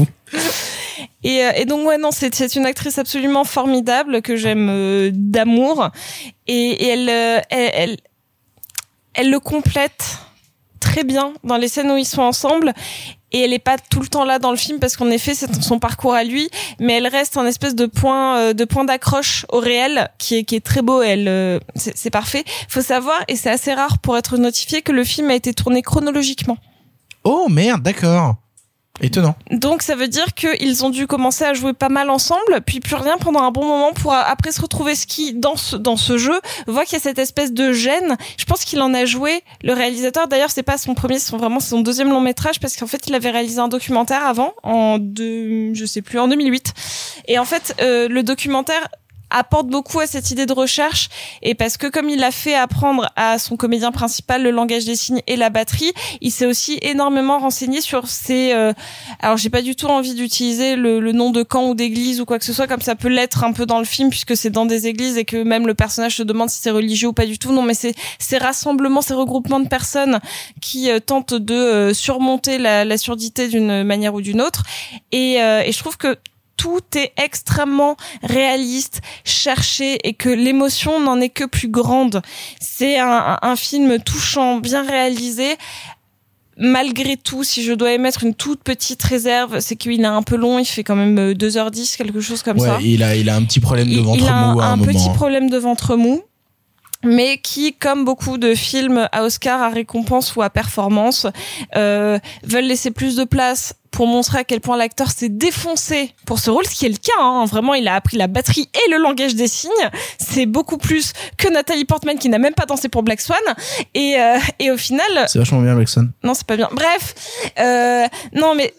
Et donc ouais, non, c'est une actrice absolument formidable que j'aime d'amour, et elle le complète très bien dans les scènes où ils sont ensemble. Et elle est pas tout le temps là dans le film parce qu'en effet c'est son parcours à lui, mais elle reste un espèce de point d'accroche au réel qui est très beau. C'est parfait. Faut savoir, et c'est assez rare pour être notifié, que le film a été tourné chronologiquement. Oh merde, d'accord. Étonnant. Donc ça veut dire qu'ils ont dû commencer à jouer pas mal ensemble, puis plus rien pendant un bon moment pour après se retrouver, ce qui dans ce jeu voit qu'il y a cette espèce de gêne. Je pense qu'il en a joué, le réalisateur. D'ailleurs c'est pas son premier, c'est vraiment son deuxième long métrage, parce qu'en fait il avait réalisé un documentaire avant en 2008. Et en fait le documentaire apporte beaucoup à cette idée de recherche, et parce que comme il a fait apprendre à son comédien principal le langage des signes et la batterie, il s'est aussi énormément renseigné sur ces alors j'ai pas du tout envie d'utiliser le nom de camp ou d'église ou quoi que ce soit, comme ça peut l'être un peu dans le film puisque c'est dans des églises et que même le personnage se demande si c'est religieux ou pas du tout. Non, mais c'est ces rassemblements, ces regroupements de personnes qui tentent de surmonter la surdité d'une manière ou d'une autre, et je trouve que tout est extrêmement réaliste, cherché, et que l'émotion n'en est que plus grande. C'est un film touchant, bien réalisé. Malgré tout, si je dois émettre une toute petite réserve, c'est qu'il est un peu long, il fait quand même 2h10, quelque chose comme ça. Ouais, il a un petit problème de ventre mou à un moment. Il a un petit problème de ventre mou, mais qui, comme beaucoup de films à Oscar, à récompense ou à performance, veulent laisser plus de place pour montrer à quel point l'acteur s'est défoncé pour ce rôle, ce qui est le cas, hein. Vraiment, il a appris la batterie et le langage des signes. C'est beaucoup plus que Nathalie Portman, qui n'a même pas dansé pour Black Swan. Et au final... C'est vachement bien, Black Swan. Non, c'est pas bien. Bref. Non, mais...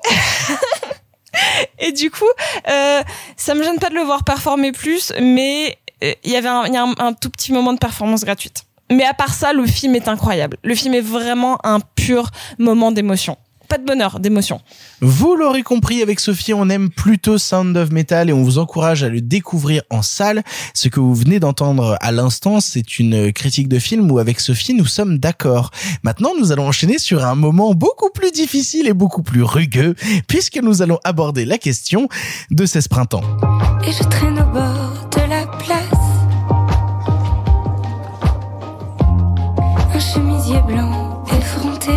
Et du coup, ça me gêne pas de le voir performer plus, mais il y a un tout petit moment de performance gratuite. Mais à part ça, le film est incroyable. Le film est vraiment un pur moment d'émotion. Pas de bonheur, d'émotion. Vous l'aurez compris, avec Sophie, on aime plutôt Sound of Metal et on vous encourage à le découvrir en salle. Ce que vous venez d'entendre à l'instant, c'est une critique de film où avec Sophie, nous sommes d'accord. Maintenant, nous allons enchaîner sur un moment beaucoup plus difficile et beaucoup plus rugueux, puisque nous allons aborder la question de 16 printemps. Et je traîne au bord de la place, un chemisier blanc effronté.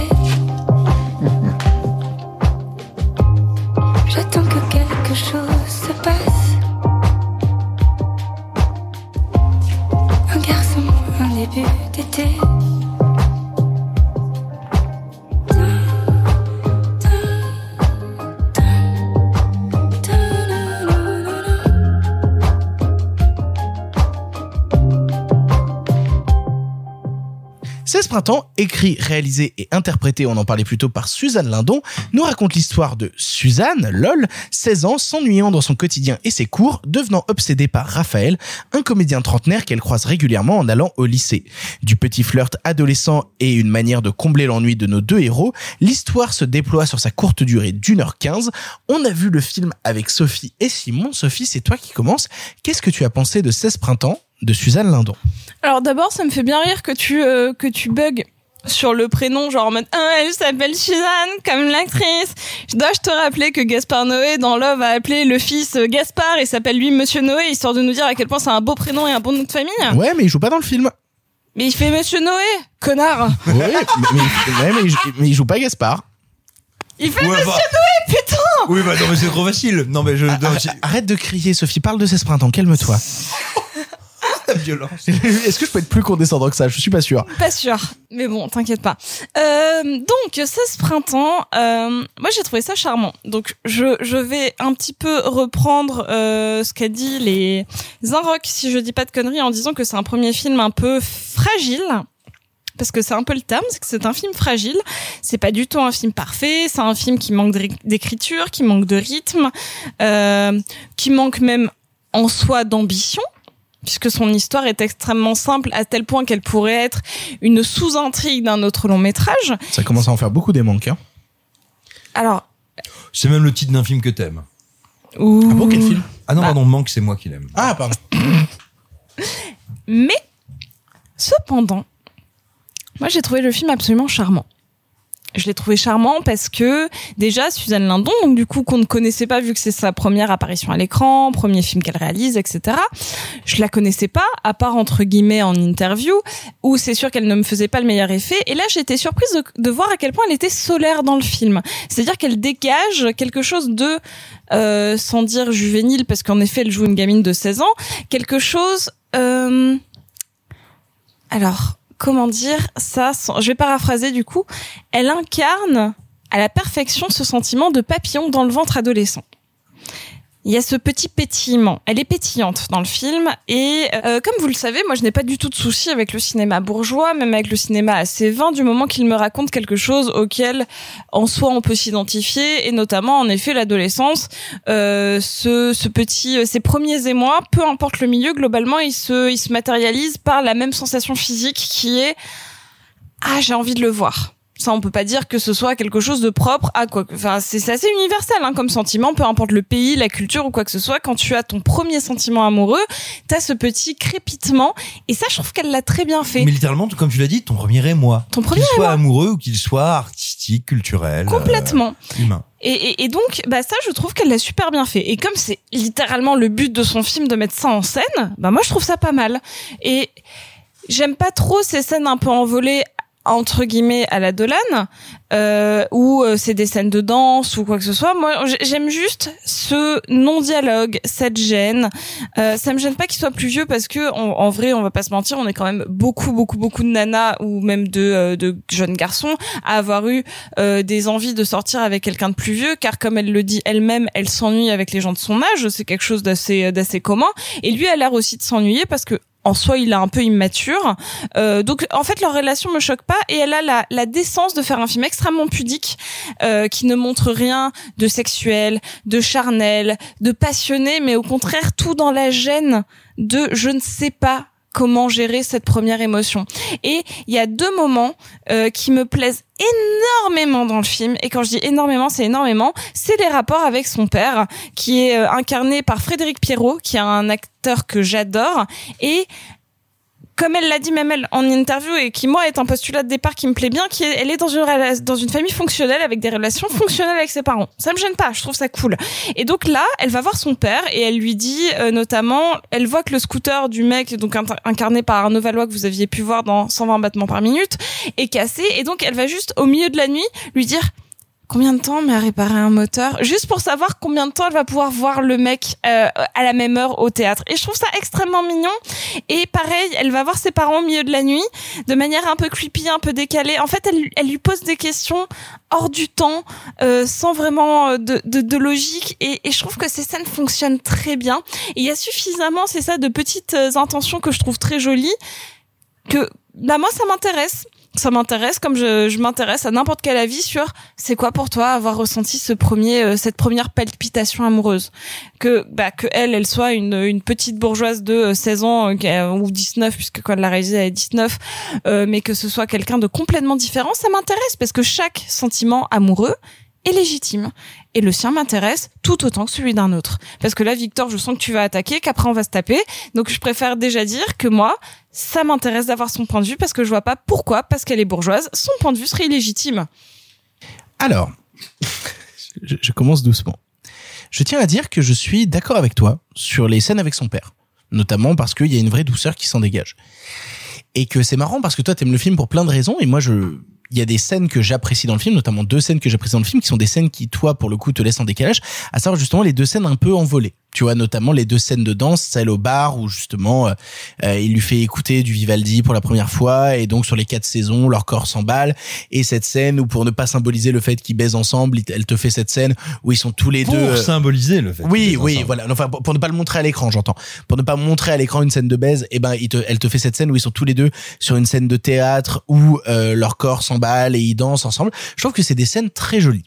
J'attends que quelque chose se passe. Un garçon, un début d'été. Ce printemps, écrit, réalisé et interprété, on en parlait plus tôt, par Suzanne Lindon, nous raconte l'histoire de Suzanne, LOL, 16 ans, s'ennuyant dans son quotidien et ses cours, devenant obsédée par Raphaël, un comédien trentenaire qu'elle croise régulièrement en allant au lycée. Du petit flirt adolescent et une manière de combler l'ennui de nos deux héros, l'histoire se déploie sur sa courte durée d'1h15. On a vu le film avec Sophie et Simon. Sophie, c'est toi qui commences. Qu'est-ce que tu as pensé de 16 printemps de Suzanne Lindon? Alors d'abord, ça me fait bien rire que tu bugs sur le prénom, genre en mode elle s'appelle Suzanne comme l'actrice. Dois-je te rappeler que Gaspard Noé dans Love a appelé le fils Gaspard et s'appelle lui Monsieur Noé, histoire de nous dire à quel point c'est un beau prénom et un bon nom de famille. Ouais, mais il joue pas dans le film. Mais il fait Monsieur Noé, connard. Oui, mais il joue pas Gaspard. Il fait Monsieur Noé, putain. Oui, bah non, mais c'est trop facile. Non, mais arrête de crier, Sophie, parle de 16 printemps, calme-toi. La violence. Est-ce que je peux être plus condescendant que ça? Je suis pas sûr. Pas sûr, mais bon, t'inquiète pas. Donc, ce printemps, moi j'ai trouvé ça charmant. Donc, je vais un petit peu reprendre ce qu'a dit les Inrocks, si je dis pas de conneries, en disant que c'est un premier film un peu fragile. Parce que c'est un peu le terme, c'est que c'est un film fragile. C'est pas du tout un film parfait. C'est un film qui manque d'écriture, qui manque de rythme, qui manque même en soi d'ambition, puisque son histoire est extrêmement simple à tel point qu'elle pourrait être une sous-intrigue d'un autre long métrage. Ça commence à en faire beaucoup des manques. Hein. Alors, c'est même le titre d'un film que t'aimes. Ouh. Ah bon, quel film? Ah non, pardon, Manque, c'est moi qui l'aime. Ah, pardon. Mais, cependant, moi j'ai trouvé le film absolument charmant. Je l'ai trouvé charmant parce que déjà Suzanne Lindon, donc du coup qu'on ne connaissait pas vu que c'est sa première apparition à l'écran, premier film qu'elle réalise, etc. Je la connaissais pas, à part entre guillemets en interview, où c'est sûr qu'elle ne me faisait pas le meilleur effet. Et là j'étais surprise de voir à quel point elle était solaire dans le film. C'est-à-dire qu'elle dégage quelque chose de, sans dire juvénile, parce qu'en effet elle joue une gamine de 16 ans, quelque chose... Alors... Comment dire ça, je vais paraphraser du coup, elle incarne à la perfection ce sentiment de papillon dans le ventre adolescent. Il y a ce petit pétillement. Elle est pétillante dans le film et comme vous le savez, moi je n'ai pas du tout de souci avec le cinéma bourgeois, même avec le cinéma assez vain, du moment qu'il me raconte quelque chose auquel en soi on peut s'identifier, et notamment en effet l'adolescence, ces premiers émois, peu importe le milieu, globalement il se matérialise par la même sensation physique qui est j'ai envie de le voir. Ça, on peut pas dire que ce soit quelque chose de propre à quoi. Enfin, c'est assez universel, hein, comme sentiment, peu importe le pays, la culture ou quoi que ce soit. Quand tu as ton premier sentiment amoureux, t'as ce petit crépitement. Et ça, je trouve qu'elle l'a très bien fait. Mais littéralement, comme tu l'as dit, ton premier émoi. Ton premier qu'il soit émoi. amoureux ou qu'il soit artistique, culturel. Complètement. Humain. Et donc, ça, je trouve qu'elle l'a super bien fait. Et comme c'est littéralement le but de son film de mettre ça en scène, moi, je trouve ça pas mal. Et j'aime pas trop ces scènes un peu envolées, entre guillemets, à la Dolan, où c'est des scènes de danse ou quoi que ce soit. Moi, j'aime juste ce non-dialogue, cette gêne. Ça me gêne pas qu'il soit plus vieux parce que, en vrai, on va pas se mentir, on est quand même beaucoup de nanas ou même de jeunes garçons à avoir eu des envies de sortir avec quelqu'un de plus vieux, car comme elle le dit elle-même, elle s'ennuie avec les gens de son âge. C'est quelque chose d'assez commun. Et lui a l'air aussi de s'ennuyer parce que en soi, il est un peu immature. Donc, en fait, leur relation me choque pas. Et elle a la décence de faire un film extrêmement pudique, qui ne montre rien de sexuel, de charnel, de passionné, mais au contraire, tout dans la gêne de je ne sais pas comment gérer cette première émotion. Et il y a deux moments qui me plaisent énormément dans le film, et quand je dis énormément, c'est les rapports avec son père, qui est incarné par Frédéric Pierrot, qui est un acteur que j'adore, et comme elle l'a dit même elle en interview, et qui moi est un postulat de départ qui me plaît bien, elle est dans une famille fonctionnelle avec des relations fonctionnelles avec ses parents. Ça me gêne pas, je trouve ça cool. Et donc là, elle va voir son père et elle lui dit notamment, elle voit que le scooter du mec, donc incarné par Arnaud Valois, que vous aviez pu voir dans 120 battements par minute, est cassé, et donc elle va juste au milieu de la nuit lui dire combien de temps met à réparer un moteur, juste pour savoir combien de temps elle va pouvoir voir le mec à la même heure au théâtre. Et je trouve ça extrêmement mignon. Et pareil, elle va voir ses parents au milieu de la nuit, de manière un peu creepy, un peu décalée. En fait, elle lui pose des questions hors du temps, sans vraiment de logique. Et je trouve que ces scènes fonctionnent très bien. Et il y a suffisamment, c'est ça, de petites intentions que je trouve très jolies, que moi ça m'intéresse. Ça m'intéresse comme je m'intéresse à n'importe quel avis sur c'est quoi pour toi avoir ressenti cette première palpitation amoureuse, que elle soit une petite bourgeoise de 16 ans ou 19, puisque quand elle l'a réalisé elle est 19, mais que ce soit quelqu'un de complètement différent, ça m'intéresse parce que chaque sentiment amoureux est légitime. Et le sien m'intéresse tout autant que celui d'un autre. Parce que là, Victor, je sens que tu vas attaquer, qu'après on va se taper. Donc je préfère déjà dire que moi, ça m'intéresse d'avoir son point de vue parce que je vois pas pourquoi, parce qu'elle est bourgeoise, son point de vue serait illégitime. Alors, je commence doucement. Je tiens à dire que je suis d'accord avec toi sur les scènes avec son père. Notamment parce qu'il y a une vraie douceur qui s'en dégage. Et que c'est marrant parce que toi, t'aimes le film pour plein de raisons et moi, il y a des scènes que j'apprécie dans le film, notamment 2 scènes que j'apprécie dans le film, qui sont des scènes qui, toi, pour le coup, te laissent en décalage, à savoir justement les 2 scènes un peu envolées. Tu vois, notamment les 2 scènes de danse, celle au bar où justement il lui fait écouter du Vivaldi pour la première fois, et donc sur les 4 saisons leur corps s'emballe, et cette scène où pour ne pas symboliser le fait qu'ils baisent ensemble, elle te fait cette scène où ils sont tous les deux pour symboliser le fait. Oui, voilà. Enfin, pour ne pas le montrer à l'écran, j'entends. Pour ne pas montrer à l'écran une scène de baise, elle te fait cette scène où ils sont tous les deux sur une scène de théâtre où leur corps s'emballe et ils dansent ensemble. Je trouve que c'est des scènes très jolies.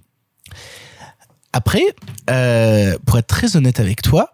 Après, pour être très honnête avec toi,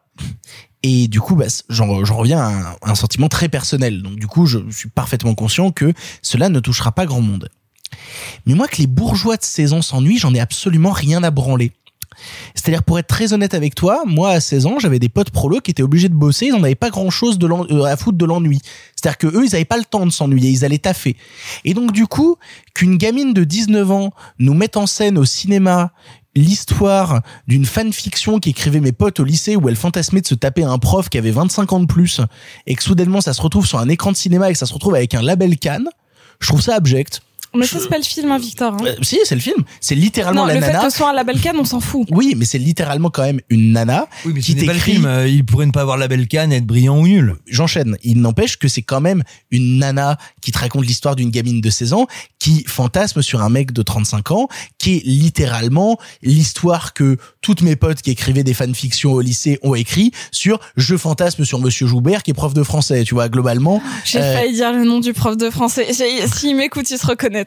et du coup, j'en reviens à un sentiment très personnel. Donc du coup, je suis parfaitement conscient que cela ne touchera pas grand monde. Mais moi, que les bourgeois de saison s'ennuient, j'en ai absolument rien à branler. C'est-à-dire, pour être très honnête avec toi, moi à 16 ans, j'avais des potes prolos qui étaient obligés de bosser, ils en avaient pas grand-chose à foutre de l'ennui. C'est-à-dire que eux, ils avaient pas le temps de s'ennuyer, ils allaient taffer. Et donc du coup, qu'une gamine de 19 ans nous mette en scène au cinéma l'histoire d'une fanfiction qu'écrivaient mes potes au lycée où elle fantasmait de se taper un prof qui avait 25 ans de plus, et que soudainement ça se retrouve sur un écran de cinéma et que ça se retrouve avec un label Cannes, je trouve ça abject. Mais ça, c'est pas le film, hein, Victor. Hein. Si, c'est le film. C'est littéralement la nana. Le fait que ce soit un label Cannes, on s'en fout. Oui, mais c'est littéralement quand même une nana qui t'écrit. Pas le film. Il pourrait ne pas avoir label Cannes et être brillant ou nul. J'enchaîne. Il n'empêche que c'est quand même une nana qui te raconte l'histoire d'une gamine de 16 ans qui fantasme sur un mec de 35 ans, qui est littéralement l'histoire que toutes mes potes qui écrivaient des fanfictions au lycée ont écrit sur je fantasme sur Monsieur Joubert qui est prof de français, tu vois, globalement. J'ai failli dire le nom du prof de français. S'il m'écoute, il se reconnaîtra.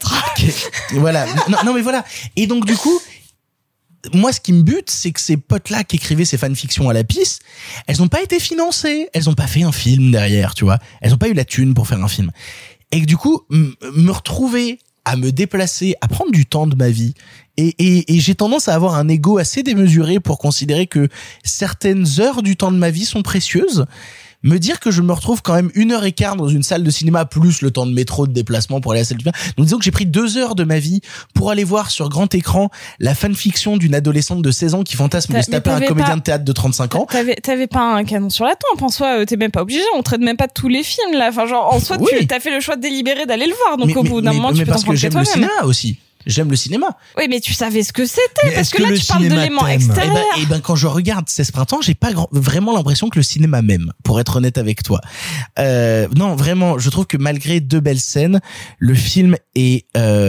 Voilà. Non, mais voilà. Et donc, du coup, moi, ce qui me bute, c'est que ces potes-là qui écrivaient ces fanfictions à la pisse, elles ont pas été financées. Elles ont pas fait un film derrière, tu vois. Elles ont pas eu la thune pour faire un film. Et que du coup, me retrouver à me déplacer, à prendre du temps de ma vie. Et j'ai tendance à avoir un ego assez démesuré pour considérer que certaines heures du temps de ma vie sont précieuses. Me dire que je me retrouve quand même 1h15 dans une salle de cinéma plus le temps de métro de déplacement pour aller à la salle de cinéma. Donc disons que j'ai pris 2 heures de ma vie pour aller voir sur grand écran la fanfiction d'une adolescente de 16 ans qui fantasme de se taper un comédien de théâtre de 35 ans. T'avais pas un canon sur la tempe. En soi, t'es même pas obligé. On traite même pas tous les films, là. Enfin, genre, en soi, oui. Tu t'as fait le choix délibéré d'aller le voir. Donc, au bout d'un moment, tu peux t'en prendre chez toi-même. Mais parce que j'aime le cinéma aussi. J'aime le cinéma. Oui, mais tu savais ce que c'était, parce que là, tu parles de l'aimant extérieur. Eh ben, quand je regarde 16 printemps, j'ai pas vraiment l'impression que le cinéma m'aime, pour être honnête avec toi. Non, vraiment, je trouve que malgré 2 belles scènes, le film est,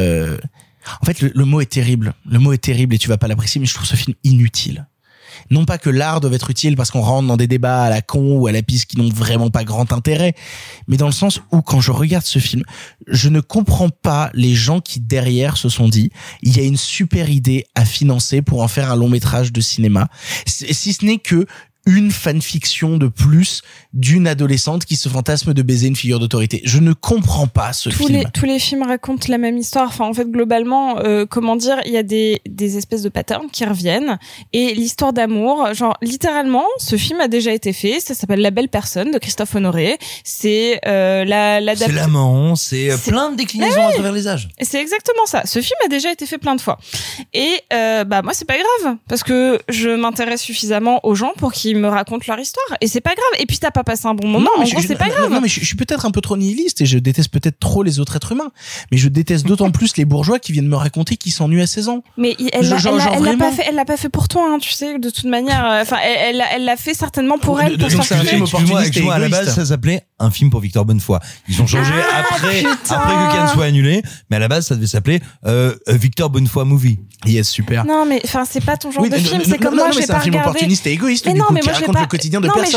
en fait, le mot est terrible. Le mot est terrible et tu vas pas l'apprécier, mais je trouve ce film inutile. Non pas que l'art doit être utile parce qu'on rentre dans des débats à la con ou à la piste qui n'ont vraiment pas grand intérêt, mais dans le sens où quand je regarde ce film, je ne comprends pas les gens qui derrière se sont dit il y a une super idée à financer pour en faire un long métrage de cinéma, si ce n'est que une fanfiction de plus d'une adolescente qui se fantasme de baiser une figure d'autorité. Je ne comprends pas ce film. Tous les films racontent la même histoire. Enfin, en fait, globalement, comment dire, il y a des espèces de patterns qui reviennent. Et l'histoire d'amour, genre, littéralement, ce film a déjà été fait. Ça s'appelle La Belle Personne de Christophe Honoré. C'est c'est l'amant, c'est plein de déclinaisons à travers les âges. C'est exactement ça. Ce film a déjà été fait plein de fois. Et moi, c'est pas grave parce que je m'intéresse suffisamment aux gens pour qu'ils me racontent leur histoire et c'est pas grave. Et puis t'as pas passé un bon moment. En gros, c'est pas grave. Non, mais je suis peut-être un peu trop nihiliste et je déteste peut-être trop les autres êtres humains. Mais je déteste d'autant plus les bourgeois qui viennent me raconter qu'ils s'ennuient à 16 ans. Mais elle l'a pas fait pour toi, hein, tu sais, de toute manière. Enfin, elle l'a fait certainement pour elle. Pour donc c'est un film opportuniste. À la base, ça s'appelait Un film pour Victor Bonnefoy. Ils ont changé après que Cannes soit annulé. Mais à la base, ça devait s'appeler Victor Bonnefoy Movie. Yes, super. Non, mais enfin, c'est pas ton genre de film. C'est comme moi, j'ai pas regardé. C'est un film opportuniste et égoïste. Du coup, qui raconte le quotidien de personnes.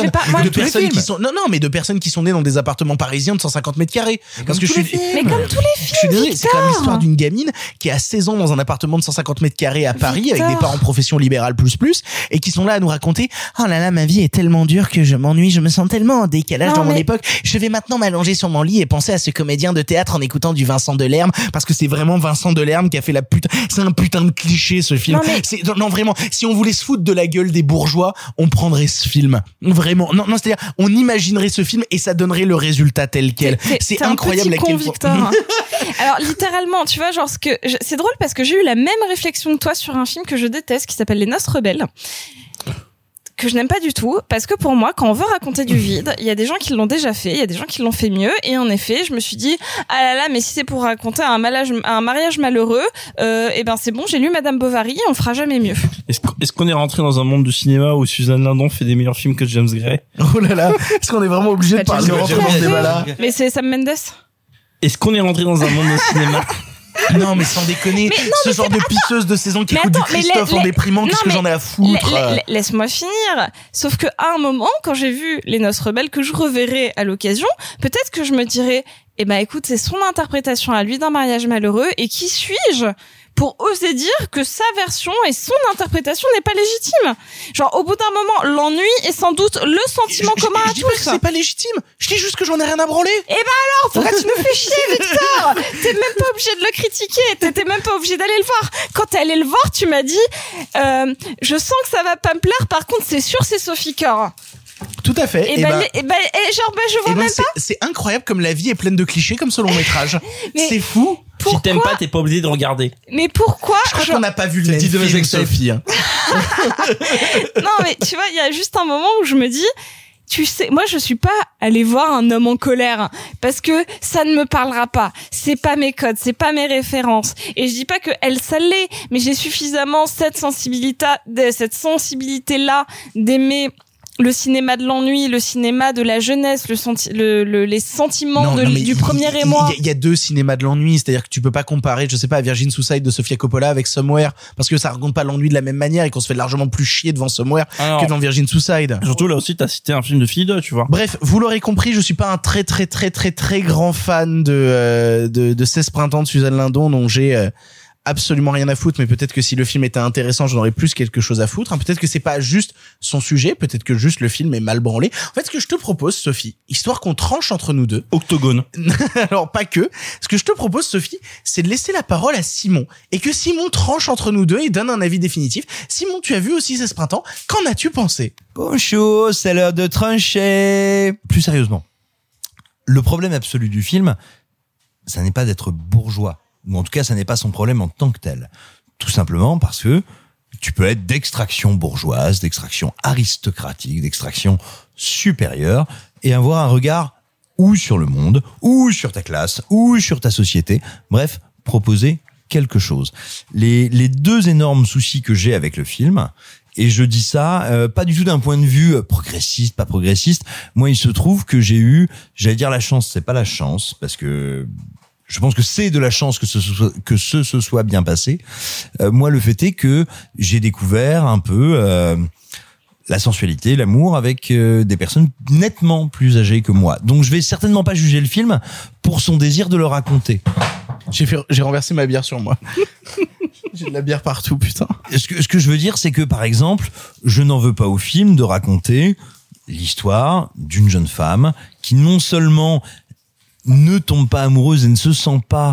De personnes qui sont nées dans des appartements parisiens de 150 mètres carrés. Parce que mais comme tous les films. Je suis désolé, c'est comme l'histoire d'une gamine qui a 16 ans dans un appartement de 150 mètres carrés à Paris avec des parents profession libérale plus et qui sont là à nous raconter oh là là, ma vie est tellement dure que je m'ennuie, je me sens tellement en décalage dans mon époque. Je vais maintenant m'allonger sur mon lit et penser à ce comédien de théâtre en écoutant du Vincent Delerme parce que c'est vraiment Vincent Delerme qui a fait la putain. C'est un putain de cliché ce film. Non, vraiment, si on voulait se foutre de la gueule des bourgeois, on prendrait ce film. Vraiment. Non, c'est-à-dire, on imaginerait ce film et ça donnerait le résultat tel quel. C'est incroyable à quel point. Alors, littéralement, tu vois, genre, c'est drôle parce que j'ai eu la même réflexion que toi sur un film que je déteste qui s'appelle Les Noces Rebelles. que je n'aime pas du tout, parce que pour moi, quand on veut raconter du vide, il y a des gens qui l'ont déjà fait, il y a des gens qui l'ont fait mieux, et en effet, je me suis dit, ah là là, mais si c'est pour raconter un mariage malheureux, eh ben c'est bon, j'ai lu Madame Bovary, on fera jamais mieux. Est-ce qu'on est rentré dans un monde de cinéma où Suzanne Lindon fait des meilleurs films que James Gray? Oh là là, est-ce qu'on est vraiment obligé de parler de ce débat-là? Mais c'est Sam Mendes. Est-ce qu'on est rentré dans un monde de cinéma? Non, mais sans déconner, ce genre de pisseuse de saison qui écoute du Christophe en déprimant, qu'est-ce que j'en ai à foutre? Laisse-moi finir. Sauf que à un moment, quand j'ai vu Les Noces Rebelles, que je reverrai à l'occasion, peut-être que je me dirais, eh ben écoute, c'est son interprétation à lui d'un mariage malheureux, et qui suis-je pour oser dire que sa version et son interprétation n'est pas légitime? Genre, au bout d'un moment, l'ennui est sans doute le sentiment commun à tous. Je dis pas que c'est pas légitime. Je dis juste que j'en ai rien à branler. Eh ben alors, pourquoi tu me fais chier, Victor? T'es même pas obligé de le critiquer. T'étais même pas obligé d'aller le voir. Quand t'es allé le voir, tu m'as dit, je sens que ça va pas me plaire. Par contre, c'est sûr, c'est Sophie Corr. Tout à fait. Je vois même pas. C'est incroyable comme la vie est pleine de clichés comme ce long métrage. C'est fou. Si t'aimes pas, t'es pas obligé de regarder. Mais pourquoi? Je crois qu'on n'a pas vu le même film, Sophie. Non, mais tu vois, il y a juste un moment où je me dis, tu sais, moi je suis pas allée voir Un homme en colère parce que ça ne me parlera pas. C'est pas mes codes, c'est pas mes références. Et je dis pas que elle ça l'est, mais j'ai suffisamment cette sensibilité-là d'aimer le cinéma de l'ennui, le cinéma de la jeunesse, les sentiments du premier émoi. Il y a deux cinémas de l'ennui, c'est-à-dire que tu peux pas comparer, je sais pas, Virgin Suicide de Sofia Coppola avec Somewhere, parce que ça raconte pas l'ennui de la même manière et qu'on se fait largement plus chier devant Somewhere que devant Virgin Suicide. Surtout là aussi, t'as cité un film de Philida, tu vois. Bref, vous l'aurez compris, je suis pas un très grand fan de 16 printemps de Suzanne Lindon, dont j'ai absolument rien à foutre, mais peut-être que si le film était intéressant, j'en aurais plus quelque chose à foutre. Peut-être que c'est pas juste son sujet, peut-être que juste le film est mal branlé. En fait, ce que je te propose, Sophie, histoire qu'on tranche entre nous deux. Octogone. Alors, pas que. Ce que je te propose, Sophie, c'est de laisser la parole à Simon. Et que Simon tranche entre nous deux et donne un avis définitif. Simon, tu as vu aussi 16 printemps. Qu'en as-tu pensé? Bonjour, c'est l'heure de trancher. Plus sérieusement, le problème absolu du film, ça n'est pas d'être bourgeois. Ou en tout cas, ça n'est pas son problème en tant que tel. Tout simplement parce que tu peux être d'extraction bourgeoise, d'extraction aristocratique, d'extraction supérieure, et avoir un regard ou sur le monde, ou sur ta classe, ou sur ta société. Bref, proposer quelque chose. Les deux énormes soucis que j'ai avec le film, et je dis ça pas du tout d'un point de vue progressiste, pas progressiste. Moi, il se trouve que j'ai eu, j'allais dire la chance, c'est pas la chance, parce que je pense que c'est de la chance que ce se soit bien passé. Moi, le fait est que j'ai découvert un peu la sensualité, l'amour avec des personnes nettement plus âgées que moi. Donc, je vais certainement pas juger le film pour son désir de le raconter. J'ai renversé ma bière sur moi. J'ai de la bière partout, putain. Ce que je veux dire, c'est que, par exemple, je n'en veux pas au film de raconter l'histoire d'une jeune femme qui non seulement ne tombe pas amoureuse et ne se sent pas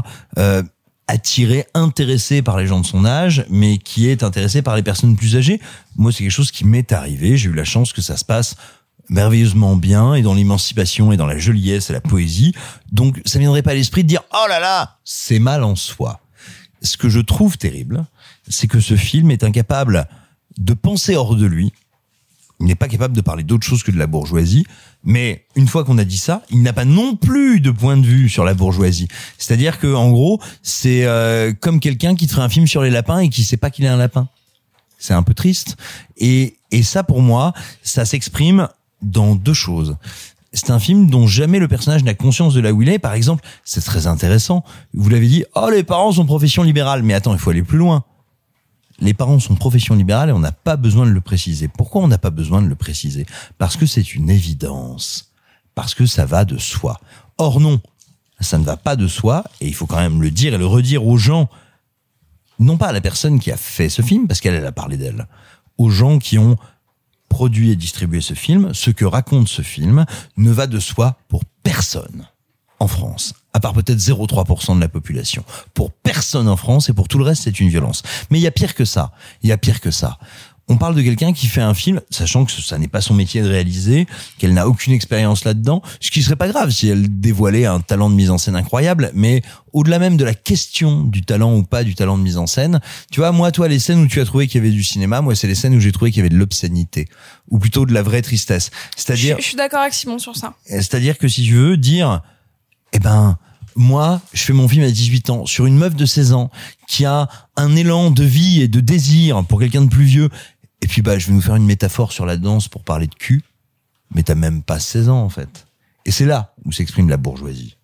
attirée, intéressée par les gens de son âge, mais qui est intéressée par les personnes plus âgées. Moi, c'est quelque chose qui m'est arrivé. J'ai eu la chance que ça se passe merveilleusement bien et dans l'émancipation et dans la joliesse et la poésie. Donc, ça viendrait pas à l'esprit de dire « Oh là là, c'est mal en soi ». Ce que je trouve terrible, c'est que ce film est incapable de penser hors de lui. Il n'est pas capable de parler d'autre chose que de la bourgeoisie. Mais une fois qu'on a dit ça, il n'a pas non plus de point de vue sur la bourgeoisie. C'est-à-dire que, en gros, c'est comme quelqu'un qui te ferait un film sur les lapins et qui sait pas qu'il est un lapin. C'est un peu triste. Et ça, pour moi, ça s'exprime dans deux choses. C'est un film dont jamais le personnage n'a conscience de là où il est. Par exemple, c'est très intéressant. Vous l'avez dit, oh, les parents sont profession libérale. Mais attends, il faut aller plus loin. Les parents sont profession libérale et on n'a pas besoin de le préciser. Pourquoi on n'a pas besoin de le préciser? Parce que c'est une évidence. Parce que ça va de soi. Or non, ça ne va pas de soi et il faut quand même le dire et le redire aux gens, non pas à la personne qui a fait ce film, parce qu'elle a parlé d'elle, aux gens qui ont produit et distribué ce film. Ce que raconte ce film ne va de soi pour personne en France, à part peut-être 0,3% de la population. Pour personne en France et pour tout le reste, c'est une violence. Mais il y a pire que ça. Il y a pire que ça. on parle de quelqu'un qui fait un film, sachant que ça n'est pas son métier de réaliser, qu'elle n'a aucune expérience là-dedans, ce qui serait pas grave si elle dévoilait un talent de mise en scène incroyable, mais au-delà même de la question du talent ou pas du talent de mise en scène, tu vois, moi, toi, les scènes où tu as trouvé qu'il y avait du cinéma, moi, c'est les scènes où j'ai trouvé qu'il y avait de l'obscénité, ou plutôt de la vraie tristesse. C'est-à-dire, je suis d'accord avec Simon sur ça. C'est-à-dire que si tu veux dire, moi, je fais mon film à 18 ans sur une meuf de 16 ans qui a un élan de vie et de désir pour quelqu'un de plus vieux. Et puis, je vais nous faire une métaphore sur la danse pour parler de cul. Mais t'as même pas 16 ans, en fait. Et c'est là où s'exprime la bourgeoisie.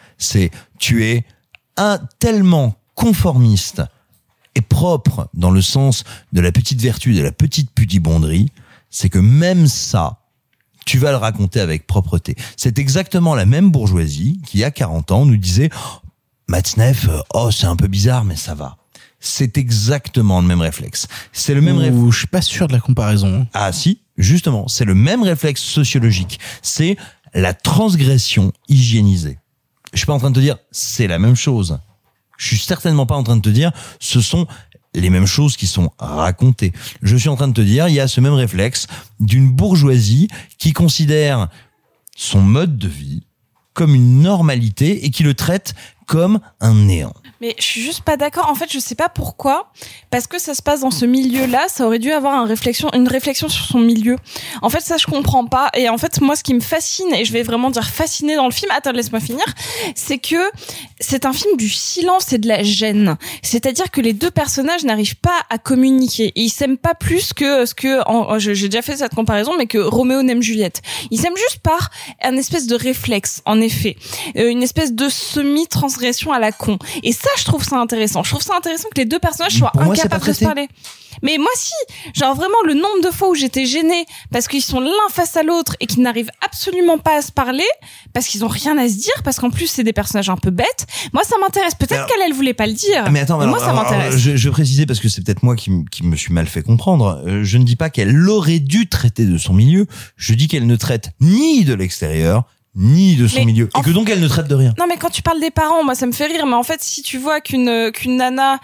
Tu es tellement conformiste et propre dans le sens de la petite vertu, de la petite pudibonderie, c'est que même ça, tu vas le raconter avec propreté. C'est exactement la même bourgeoisie qui, il y a 40 ans, nous disait « Matzneff, c'est un peu bizarre, mais ça va ». C'est exactement le même réflexe. C'est le même réflexe. Je suis pas sûr de la comparaison. Ah si, justement, c'est le même réflexe sociologique. C'est la transgression hygiénisée. Je suis pas en train de te dire c'est la même chose. Je suis certainement pas en train de te dire ce sont les mêmes choses qui sont racontées. Je suis en train de te dire il y a ce même réflexe d'une bourgeoisie qui considère son mode de vie comme une normalité et qui le traite comme un néant. Mais je suis juste pas d'accord. En fait, je sais pas pourquoi. Parce que ça se passe dans ce milieu-là, ça aurait dû avoir une réflexion sur son milieu. En fait, ça, je comprends pas. Et en fait, moi, ce qui me fascine, et je vais vraiment dire fasciné dans le film, attends, laisse-moi finir, c'est que c'est un film du silence et de la gêne. C'est-à-dire que les deux personnages n'arrivent pas à communiquer. Et ils s'aiment pas plus que j'ai déjà fait cette comparaison, mais que Roméo n'aime Juliette. Ils s'aiment juste par un espèce de réflexe, en effet. Une espèce de semi-transgression à la con. Et ça, je trouve ça intéressant. Je trouve ça intéressant que les deux personnages soient incapables de se parler. Mais moi, si. Genre, vraiment, le nombre de fois où j'étais gênée parce qu'ils sont l'un face à l'autre et qu'ils n'arrivent absolument pas à se parler parce qu'ils ont rien à se dire, parce qu'en plus, c'est des personnages un peu bêtes. Moi, ça m'intéresse. Peut-être qu'elle voulait pas le dire. Mais attends, moi, ça m'intéresse. Je précisais parce que c'est peut-être moi qui me suis mal fait comprendre. Je ne dis pas qu'elle aurait dû traiter de son milieu. Je dis qu'elle ne traite ni de l'extérieur, ni de son milieu, et que donc elle ne traite de rien. Non, mais quand tu parles des parents, moi ça me fait rire, mais en fait si tu vois qu'une nana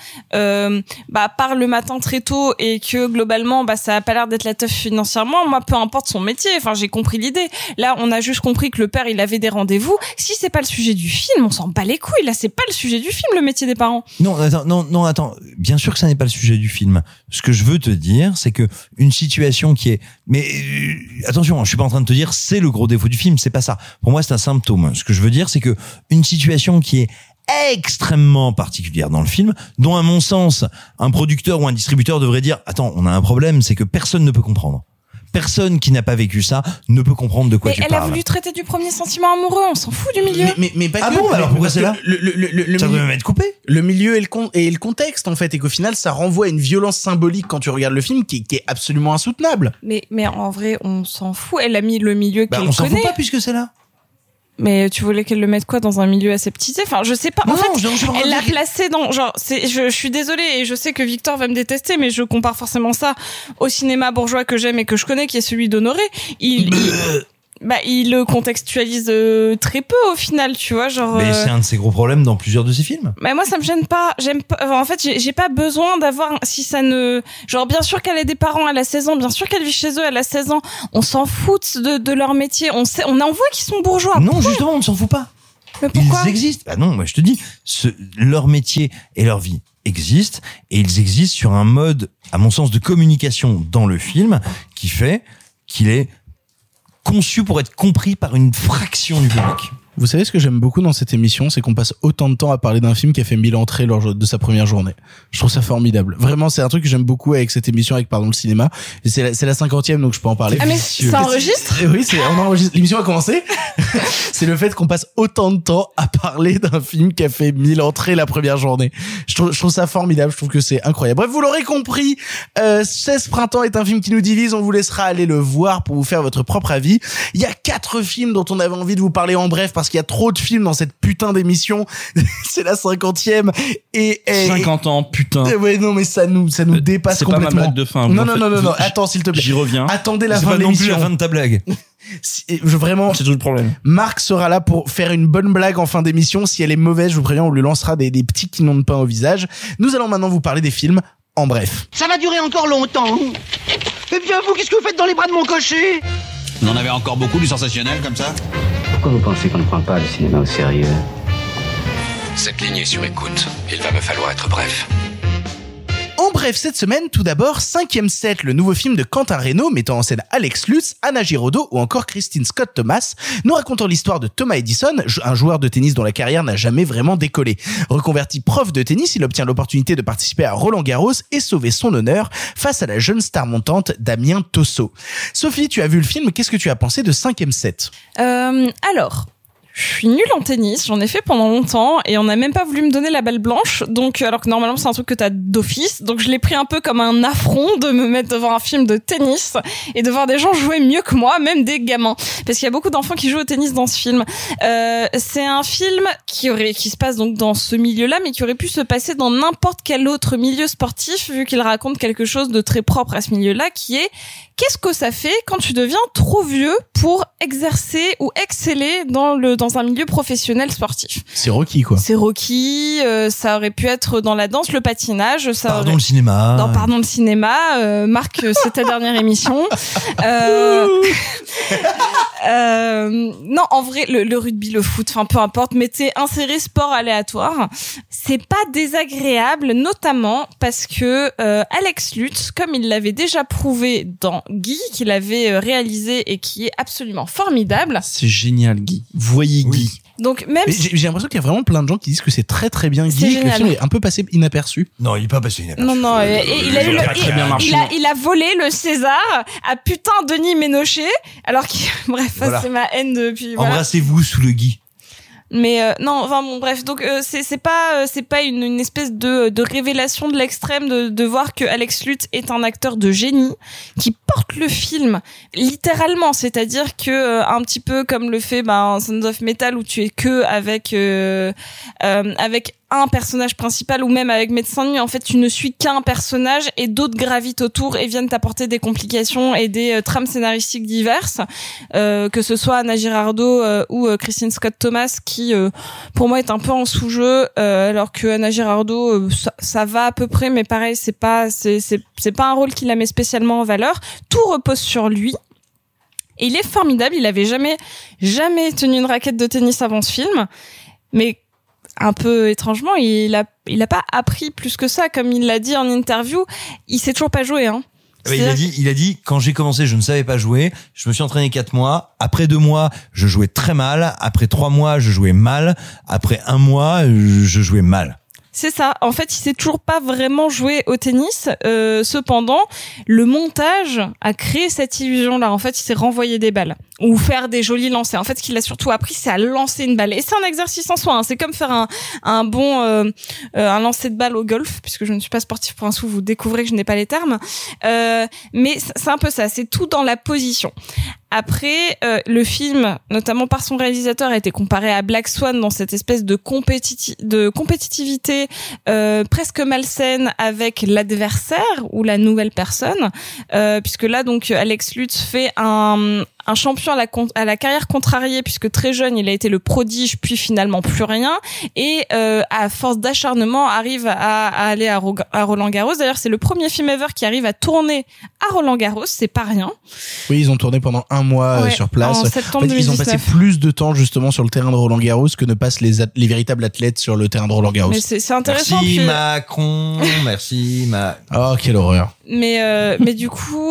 part le matin très tôt et que globalement ça a pas l'air d'être la teuf financièrement, moi peu importe son métier, enfin j'ai compris l'idée. Là on a juste compris que le père il avait des rendez-vous. Si c'est pas le sujet du film, on s'en bat les couilles. Là c'est pas le sujet du film, le métier des parents. Non, attends. Bien sûr que ça n'est pas le sujet du film. Ce que je veux te dire, c'est que une situation qui est, mais attention, je suis pas en train de te dire c'est le gros défaut du film, c'est pas ça. Pour moi, c'est un symptôme. Ce que je veux dire, c'est que une situation qui est extrêmement particulière dans le film, dont à mon sens, un producteur ou un distributeur devrait dire « Attends, on a un problème, c'est que personne ne peut comprendre. » Personne qui n'a pas vécu ça ne peut comprendre de quoi tu parles. Elle a voulu traiter du premier sentiment amoureux, on s'en fout du milieu. Mais pas que, alors pourquoi c'est là ça doit même être coupé. Le milieu et le contexte en fait, et qu'au final ça renvoie à une violence symbolique quand tu regardes le film qui est absolument insoutenable. Mais en vrai, on s'en fout. Elle a mis le milieu qu'elle connaît. On s'en fout pas puisque c'est là. Mais tu voulais qu'elle le mette quoi dans un milieu aseptisé? Enfin, je sais pas. En fait, elle l'a placé dans genre. Je suis désolée et je sais que Victor va me détester, mais je compare forcément ça au cinéma bourgeois que j'aime et que je connais, qui est celui d'Honoré. Il le contextualise très peu au final, tu vois, genre. Mais c'est un de ses gros problèmes dans plusieurs de ses films. Mais moi ça me gêne pas, j'aime pas. En fait, j'ai pas besoin d'avoir, si ça ne, genre bien sûr qu'elle a des parents, elle a 16 ans, bien sûr qu'elle vit chez eux, elle a 16 ans. On s'en fout de leur métier, on en voit qu'ils sont bourgeois. Non, justement, on ne s'en fout pas. Mais pourquoi? Ils existent. Bah non, moi je te dis, leur métier et leur vie existent, et ils existent sur un mode, à mon sens, de communication dans le film qui fait qu'il est conçu pour être compris par une fraction du public. Vous savez ce que j'aime beaucoup dans cette émission, c'est qu'on passe autant de temps à parler d'un film qui a fait 1000 entrées lors de sa première journée. Je trouve ça formidable. Vraiment, c'est un truc que j'aime beaucoup avec cette émission, avec Pardon le cinéma. Et c'est la 50e, donc je peux en parler. Ah mais ça enregistre? Oui, on enregistre. L'émission a commencé. C'est le fait qu'on passe autant de temps à parler d'un film qui a fait 1000 entrées la première journée. Je trouve ça formidable. Je trouve que c'est incroyable. Bref, vous l'aurez compris, 16 printemps est un film qui nous divise. On vous laissera aller le voir pour vous faire votre propre avis. Il y a 4 films dont on avait envie de vous parler en bref parce qu'il y a trop de films dans cette putain d'émission. C'est la 50e et 50 ans, putain. Ouais, non, mais ça nous dépasse complètement. C'est pas ma blague de fin. Non. Attends, s'il te plaît. J'y reviens. Attendez la fin pas de non plus l'émission. la fin de ta blague. Vraiment. C'est tout le problème. Marc sera là pour faire une bonne blague en fin d'émission. Si elle est mauvaise, je vous préviens, on lui lancera des petits qui n'ont de pain au visage. Nous allons maintenant vous parler des films En bref. Ça va durer encore longtemps. Eh bien, vous, qu'est-ce que vous faites dans les bras de mon cocher? Vous en avez encore beaucoup du sensationnel comme ça? Pourquoi vous pensez qu'on ne prend pas le cinéma au sérieux? Cette ligne est sur écoute. Il va me falloir être bref. En bref, cette semaine, tout d'abord, 5e set, le nouveau film de Quentin Reynaud mettant en scène Alex Lutz, Anna Giraudoux ou encore Christine Scott Thomas, nous racontant l'histoire de Thomas Edison, un joueur de tennis dont la carrière n'a jamais vraiment décollé. Reconverti prof de tennis, il obtient l'opportunité de participer à Roland-Garros et sauver son honneur face à la jeune star montante Damien Tosso. Sophie, tu as vu le film, qu'est-ce que tu as pensé de 5e set? Alors... Je suis nulle en tennis, j'en ai fait pendant longtemps et on n'a même pas voulu me donner la balle blanche, donc alors que normalement c'est un truc que t'as d'office, donc je l'ai pris un peu comme un affront de me mettre devant un film de tennis et de voir des gens jouer mieux que moi, même des gamins, parce qu'il y a beaucoup d'enfants qui jouent au tennis dans ce film. C'est un film qui se passe donc dans ce milieu-là, mais qui aurait pu se passer dans n'importe quel autre milieu sportif, vu qu'il raconte quelque chose de très propre à ce milieu-là, qui est qu'est-ce que ça fait quand tu deviens trop vieux pour exercer ou exceller dans un milieu professionnel sportif. C'est Rocky, quoi. C'est Rocky, ça aurait pu être dans la danse, le patinage, ça Pardon le cinéma. Non, pardon le cinéma, Marc, c'est ta dernière émission. Non, en vrai, le rugby, le foot, enfin peu importe, mettez insérez sport aléatoire. C'est pas désagréable, notamment parce que Alex Lutz, comme il l'avait déjà prouvé dans Guy, qu'il avait réalisé et qui est absolument formidable. C'est génial, Guy. Voyez Guy. Oui. Donc même j'ai l'impression qu'il y a vraiment plein de gens qui disent que c'est très très bien Guy, que le film est un peu passé inaperçu. Non, il est pas passé inaperçu. Non, et il a volé le César à putain Denis Ménochet, alors qu'il bref, voilà. C'est ma haine depuis voilà. Embrassez-vous sous le Guy. Mais non, enfin bon bref, donc c'est pas une espèce de révélation de l'extrême de voir que Alex Lutz est un acteur de génie qui porte le film littéralement, c'est-à-dire que un petit peu comme le fait Sons of Metal où tu es que avec un personnage principal ou même avec Médecin de nuit, en fait tu ne suis qu'un personnage et d'autres gravitent autour et viennent t'apporter des complications et des trames scénaristiques diverses, que ce soit Anna Girardot ou Christine Scott Thomas qui pour moi est un peu en sous-jeu, alors que Anna Girardot ça va à peu près, mais pareil c'est pas un rôle qui la met spécialement en valeur. Tout repose sur lui. Et il est formidable, il avait jamais tenu une raquette de tennis avant ce film, mais un peu étrangement, il a pas appris plus que ça, comme il l'a dit en interview, il sait toujours pas jouer, hein. Il a dit, quand j'ai commencé, je ne savais pas jouer, je me suis entraîné 4 mois, après 2 mois, je jouais très mal, après 3 mois, je jouais mal, après 1 mois, je jouais mal. C'est ça. En fait, il sait toujours pas vraiment jouer au tennis. Cependant, le montage a créé cette illusion-là. En fait, il s'est renvoyé des balles ou faire des jolis lancers. En fait, ce qu'il a surtout appris, c'est à lancer une balle. Et c'est un exercice en soi. Hein. C'est comme faire un bon lancer de balle au golf, puisque je ne suis pas sportif pour un sou. Vous découvrez que je n'ai pas les termes. Mais c'est un peu ça. C'est tout dans la position. Après, le film, notamment par son réalisateur, a été comparé à Black Swan dans cette espèce de compétitivité presque malsaine avec l'adversaire ou la nouvelle personne, puisque là donc Alex Lutz fait un champion à la carrière contrariée, puisque très jeune il a été le prodige puis finalement plus rien, et à force d'acharnement arrive à aller à Roland-Garros. D'ailleurs c'est le premier film ever qui arrive à tourner à Roland-Garros, c'est pas rien. Oui, ils ont tourné pendant 1 mois sur place. En septembre 2019. Ils ont passé plus de temps justement sur le terrain de Roland-Garros que ne passent les véritables athlètes sur le terrain de Roland-Garros. Mais c'est intéressant. Merci Macron, merci Oh, quelle horreur. Mais du coup,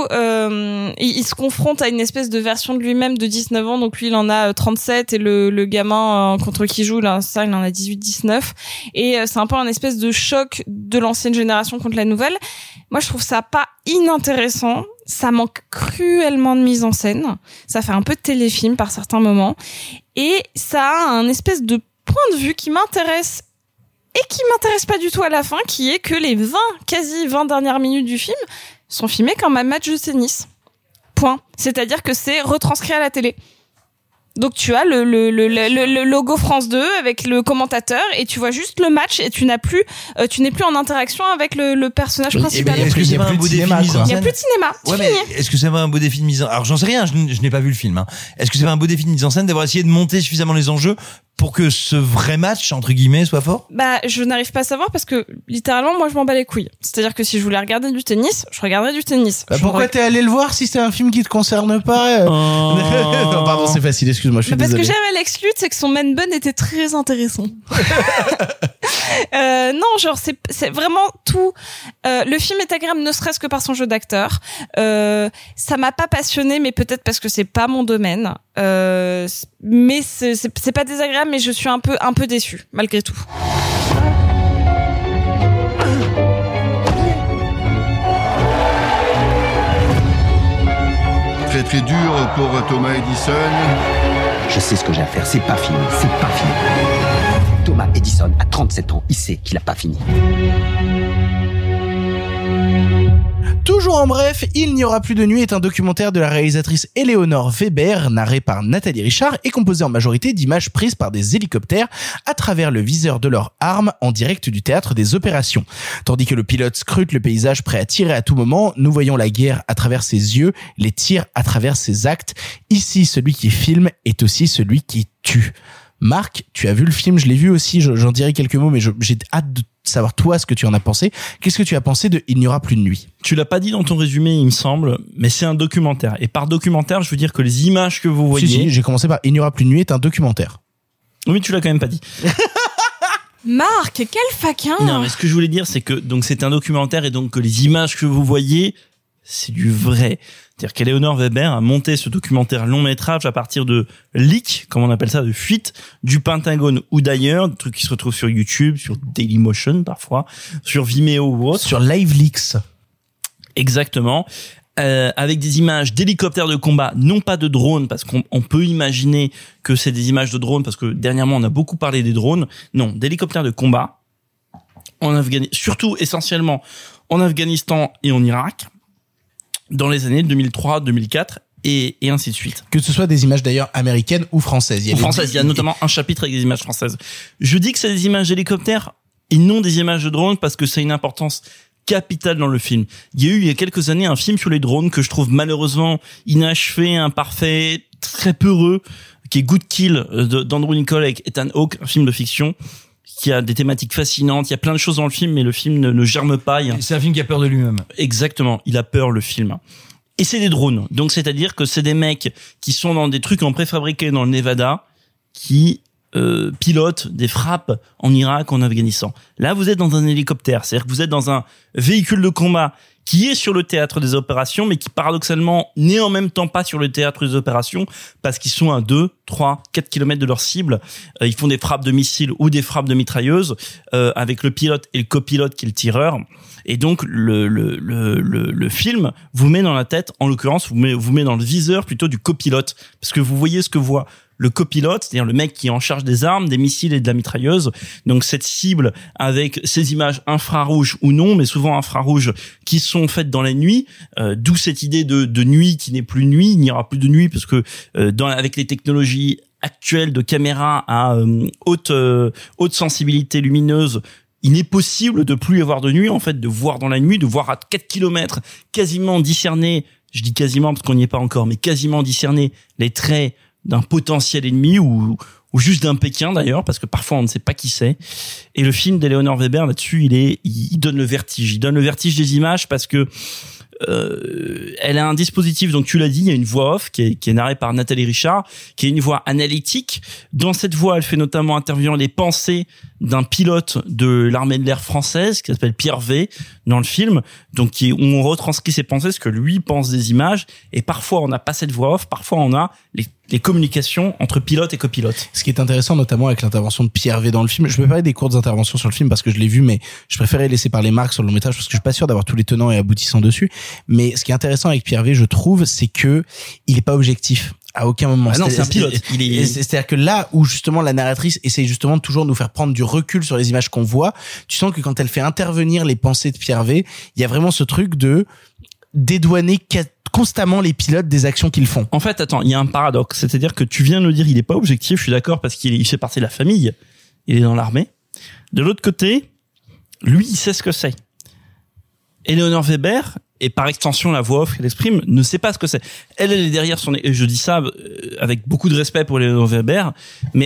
il se confronte à une espèce de version de lui-même de 19 ans, donc lui il en a 37 et le gamin contre qui il joue là, ça il en a 18-19, et c'est un peu un espèce de choc de l'ancienne génération contre la nouvelle. Moi je trouve ça pas inintéressant, ça manque cruellement de mise en scène, ça fait un peu de téléfilm par certains moments, et ça a un espèce de point de vue qui m'intéresse et qui m'intéresse pas du tout à la fin, qui est que les quasi 20 dernières minutes du film sont filmées comme un match de tennis. Point. C'est-à-dire que c'est retranscrit à la télé. Donc tu as le logo France 2 avec le commentateur et tu vois juste le match et tu n'es plus en interaction avec le personnage principal. Est-ce que c'est pas un beau défi de mise en scène ? Il n'y a plus de cinéma. Ouais, mais est-ce que c'est pas un beau défi de mise en scène ? Alors j'en sais rien, je n'ai pas vu le film. Hein. Est-ce que c'est pas un beau défi de mise en scène d'avoir essayé de monter suffisamment les enjeux pour que ce vrai match entre guillemets soit fort? Bah, je n'arrive pas à savoir parce que littéralement, moi, je m'en bats les couilles. C'est-à-dire que si je voulais regarder du tennis, je regarderais du tennis. Pourquoi t'es allé le voir si c'est un film qui te concerne pas? Non, pardon, c'est facile. Excuse-moi, je suis désolé. Parce que j'aime Alex Lutz, c'est que son man bun était très intéressant. Non, genre c'est vraiment tout. Le film est agréable, ne serait-ce que par son jeu d'acteur. Ça m'a pas passionné, mais peut-être parce que c'est pas mon domaine. Mais c'est pas désagréable, mais je suis un peu déçue malgré tout. Très très dur pour Thomas Edison. Je sais ce que j'ai à faire, c'est pas fini. Thomas Edison a 37 ans, il sait qu'il a pas fini. Toujours en bref, Il n'y aura plus de nuit est un documentaire de la réalisatrice Eleonore Weber, narré par Nathalie Richard et composé en majorité d'images prises par des hélicoptères à travers le viseur de leurs armes en direct du théâtre des opérations. Tandis que le pilote scrute le paysage prêt à tirer à tout moment, nous voyons la guerre à travers ses yeux, les tirs à travers ses actes. Ici, celui qui filme est aussi celui qui tue. Marc, tu as vu le film, je l'ai vu aussi, j'en dirai quelques mots, mais j'ai hâte de savoir toi ce que tu en as pensé. Qu'est-ce que tu as pensé de Il n'y aura plus de nuit? Tu l'as pas dit dans ton résumé, il me semble, mais c'est un documentaire. Et par documentaire, je veux dire que les images que vous voyez... Si, j'ai commencé par Il n'y aura plus de nuit est un documentaire. Oui, tu l'as quand même pas dit. Marc, quel faquin! Non, mais ce que je voulais dire, c'est que donc c'est un documentaire et donc que les images que vous voyez, c'est du vrai. C'est-à-dire qu'Eleonore Weber a monté ce documentaire long métrage à partir de leaks, comme on appelle ça, de fuites du Pentagone ou d'ailleurs, des trucs qui se retrouvent sur YouTube, sur Dailymotion parfois, sur Vimeo ou autre. Sur LiveLeaks. Exactement. Avec des images d'hélicoptères de combat, non pas de drones, parce qu'on peut imaginer que c'est des images de drones, parce que dernièrement on a beaucoup parlé des drones. Non, d'hélicoptères de combat en Afghanistan, surtout essentiellement en Afghanistan et en Irak, dans les années 2003, 2004 et ainsi de suite. Que ce soit des images d'ailleurs américaines ou françaises. Il y a notamment un chapitre avec des images françaises. Je dis que c'est des images d'hélicoptères et non des images de drones parce que c'est une importance capitale dans le film. Il y a quelques années un film sur les drones que je trouve malheureusement inachevé, imparfait, très peureux, qui est Good Kill d'Andrew Niccol avec Ethan Hawke, un film de fiction qui a des thématiques fascinantes. Il y a plein de choses dans le film, mais le film ne germe pas. C'est un film qui a peur de lui-même. Exactement. Il a peur, le film. Et c'est des drones. Donc, c'est-à-dire que c'est des mecs qui sont dans des trucs en préfabriqué dans le Nevada, qui pilotent des frappes en Irak, en Afghanistan. Là, vous êtes dans un hélicoptère. C'est-à-dire que vous êtes dans un véhicule de combat qui est sur le théâtre des opérations, mais qui paradoxalement n'est en même temps pas sur le théâtre des opérations, parce qu'ils sont à 2, 3, 4 kilomètres de leur cible. Ils font des frappes de missiles ou des frappes de mitrailleuses, avec le pilote et le copilote qui est le tireur. Et donc, le film vous met dans la tête, en l'occurrence, vous met dans le viseur plutôt du copilote, parce que vous voyez ce que voit le copilote, c'est-à-dire le mec qui est en charge des armes, des missiles et de la mitrailleuse. Donc cette cible avec ces images infrarouges ou non, mais souvent infrarouges, qui sont faites dans la nuit, d'où cette idée de nuit qui n'est plus nuit, il n'y aura plus de nuit parce que avec les technologies actuelles de caméra à haute sensibilité lumineuse, il n'est possible de plus y avoir de nuit, en fait, de voir dans la nuit, de voir à 4 kilomètres, quasiment discerner, je dis quasiment parce qu'on n'y est pas encore, mais quasiment discerner les traits d'un potentiel ennemi ou juste d'un Pékin d'ailleurs, parce que parfois on ne sait pas qui c'est. Et le film d'Eleonore Weber là-dessus, il donne le vertige. Il donne le vertige des images parce que elle a un dispositif, donc tu l'as dit, il y a une voix off qui est narrée par Nathalie Richard, qui est une voix analytique. Dans cette voix, elle fait notamment intervenir les pensées d'un pilote de l'armée de l'air française qui s'appelle Pierre V dans le film, donc où on retranscrit ses pensées, ce que lui pense des images. Et parfois on n'a pas cette voix off, parfois on a les communications entre pilote et copilote. Ce qui est intéressant notamment avec l'intervention de Pierre V dans le film, je peux parler des courtes interventions sur le film parce que je l'ai vu, mais je préférais laisser parler Marc sur le long métrage parce que je suis pas sûr d'avoir tous les tenants et aboutissants dessus. Mais ce qui est intéressant avec Pierre V, je trouve, c'est que il est pas objectif à aucun moment. Ah non, c'est un pilote. C'est-à-dire que là où justement la narratrice essaye justement de toujours nous faire prendre du recul sur les images qu'on voit, tu sens que quand elle fait intervenir les pensées de Pierre V, il y a vraiment ce truc de dédouaner constamment les pilotes des actions qu'ils font. En fait, attends, il y a un paradoxe. C'est-à-dire que tu viens de le dire, il est pas objectif, je suis d'accord, parce qu'il fait partie de la famille. Il est dans l'armée. De l'autre côté, lui, il sait ce que c'est. Eleonore Weber, et par extension la voix off qu'elle exprime, ne sait pas ce que c'est. Elle est derrière son... Et je dis ça avec beaucoup de respect pour Eleonore Weber, mais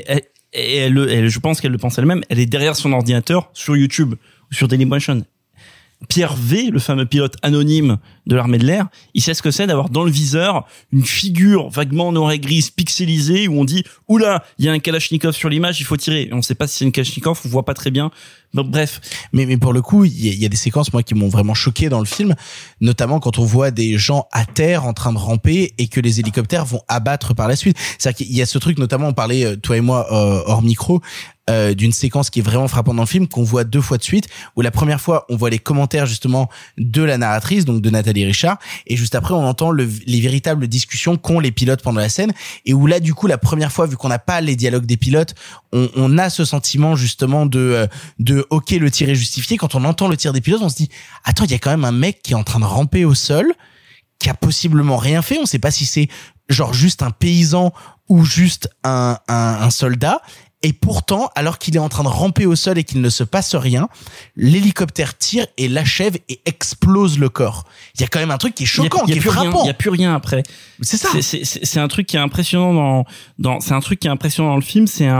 et je pense qu'elle le pense elle-même, elle est derrière son ordinateur sur YouTube ou sur Dailymotion. Pierre V, le fameux pilote anonyme de l'armée de l'air, il sait ce que c'est d'avoir dans le viseur une figure vaguement noire et grise pixelisée où on dit « Oula, il y a un Kalachnikov sur l'image, il faut tirer ». Et on sait pas si c'est une Kalachnikov, on voit pas très bien. Donc, bref. Mais pour le coup, il y a des séquences, moi, qui m'ont vraiment choqué dans le film, notamment quand on voit des gens à terre en train de ramper et que les hélicoptères vont abattre par la suite. C'est-à-dire qu'il y a ce truc, notamment, on parlait, toi et moi, hors micro, d'une séquence qui est vraiment frappante dans le film, qu'on voit 2 fois de suite, où la première fois, on voit les commentaires, justement, de la narratrice, donc de Nathalie Richard, et juste après, on entend les véritables discussions qu'ont les pilotes pendant la scène, et où là, du coup, la première fois, vu qu'on n'a pas les dialogues des pilotes, on a ce sentiment, justement, de ok, le tir est justifié. Quand on entend le tir des pilotes, on se dit, attends, il y a quand même un mec qui est en train de ramper au sol, qui a possiblement rien fait. On sait pas si c'est genre juste un paysan ou juste un soldat. Et pourtant, alors qu'il est en train de ramper au sol et qu'il ne se passe rien, l'hélicoptère tire et l'achève et explose le corps. Il y a quand même un truc qui est choquant, qui est frappant. Il y a plus rien après. C'est ça. C'est un truc qui est impressionnant c'est un truc qui est impressionnant dans le film. C'est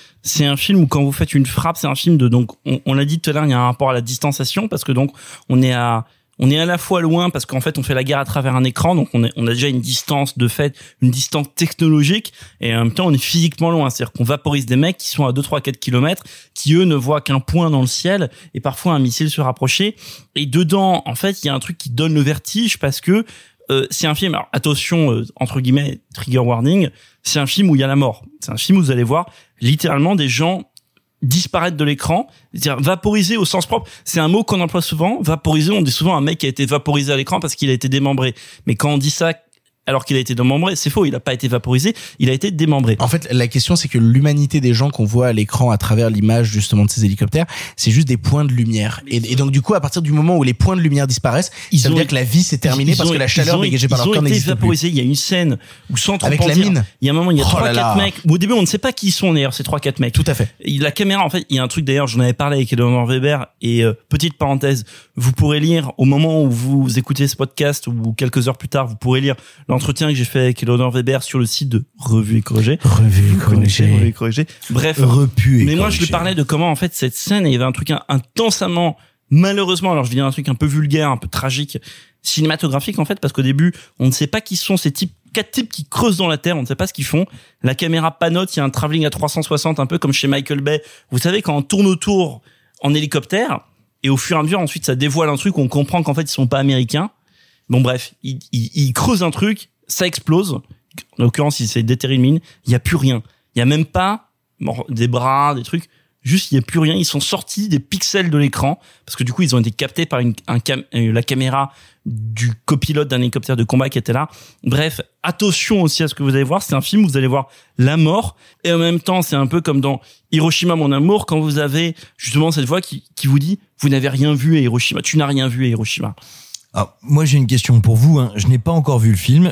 un film où quand vous faites une frappe, c'est un film donc on l'a dit tout à l'heure, il y a un rapport à la distanciation parce que donc on est à la fois loin parce qu'en fait on fait la guerre à travers un écran, donc on a déjà une distance de fait, une distance technologique, et en même temps on est physiquement loin, c'est-à-dire qu'on vaporise des mecs qui sont à 2, 3, 4 kilomètres, qui eux ne voient qu'un point dans le ciel et parfois un missile se rapprocher. Et dedans, en fait, il y a un truc qui donne le vertige parce que c'est un film, alors attention, entre guillemets, trigger warning, c'est un film où il y a la mort. C'est un film où vous allez voir littéralement des gens disparaître de l'écran, c'est-à-dire vaporiser au sens propre. C'est un mot qu'on emploie souvent. Vaporiser, on dit souvent un mec qui a été vaporisé à l'écran parce qu'il a été démembré. Mais quand on dit ça alors qu'il a été démembré, c'est faux, il a pas été vaporisé, il a été démembré. En fait, la question, c'est que l'humanité des gens qu'on voit à l'écran à travers l'image, justement, de ces hélicoptères, c'est juste des points de lumière. Et donc, du coup, à partir du moment où les points de lumière disparaissent, ça veut dire que la vie s'est terminée parce que la chaleur dégagée par leur corps n'existe plus. Ils ont été vaporisés. Il y a une scène où, sans trop avec la dire, mine. Il y a un moment, il y a 3-4 mecs. Au début, on ne sait pas qui ils sont, d'ailleurs, ces 3-4 mecs. Tout à fait. La caméra, en fait, il y a un truc, d'ailleurs, j'en avais parlé avec Eleanor Weber, et petite parenthèse, vous pourrez lire, au moment où vous écoutez ce podcast, ou quelques heures plus tard, vous pourrez lire l'entretien que j'ai fait avec Eleanor Weber sur le site de Revue et Corrigée. Revue et Corrigée. Bref. Repu et mais moi, corrigé. je lui parlais de comment, en fait, cette scène, il y avait un truc intensément, malheureusement, alors je vais dire un truc un peu vulgaire, un peu tragique, cinématographique, en fait, parce qu'au début, on ne sait pas qui sont ces types, 4 types qui creusent dans la terre, on ne sait pas ce qu'ils font. La caméra panote, il y a un travelling à 360, un peu comme chez Michael Bay. Vous savez, quand on tourne autour en hélicoptère, et au fur et à mesure, ensuite, ça dévoile un truc où on comprend qu'en fait, ils sont pas américains. Bon, bref, ils creusent un truc, ça explose. En l'occurrence, il s'est déterré une mine. Il y a plus rien. Il y a même pas des bras, des trucs. Juste, il y a plus rien. Ils sont sortis des pixels de l'écran parce que du coup, ils ont été captés par la caméra du copilote d'un hélicoptère de combat qui était là. Bref, attention aussi à ce que vous allez voir. C'est un film où vous allez voir la mort et en même temps, c'est un peu comme dans Hiroshima, mon amour, quand vous avez justement cette voix qui vous dit « Vous n'avez rien vu à Hiroshima. Tu n'as rien vu à Hiroshima. » Alors, moi, j'ai une question pour vous. Je n'ai pas encore vu le film.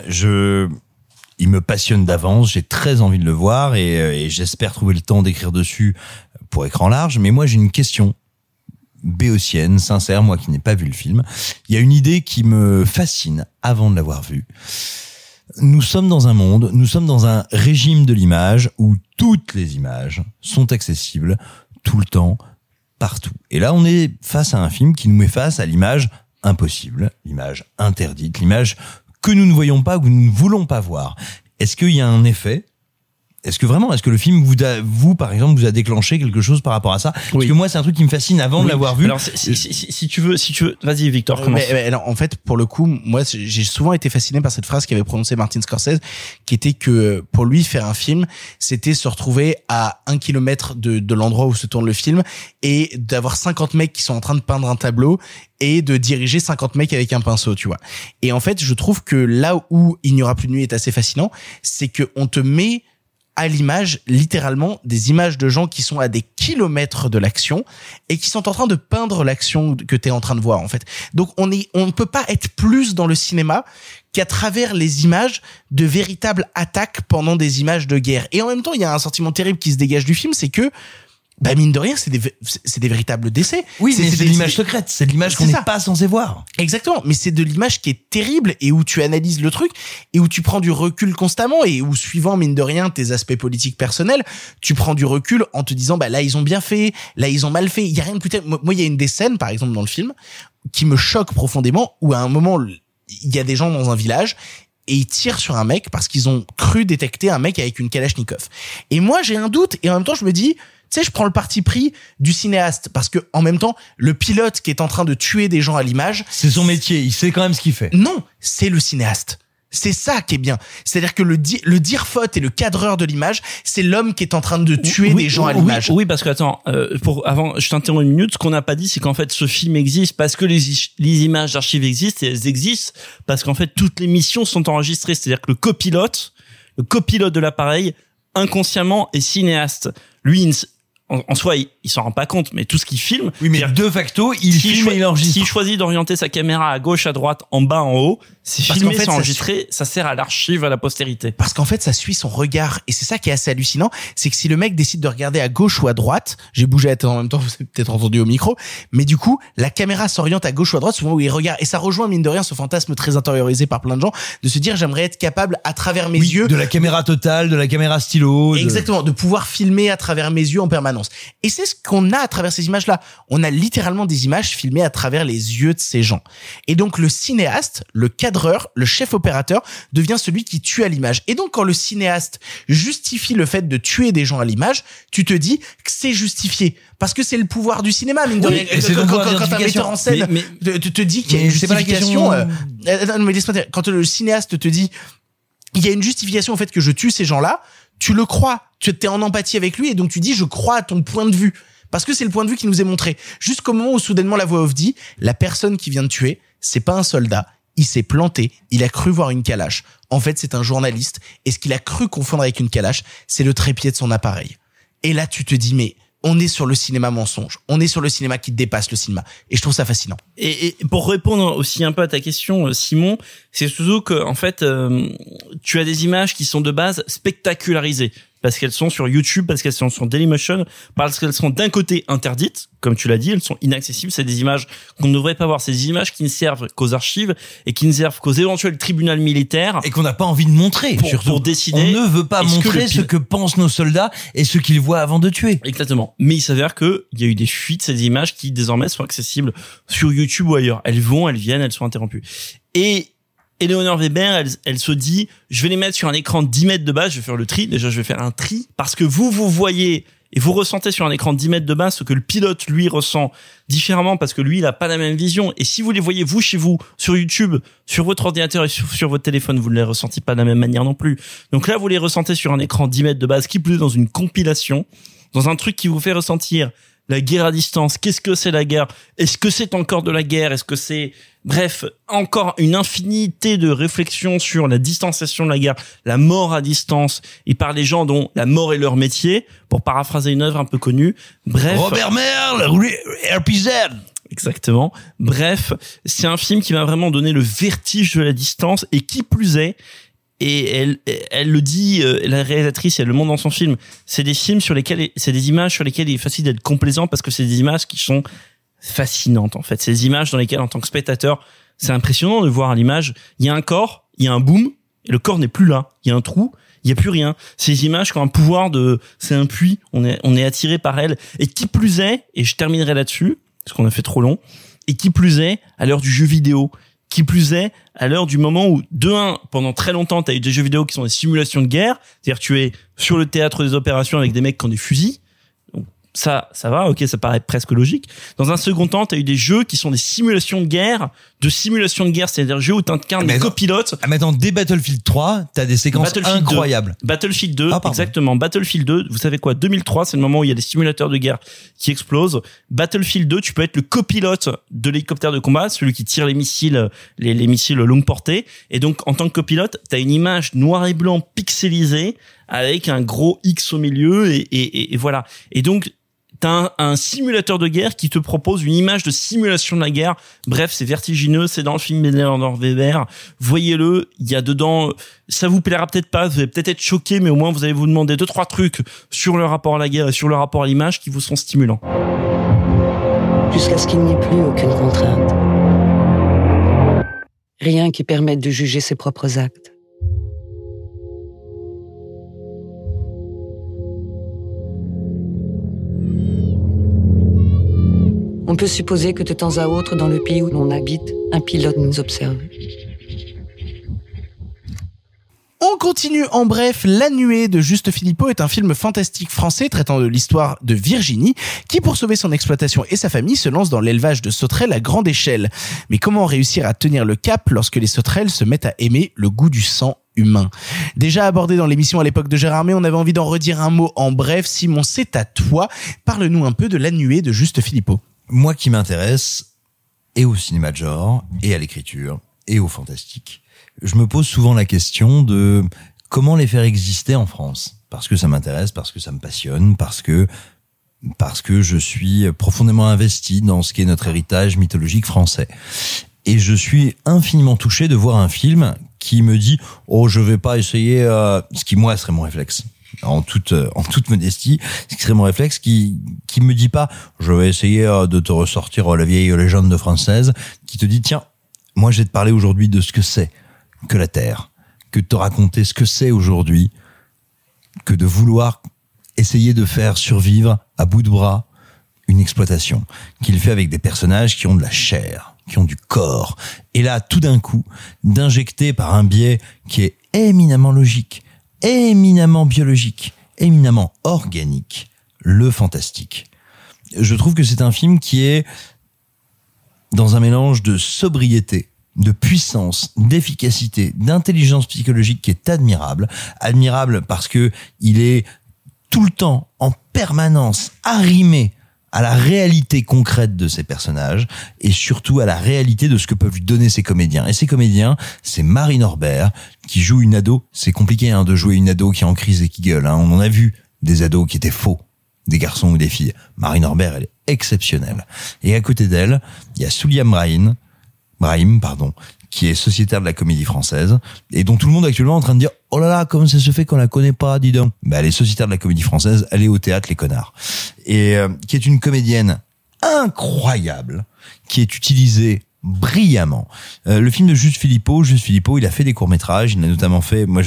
Il me passionne d'avance. J'ai très envie de le voir et j'espère trouver le temps d'écrire dessus pour écran large. Mais moi, j'ai une question béotienne, sincère, moi qui n'ai pas vu le film. Il y a une idée qui me fascine avant de l'avoir vu. Nous sommes dans un monde, nous sommes dans un régime de l'image où toutes les images sont accessibles tout le temps, partout. Et là, on est face à un film qui nous met face à l'image impossible, l'image interdite, l'image que nous ne voyons pas ou que nous ne voulons pas voir. Est-ce qu'il y a un effet ? Est-ce que le film vous par exemple vous a déclenché quelque chose par rapport à ça ? Parce que moi c'est un truc qui me fascine avant de l'avoir vu. Alors si tu veux, vas-y Victor, commence. Mais alors, en fait, pour le coup, moi j'ai souvent été fasciné par cette phrase qu'avait prononcée Martin Scorsese, qui était que pour lui faire un film, c'était se retrouver à 1 kilomètre de l'endroit où se tourne le film et d'avoir 50 mecs qui sont en train de peindre un tableau et de diriger 50 mecs avec un pinceau, tu vois. Et en fait, je trouve que là où Il n'y aura plus de nuit est assez fascinant, c'est que on te met à l'image, littéralement, des images de gens qui sont à des kilomètres de l'action et qui sont en train de peindre l'action que t'es en train de voir, en fait. Donc, on ne peut pas être plus dans le cinéma qu'à travers les images de véritables attaques pendant des images de guerre. Et en même temps, il y a un sentiment terrible qui se dégage du film, c'est que bah mine de rien, c'est des véritables décès. Oui, mais c'est de l'image c'est- secrète, c'est de l'image qu'on c'est n'est ça. pas censé voir. Exactement, mais c'est de l'image qui est terrible et où tu analyses le truc et où tu prends du recul constamment et où, suivant mine de rien tes aspects politiques personnels, tu prends du recul en te disant bah là ils ont bien fait, là ils ont mal fait. Il y a rien de plus terrible. Moi il y a une des scènes par exemple dans le film qui me choque profondément où à un moment il y a des gens dans un village et ils tirent sur un mec parce qu'ils ont cru détecter un mec avec une Kalachnikov. Et moi j'ai un doute et en même temps je me dis tu sais, je prends le parti pris du cinéaste parce que en même temps, le pilote qui est en train de tuer des gens à l'image, C'est son métier, il sait quand même ce qu'il fait. non, c'est le cinéaste. C'est ça qui est bien. C'est-à-dire que le dire faute et le cadreur de l'image, c'est l'homme qui est en train de tuer des gens à l'image. Oui, parce que attends, avant, je t'interromps une minute. Ce qu'on n'a pas dit, c'est qu'en fait, ce film existe parce que les images d'archives existent et elles existent parce qu'en fait, toutes les missions sont enregistrées. C'est-à-dire que le copilote de l'appareil, inconsciemment, est cinéaste. Lui, en soi, il s'en rend pas compte, mais tout ce qu'il filme. Oui, mais de facto, il filme et il enregistre. S'il choisit d'orienter sa caméra à gauche, à droite, en bas, en haut, c'est Parce filmé, qu'en fait, c'est ça enregistré, ça sert à l'archive, à la postérité. Parce qu'en fait, ça suit son regard. Et c'est ça qui est assez hallucinant. C'est que si le mec décide de regarder à gauche ou à droite, j'ai bougé la tête en même temps, vous avez peut-être entendu au micro, mais du coup, la caméra s'oriente à gauche ou à droite, souvent où il regarde. Et ça rejoint, mine de rien, ce fantasme très intériorisé par plein de gens, de se dire, j'aimerais être capable, à travers mes yeux. De la caméra totale, de la caméra stylo. Exactement, de pouvoir filmer à travers mes yeux en permanence. Et c'est ce qu'on a à travers ces images-là. On a littéralement des images filmées à travers les yeux de ces gens. Et donc le cinéaste, le cadreur, le chef opérateur devient celui qui tue à l'image. Et donc quand le cinéaste justifie le fait de tuer des gens à l'image, tu te dis que c'est justifié. Parce que c'est le pouvoir du cinéma, mine de rien. et c'est le pouvoir Quand un d'identification. metteur en scène te dit qu'il y a une c'est pas la justification... question. non, mais laisse-moi dire. Quand le cinéaste te dit il y a une justification au fait que je tue ces gens-là, tu le crois. Tu es en empathie avec lui et donc tu dis je crois à ton point de vue. Parce que c'est le point de vue qui nous est montré. Jusqu'au moment où soudainement la voix off dit la personne qui vient de tuer, c'est pas un soldat, il s'est planté, il a cru voir une calache. En fait, c'est un journaliste et ce qu'il a cru confondre avec une calache, c'est le trépied de son appareil. Et là, tu te dis mais on est sur le cinéma mensonge. On est sur le cinéma qui dépasse le cinéma. Et je trouve ça fascinant. Et pour répondre aussi un peu à ta question, Simon, c'est surtout que, en fait, tu as des images qui sont de base spectacularisées. Parce qu'elles sont sur YouTube, parce qu'elles sont sur Dailymotion, parce qu'elles sont d'un côté interdites, comme tu l'as dit, elles sont inaccessibles, c'est des images qu'on ne devrait pas voir, c'est des images qui ne servent qu'aux archives et qui ne servent qu'aux éventuels tribunaux militaires. Et qu'on n'a pas envie de montrer, surtout. Pour décider. On ne veut pas montrer ce que pensent nos soldats et ce qu'ils voient avant de tuer. Exactement. Mais il s'avère que il y a eu des fuites, ces images qui désormais sont accessibles sur YouTube ou ailleurs. Elles vont, elles viennent, elles sont interrompues. Et Eleanor Weber, elle se dit, je vais les mettre sur un écran de 10 mètres de base, je vais faire le tri. Déjà, je vais faire un tri parce que vous voyez et vous ressentez sur un écran de 10 mètres de base ce que le pilote, lui, ressent différemment parce que lui, il a pas la même vision. Et si vous les voyez, vous, chez vous, sur YouTube, sur votre ordinateur et sur votre téléphone, vous ne les ressentez pas de la même manière non plus. Donc là, vous les ressentez sur un écran de 10 mètres de base, qui plus est dans une compilation, dans un truc qui vous fait ressentir la guerre à distance. Qu'est-ce que c'est la guerre? Est-ce que c'est encore de la guerre? Est-ce que c'est, bref, encore une infinité de réflexions sur la distanciation de la guerre, la mort à distance, et par les gens dont la mort est leur métier, pour paraphraser une œuvre un peu connue. Bref. Robert Merle, RPZ. Exactement. Bref, c'est un film qui m'a vraiment donné le vertige de la distance, et qui plus est, et elle le dit, la réalisatrice, elle le montre dans son film, c'est des films sur lesquels, c'est des images sur lesquelles il est facile d'être complaisant parce que c'est des images qui sont fascinantes, en fait. C'est des images dans lesquelles, en tant que spectateur, c'est impressionnant de voir à l'image, il y a un corps, il y a un boom, et le corps n'est plus là. Il y a un trou, il y a plus rien. Ces images qui ont un pouvoir c'est un puits, on est attiré par elles. Et qui plus est, et je terminerai là-dessus, parce qu'on a fait trop long, et qui plus est, à l'heure du jeu vidéo, qui plus est, à l'heure du moment où, pendant très longtemps, t'as eu des jeux vidéo qui sont des simulations de guerre, c'est-à-dire tu es sur le théâtre des opérations avec des mecs qui ont des fusils. Donc ça va, ok, ça paraît presque logique. Dans un second temps, t'as eu des jeux qui sont des simulations de guerre, c'est-à-dire jeux où t'incarnes des copilotes. Maintenant, dès Battlefield 3, t'as des séquences incroyables. Battlefield 2, exactement. Battlefield 2, vous savez quoi, 2003, c'est le moment où il y a des simulateurs de guerre qui explosent. Battlefield 2, tu peux être le copilote de l'hélicoptère de combat, celui qui tire les missiles, les missiles longue portée. Et donc, en tant que copilote, t'as une image noir et blanc pixelisée avec un gros X au milieu et voilà. Et donc, T'as un simulateur de guerre qui te propose une image de simulation de la guerre. Bref, c'est vertigineux, c'est dans le film Bernard Weber. Voyez-le, il y a dedans, ça vous plaira peut-être pas, vous allez peut-être être choqué, mais au moins vous allez vous demander 2-3 trucs sur le rapport à la guerre et sur le rapport à l'image qui vous sont stimulants. Jusqu'à ce qu'il n'y ait plus aucune contrainte. Rien qui permette de juger ses propres actes. On peut supposer que de temps à autre, dans le pays où l'on habite, un pilote nous observe. On continue en bref. La Nuée de Juste Philippot est un film fantastique français traitant de l'histoire de Virginie qui, pour sauver son exploitation et sa famille, se lance dans l'élevage de sauterelles à grande échelle. Mais comment réussir à tenir le cap lorsque les sauterelles se mettent à aimer le goût du sang humain? Déjà abordé dans l'émission à l'époque de Gérard May, on avait envie d'en redire un mot en bref. Simon, c'est à toi. Parle-nous un peu de La Nuée de Juste Philippot. Moi qui m'intéresse et au cinéma de genre, et à l'écriture, et au fantastique, je me pose souvent la question de comment les faire exister en France. Parce que ça m'intéresse, parce que ça me passionne, parce que je suis profondément investi dans ce qu'est notre héritage mythologique français. Et je suis infiniment touché de voir un film qui me dit « Oh, je vais pas essayer… » ce qui, moi, serait mon réflexe. En toute modestie, ce qui serait mon réflexe qui me dit pas je vais essayer de te ressortir la vieille légende française, qui te dit tiens, moi je vais te parler aujourd'hui de ce que c'est que la Terre, que de te raconter ce que c'est aujourd'hui, que de vouloir essayer de faire survivre à bout de bras une exploitation, qu'il fait avec des personnages qui ont de la chair, qui ont du corps, et là tout d'un coup d'injecter par un biais qui est éminemment logique, éminemment biologique, éminemment organique, le fantastique. Je trouve que c'est un film qui est dans un mélange de sobriété, de puissance, d'efficacité, d'intelligence psychologique qui est admirable. Admirable parce que il est tout le temps, en permanence, arrimé à la réalité concrète de ces personnages et surtout à la réalité de ce que peuvent lui donner ces comédiens. Et ces comédiens, c'est Marie Norbert qui joue une ado. C'est compliqué de jouer une ado qui est en crise et qui gueule. On en a vu des ados qui étaient faux, des garçons ou des filles. Marie Norbert, elle est exceptionnelle. Et à côté d'elle, il y a Souliam Brahim, qui est sociétaire de la Comédie Française et dont tout le monde actuellement est en train de dire oh là là, comment ça se fait qu'on la connaît pas, dis donc. Elle est sociétaire de la Comédie Française, elle est au théâtre Les Connards et qui est une comédienne incroyable qui est utilisée brillamment. Le film de Juste Philippot, il a fait des courts-métrages, il a notamment fait, en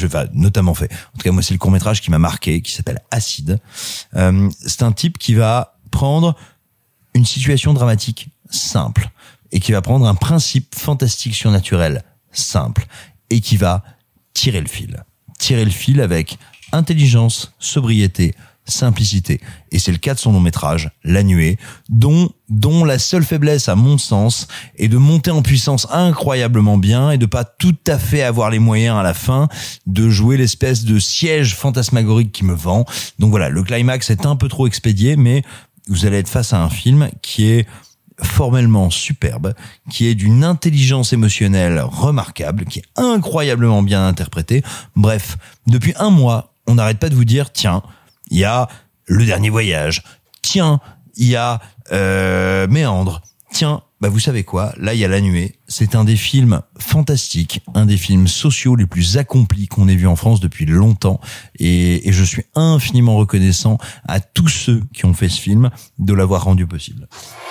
tout cas moi c'est le court-métrage qui m'a marqué, qui s'appelle Acide. C'est un type qui va prendre une situation dramatique simple et qui va prendre un principe fantastique surnaturel simple et qui va tirer le fil avec intelligence, sobriété, simplicité. Et c'est le cas de son long métrage, La Nuée, dont la seule faiblesse, à mon sens, est de monter en puissance incroyablement bien et de pas tout à fait avoir les moyens à la fin de jouer l'espèce de siège fantasmagorique qui me vend. Donc voilà, le climax est un peu trop expédié, mais vous allez être face à un film qui est formellement superbe, qui est d'une intelligence émotionnelle remarquable, qui est incroyablement bien interprété. Bref, depuis un mois, on n'arrête pas de vous dire, tiens, il y a Le Dernier Voyage, tiens, il y a Méandre, tiens, vous savez quoi, là il y a La Nuée, c'est un des films fantastiques, un des films sociaux les plus accomplis qu'on ait vu en France depuis longtemps, et je suis infiniment reconnaissant à tous ceux qui ont fait ce film de l'avoir rendu possible.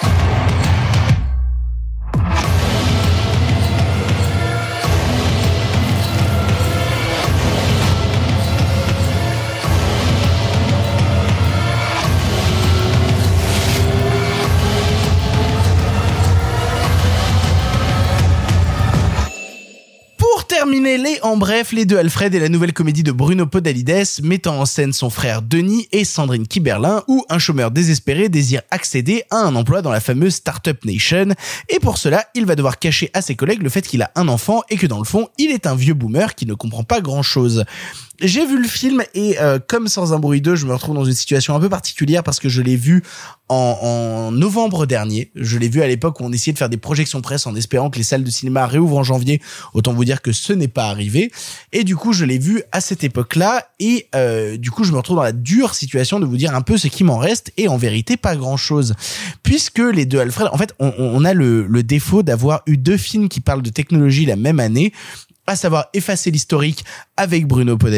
Terminer les en bref, les deux Alfred est la nouvelle comédie de Bruno Podalides mettant en scène son frère Denis et Sandrine Kiberlin où un chômeur désespéré désire accéder à un emploi dans la fameuse Startup Nation et pour cela il va devoir cacher à ses collègues le fait qu'il a un enfant et que dans le fond il est un vieux boomer qui ne comprend pas grand chose. J'ai vu le film et comme Sans un bruit 2, je me retrouve dans une situation un peu particulière parce que je l'ai vu en novembre dernier. Je l'ai vu à l'époque où on essayait de faire des projections presse en espérant que les salles de cinéma réouvrent en janvier. Autant vous dire que ce n'est pas arrivé. Et du coup, je l'ai vu à cette époque-là et du coup, je me retrouve dans la dure situation de vous dire un peu ce qui m'en reste et en vérité pas grand-chose. Puisque les deux Alfred, en fait, on a le défaut d'avoir eu deux films qui parlent de technologie la même année, à savoir Effacer l'historique avec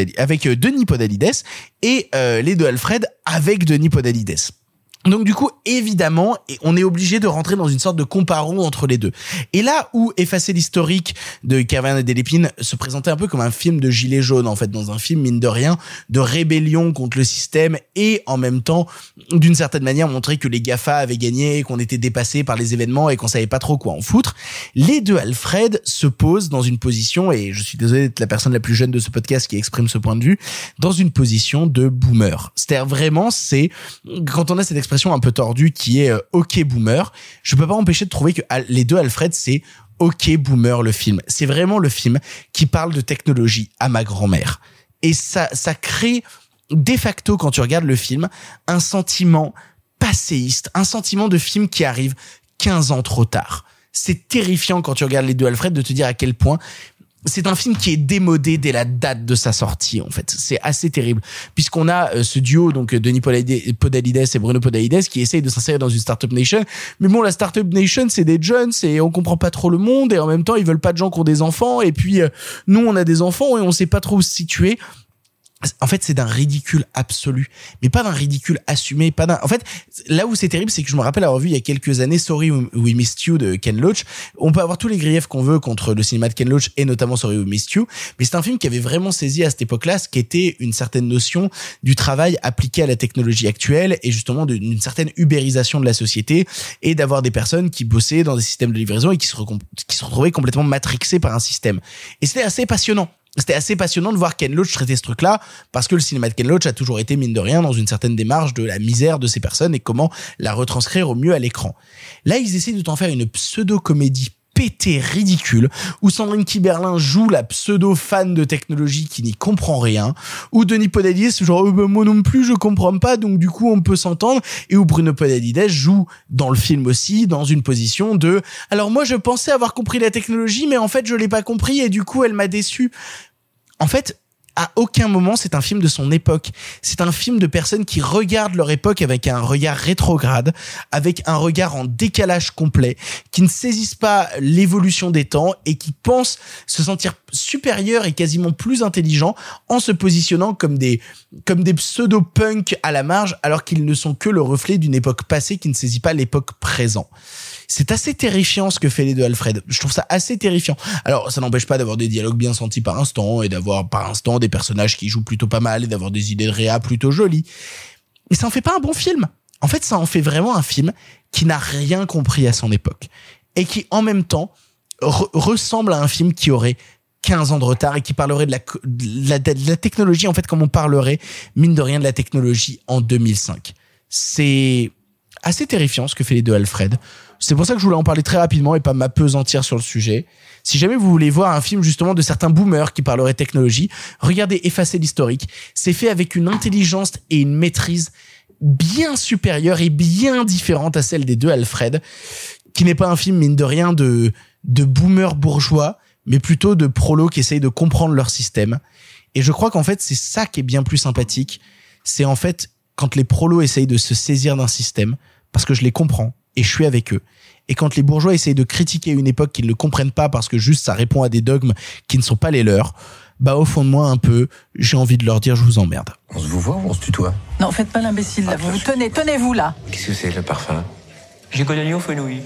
Denis Podalides et les deux Alfred avec Denis Podalides. Donc du coup, évidemment, on est obligé de rentrer dans une sorte de comparo entre les deux. Et là où Effacer l'historique de Kervin et Delépine se présentait un peu comme un film de gilet jaune, en fait, dans un film, mine de rien, de rébellion contre le système et en même temps, d'une certaine manière, montrer que les GAFA avaient gagné, qu'on était dépassé par les événements et qu'on savait pas trop quoi en foutre. Les deux Alfred se posent dans une position, et je suis désolé d'être la personne la plus jeune de ce podcast qui exprime ce point de vue, dans une position de boomer. C'est-à-dire vraiment, c'est, quand on a cette expression un peu tordue qui est OK boomer, je peux pas m'empêcher de trouver que les deux Alfred, c'est OK boomer le film. C'est vraiment le film qui parle de technologie à ma grand-mère. Et ça crée de facto, quand tu regardes le film, un sentiment passéiste, un sentiment de film qui arrive 15 ans trop tard. C'est terrifiant quand tu regardes les deux Alfred de te dire à quel point c'est un film qui est démodé dès la date de sa sortie, en fait. C'est assez terrible. Puisqu'on a ce duo, donc Denis Podalides et Bruno Podalides, qui essayent de s'insérer dans une Startup Nation. Mais bon, la Startup Nation, c'est des jeunes, et on comprend pas trop le monde, et en même temps, ils veulent pas de gens qui ont des enfants, et puis, nous, on a des enfants, et on sait pas trop où se situer. En fait, c'est d'un ridicule absolu, mais pas d'un ridicule assumé, pas d'un. En fait, là où c'est terrible, c'est que je me rappelle avoir vu il y a quelques années Sorry We Missed You de Ken Loach. On peut avoir tous les griefs qu'on veut contre le cinéma de Ken Loach et notamment Sorry We Missed You, mais c'est un film qui avait vraiment saisi à cette époque-là ce qu'était une certaine notion du travail appliqué à la technologie actuelle et justement d'une certaine ubérisation de la société et d'avoir des personnes qui bossaient dans des systèmes de livraison et qui se retrouvaient complètement matrixées par un système. Et c'était assez passionnant. C'était assez passionnant de voir Ken Loach traiter ce truc-là, parce que le cinéma de Ken Loach a toujours été, mine de rien, dans une certaine démarche de la misère de ces personnes et comment la retranscrire au mieux à l'écran. Là, ils essaient de t'en faire une pseudo-comédie pété ridicule, où Sandrine Kiberlin joue la pseudo-fan de technologie qui n'y comprend rien, où Denis Podalides, genre, moi non plus, je comprends pas, donc du coup, on peut s'entendre, et où Bruno Podalides joue dans le film aussi, dans une position de, alors moi, je pensais avoir compris la technologie, mais en fait, je l'ai pas compris, et du coup, elle m'a déçu. En fait, à aucun moment, c'est un film de son époque. C'est un film de personnes qui regardent leur époque avec un regard rétrograde, avec un regard en décalage complet, qui ne saisissent pas l'évolution des temps et qui pensent se sentir supérieurs et quasiment plus intelligents en se positionnant comme des pseudo-punks à la marge, alors qu'ils ne sont que le reflet d'une époque passée qui ne saisit pas l'époque présente. C'est assez terrifiant ce que fait les deux Alfred. Je trouve ça assez terrifiant. Alors, ça n'empêche pas d'avoir des dialogues bien sentis par instant et d'avoir par instant des personnages qui jouent plutôt pas mal et d'avoir des idées de réa plutôt jolies. Mais ça en fait pas un bon film. En fait, ça en fait vraiment un film qui n'a rien compris à son époque et qui, en même temps, ressemble à un film qui aurait 15 ans de retard et qui parlerait de la technologie, en fait, comme on parlerait, mine de rien, de la technologie en 2005. C'est assez terrifiant ce que fait les deux Alfred. C'est pour ça que je voulais en parler très rapidement et pas m'appesantir sur le sujet. Si jamais vous voulez voir un film justement de certains boomers qui parleraient technologie, regardez Effacer l'historique. C'est fait avec une intelligence et une maîtrise bien supérieure et bien différente à celle des deux Alfred, qui n'est pas un film, mine de rien, de boomers bourgeois, mais plutôt de prolos qui essayent de comprendre leur système. Et je crois qu'en fait, c'est ça qui est bien plus sympathique. C'est en fait quand les prolos essayent de se saisir d'un système, parce que je les comprends et je suis avec eux. Et quand les bourgeois essayent de critiquer une époque qu'ils ne comprennent pas parce que juste ça répond à des dogmes qui ne sont pas les leurs, bah au fond de moi un peu, j'ai envie de leur dire je vous emmerde. On se vous voit ou on se tutoie? Non, faites pas l'imbécile là, vous tenez-vous là. Qu'est-ce que c'est le parfum? J'ai connu au fenouil.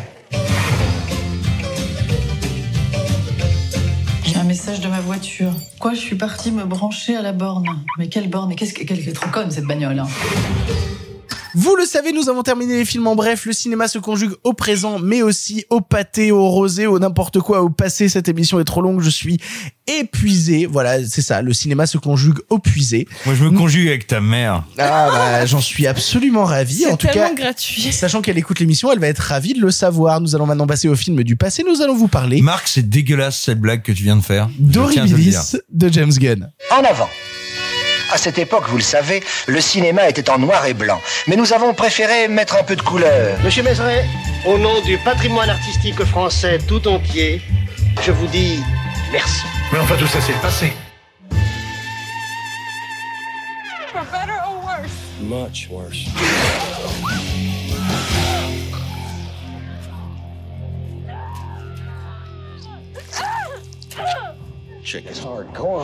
J'ai un message de ma voiture. Quoi, je suis partie me brancher à la borne. Mais quelle borne? Mais quelle est trop conne cette bagnole, hein. Vous le savez, nous avons terminé les films en bref. Le cinéma se conjugue au présent, mais aussi au pâté, au rosé, au n'importe quoi, au passé. Cette émission est trop longue, je suis épuisé. Voilà, c'est ça, le cinéma se conjugue au puisé. Moi, je me conjugue avec ta mère. Ah bah, j'en suis absolument ravi. C'est en tout tellement cas, gratuit. Sachant qu'elle écoute l'émission, elle va être ravie de le savoir. Nous allons maintenant passer au film du passé. Nous allons vous parler... Marc, c'est dégueulasse cette blague que tu viens de faire. d'Horribilis de James Gunn. En avant. À cette époque, vous le savez, le cinéma était en noir et blanc. Mais nous avons préféré mettre un peu de couleur. Monsieur Mézeray, au nom du patrimoine artistique français tout entier, je vous dis merci. Mais enfin, tout ça, c'est le passé. For better or worse? Much worse. Chick is hardcore.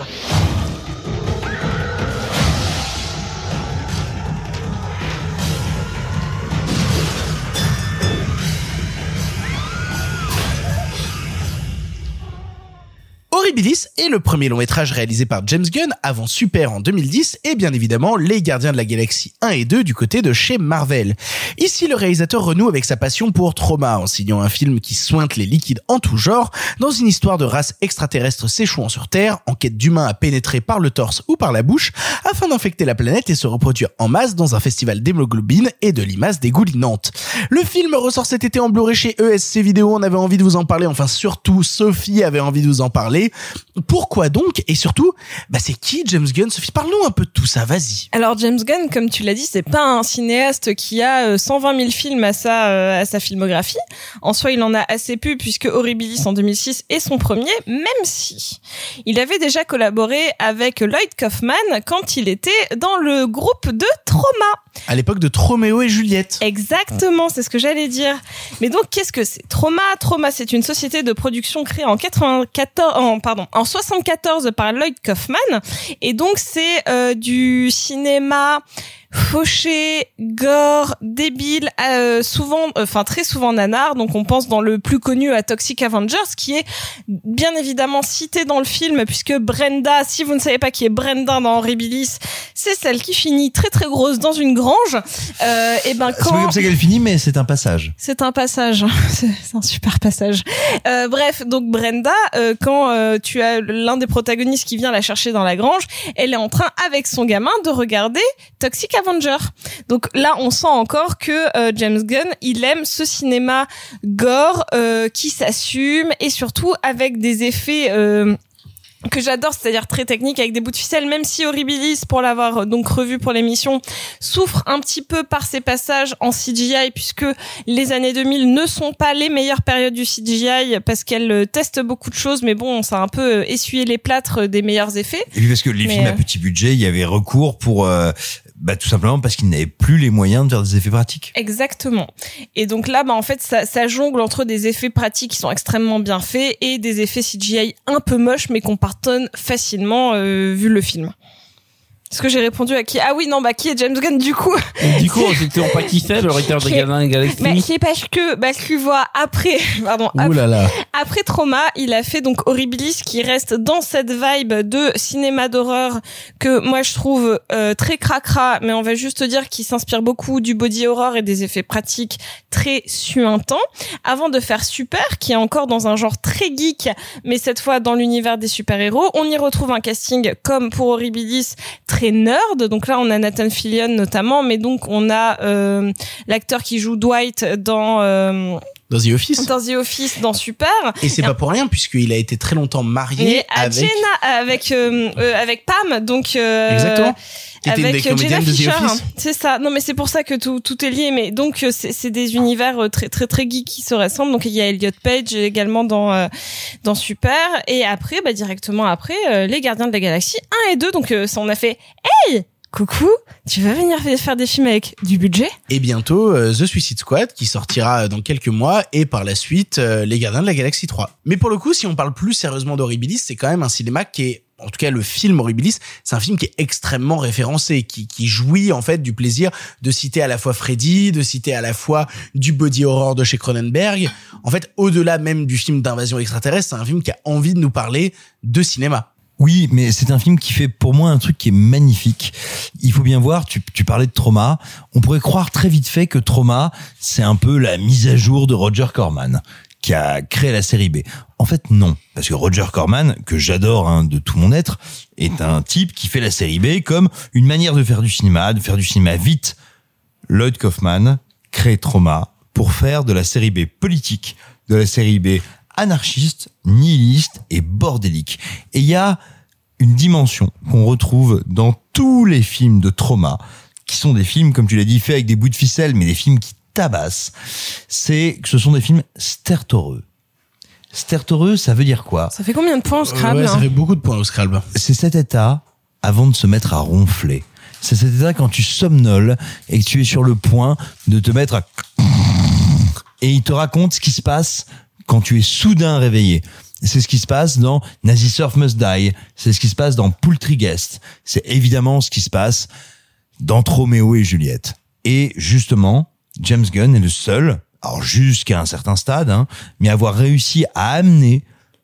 Horribilis est le premier long métrage réalisé par James Gunn avant Super en 2010 et bien évidemment Les Gardiens de la Galaxie 1 et 2 du côté de chez Marvel. Ici, le réalisateur renoue avec sa passion pour Trauma en signant un film qui sointe les liquides en tout genre dans une histoire de race extraterrestre s'échouant sur Terre en quête d'humains à pénétrer par le torse ou par la bouche afin d'infecter la planète et se reproduire en masse dans un festival d'hémoglobine et de limaces dégoulinantes. Le film ressort cet été en Blu-ray chez ESC Vidéo, on avait envie de vous en parler, enfin surtout Sophie avait envie de vous en parler. Pourquoi donc? Et surtout, c'est qui James Gunn? Sophie, parle-nous un peu de tout ça, vas-y. Alors James Gunn, comme tu l'as dit, c'est pas un cinéaste qui a 120 000 films à sa filmographie. En soi, il en a assez peu puisque Horribilis en 2006 est son premier, même si il avait déjà collaboré avec Lloyd Kaufman quand il était dans le groupe de Trauma. À l'époque de Roméo et Juliette. Exactement, c'est ce que j'allais dire. Mais donc, qu'est-ce que c'est? Trauma, c'est une société de production créée en 74 par Lloyd Kaufman. Et donc, c'est du cinéma fauché, gore, débile, très souvent nanar. Donc on pense dans le plus connu à Toxic Avengers, qui est bien évidemment cité dans le film, puisque Brenda, si vous ne savez pas qui est Brenda dans Horribilis, c'est celle qui finit très très grosse dans une grange. C'est pas comme ça qu'elle finit, mais c'est un passage. C'est un passage. C'est un super passage. Bref, donc Brenda, quand tu as l'un des protagonistes qui vient la chercher dans la grange, elle est en train, avec son gamin, de regarder Toxic Avenger. Donc là, on sent encore que James Gunn, il aime ce cinéma gore qui s'assume et surtout avec des effets que j'adore, c'est-à-dire très technique avec des bouts de ficelle, même si Horribilis, pour l'avoir donc revu pour l'émission, souffre un petit peu par ses passages en CGI, puisque les années 2000 ne sont pas les meilleures périodes du CGI parce qu'elle teste beaucoup de choses, mais bon, ça a un peu essuyé les plâtres des meilleurs effets. Et puis parce que les films à petit budget, il y avait recours pour tout simplement parce qu'ils n'avaient plus les moyens de faire des effets pratiques. Exactement. Et donc là, en fait, ça jongle entre des effets pratiques qui sont extrêmement bien faits et des effets CGI un peu moches, mais qu'on pardonne facilement vu le film. Est-ce que j'ai répondu à qui? Ah oui, non, qui est James Gunn du coup? Du coup, on sait toujours pas qui c'est, le réalisateur des Gardiens de la Galaxie. Qui est parce que tu vois, après Trauma, il a fait donc Horribilis, qui reste dans cette vibe de cinéma d'horreur que moi je trouve très cracra, mais on va juste dire qu'il s'inspire beaucoup du body horror et des effets pratiques très suintants, avant de faire Super, qui est encore dans un genre très geek, mais cette fois dans l'univers des super-héros. On y retrouve un casting comme pour Horribilis, très nerd. Donc là, on a Nathan Fillion notamment, mais donc on a l'acteur qui joue Dwight dans The Office. Dans The Office, dans Super. Et c'est pas pour rien, puisqu'il a été très longtemps marié avec Pam, donc exactement. Avec Jenna Fisher. C'est ça. Non, mais c'est pour ça que tout est lié. Mais donc c'est des univers très très très geeks qui se ressemblent. Donc il y a Elliot Page également dans Super. Et après, directement après, les Gardiens de la Galaxie 1 et 2. Donc ça, on a fait hey. Coucou, tu vas venir faire des films avec du budget? Et bientôt The Suicide Squad qui sortira dans quelques mois et par la suite Les Gardiens de la Galaxie 3. Mais pour le coup, si on parle plus sérieusement d'Horribilis, c'est quand même un cinéma qui est, en tout cas le film Horribilis, c'est un film qui est extrêmement référencé, qui jouit en fait du plaisir de citer à la fois Freddy, de citer à la fois du body horror de chez Cronenberg. En fait, au-delà même du film d'invasion extraterrestre, c'est un film qui a envie de nous parler de cinéma. Oui, mais c'est un film qui fait pour moi un truc qui est magnifique. Il faut bien voir, tu parlais de Trauma, on pourrait croire très vite fait que Trauma, c'est un peu la mise à jour de Roger Corman, qui a créé la série B. En fait, non. Parce que Roger Corman, que j'adore de tout mon être, est un type qui fait la série B comme une manière de faire du cinéma vite. Lloyd Kaufman crée Trauma pour faire de la série B politique, de la série B anarchiste, nihiliste et bordélique. Et il y a une dimension qu'on retrouve dans tous les films de trauma, qui sont des films, comme tu l'as dit, faits avec des bouts de ficelle, mais des films qui tabassent, c'est que ce sont des films stertoreux. Stertoreux, ça veut dire quoi? Ça fait combien de points au Scrabble? Ça fait beaucoup de points au Scrabble. C'est cet état avant de se mettre à ronfler. C'est cet état quand tu somnoles et que tu es sur le point de te mettre à... Et il te raconte ce qui se passe quand tu es soudain réveillé. C'est ce qui se passe dans Nazi Surf Must Die. C'est ce qui se passe dans Poultryguest. C'est évidemment ce qui se passe dans Roméo et Juliette. Et justement, James Gunn est le seul, alors jusqu'à un certain stade, mais avoir réussi à amener,